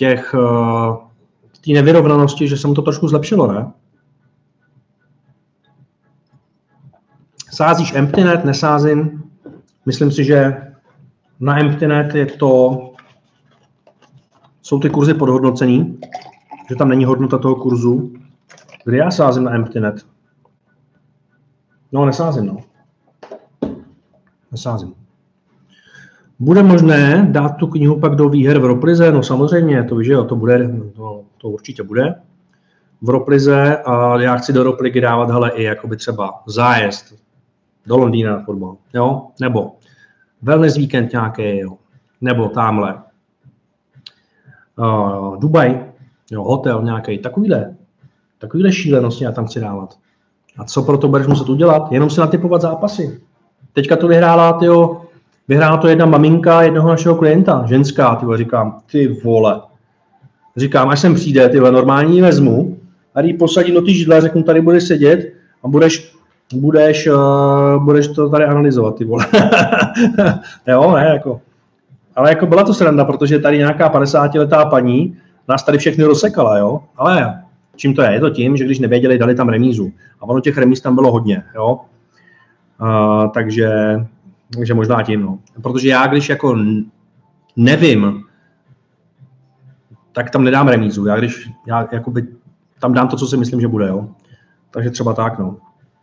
B: té nevyrovnanosti, že se mu to trošku zlepšilo, ne? Sázíš EmptyNet, nesázím. Myslím si, že na EmptyNet jsou ty kurzy podhodnocený, že tam není hodnota toho kurzu. Kdy já sázím na EmptyNet? No, nesázím, no. Nesázím. Bude možné dát tu knihu pak do výher v Roplize? No samozřejmě, to víš, že jo, to určitě bude. V Roplize a já chci do Ropligy dávat i jakoby třeba zájezd do Londýna na fotbal, jo, nebo wellness víkend nějaký, jo, nebo tamhle Dubaj, jo, hotel nějaký, takovýhle šílenosti já tam chci dávat. A co pro to budeš muset udělat? Jenom si natypovat zápasy. Teďka to vyhrála to jedna maminka jednoho našeho klienta, ženská, říkám, ty vole. Říkám, až sem přijde, normální ji vezmu a ji posadím do té židle, řeknu, tady budeš sedět a budeš to tady analyzovat, ty vole. Jo, ne, jako. Ale jako byla to sranda, protože tady nějaká 50letá paní nás tady všechny rozsekala, jo. Ale čím to je? Je to tím, že když nevěděli, dali tam remízu. A ono těch remíz tam bylo hodně, jo. Takže možná tím, no. Protože já, když jako nevím, tak tam nedám remízu. Já jakoby tam dám to, co si myslím, že bude, jo. Takže třeba tak, no.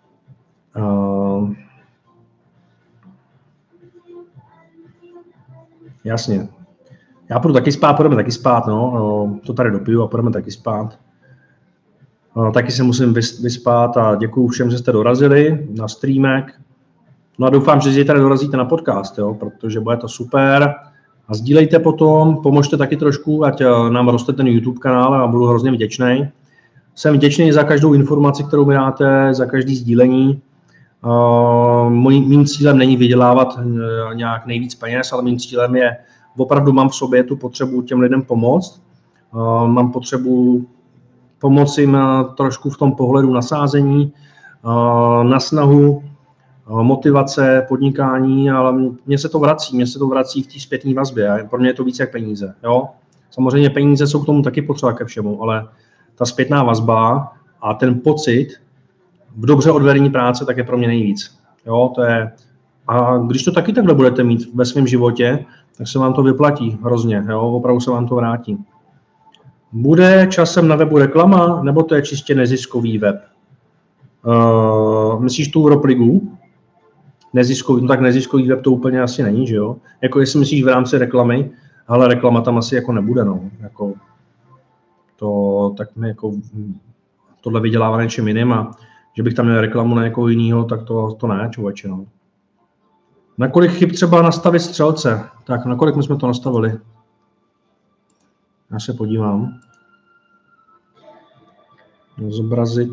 B: Jasně. Já půjdu taky spát, no. To tady dopiju a půjdeme taky spát. Taky se musím vyspat a děkuju všem, že jste dorazili na streamek. No a doufám, že zítra dorazíte na podcast, jo, protože bude to super. A sdílejte potom, pomožte taky trošku, ať nám roste ten YouTube kanál a budu hrozně vděčný. Jsem vděčný za každou informaci, kterou mi dáte, za každý sdílení. Mým cílem není vydělávat nějak nejvíc peněz, ale mým cílem je, opravdu mám v sobě tu potřebu těm lidem pomoct. Mám potřebu pomoci jim trošku v tom pohledu nasázení, na snahu, motivace, podnikání, ale mně se to vrací v té zpětné vazbě. Pro mě je to víc jak peníze. Jo? Samozřejmě peníze jsou k tomu taky potřeba ke všemu, ale ta zpětná vazba a ten pocit v dobře odvedené práce, tak je pro mě nejvíc. Jo? A když to taky takhle budete mít ve svém životě, tak se vám to vyplatí hrozně. Jo? Opravdu se vám to vrátí. Bude časem na webu reklama, nebo to je čistě neziskový web? Myslíš tu Ropligu? Neziskový, no tak neziskový web to úplně asi není, že jo? Jako jestli myslíš v rámci reklamy, ale reklama tam asi jako nebude, no. Jako tak mi jako tohle vydělává něčím jiným a že bych tam měl reklamu na někoho jinýho, tak to ne, člověče, no. Na kolik chyb třeba nastavit střelce? Tak, na kolik my jsme to nastavili? Já se podívám. Zobrazit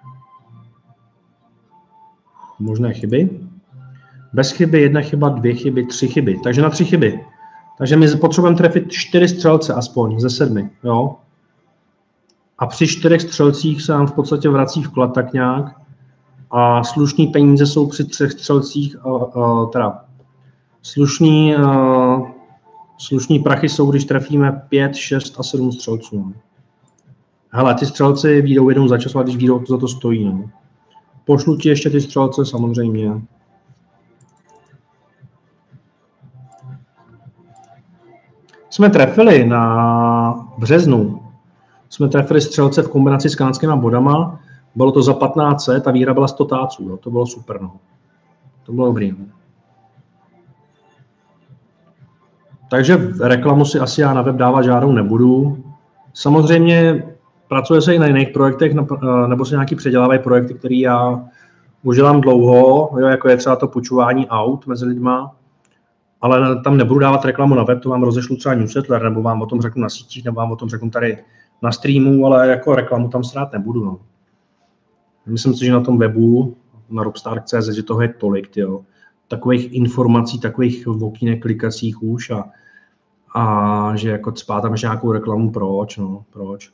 B: možné chyby. Bez chyby, 1 chyba, 2 chyby, 3 chyby. Takže na 3 chyby. Takže my potřebujeme trefit 4 střelce aspoň ze 7. Jo? A při 4 střelcích se nám v podstatě vrací vklad tak nějak. A slušný peníze jsou při 3 střelcích, teda slušný prachy jsou, když trefíme 5, 6 a 7 střelců. Hele, ty střelci výjdou jednou za čas, ale když výjdou, to za to stojí. No. Pošlu ti ještě ty střelce samozřejmě. Jsme trefili na březnu. Jsme trefili střelce v kombinaci s kanadskými bodama. Bylo to za 1500, ta výhra byla 100 táců. Jo. To bylo super. No. To bylo dobrý. No. Takže reklamu si asi já na web dávat žádnou nebudu. Samozřejmě pracuje se i na jiných projektech, nebo se nějaký předělávají projekty, které já už dělám dlouho, jo, jako je třeba to půjčování aut mezi lidma, ale tam nebudu dávat reklamu na web, to vám rozešlu třeba newsletter, nebo vám o tom řeknu na sítích, nebo vám o tom řeknu tady na streamu, ale jako reklamu tam srát nebudu. No. Myslím si, že na tom webu, na robstar.cz, že toho je tolik, jo. Takových informací, takových okýnek klikacích už a že jako cpá tam ještě nějakou reklamu, proč, no, proč.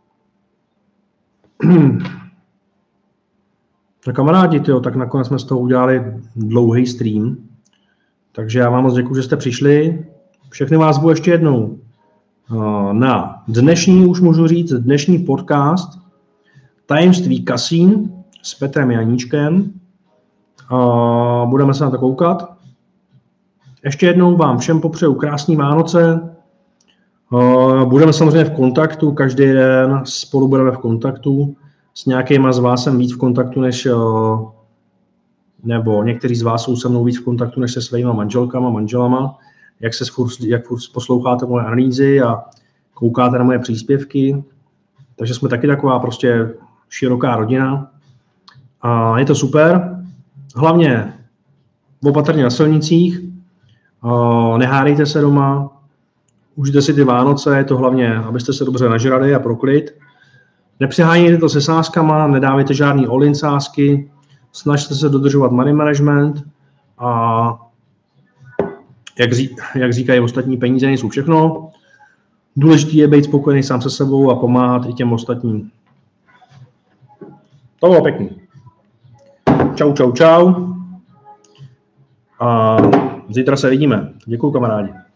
B: Tak kamarádi, tyjo, tak nakonec jsme z toho udělali dlouhý stream, takže já vám moc děkuji, že jste přišli. Všechny vás zvu ještě jednou na dnešní, už můžu říct, dnešní podcast Tajemství kasín s Petrem Janíčkem. Budeme se na to koukat. Ještě jednou vám všem popřeju krásný Vánoce. Budeme samozřejmě v kontaktu, každý den spolu budeme v kontaktu. S nějakýma z vás jsem víc v kontaktu nebo někteří z vás jsou se mnou víc v kontaktu než se svýma manželama. Jak furt posloucháte moje analýzy a koukáte na moje příspěvky. Takže jsme taky taková prostě široká rodina. A je to super. Hlavně opatrně na silnicích, nehádejte se doma, užijte si ty Vánoce, je to hlavně, abyste se dobře nažrali a pro klid. Nepřehánějte to se sázkama, nedávejte žádný all-in sázky, snažte se dodržovat money management a jak říkají ostatní, peníze nejsou všechno. Důležitý je být spokojený sám se sebou a pomáhat i těm ostatním. To bylo pěkný. Čau. A zítra se vidíme. Děkuju, kamarádi.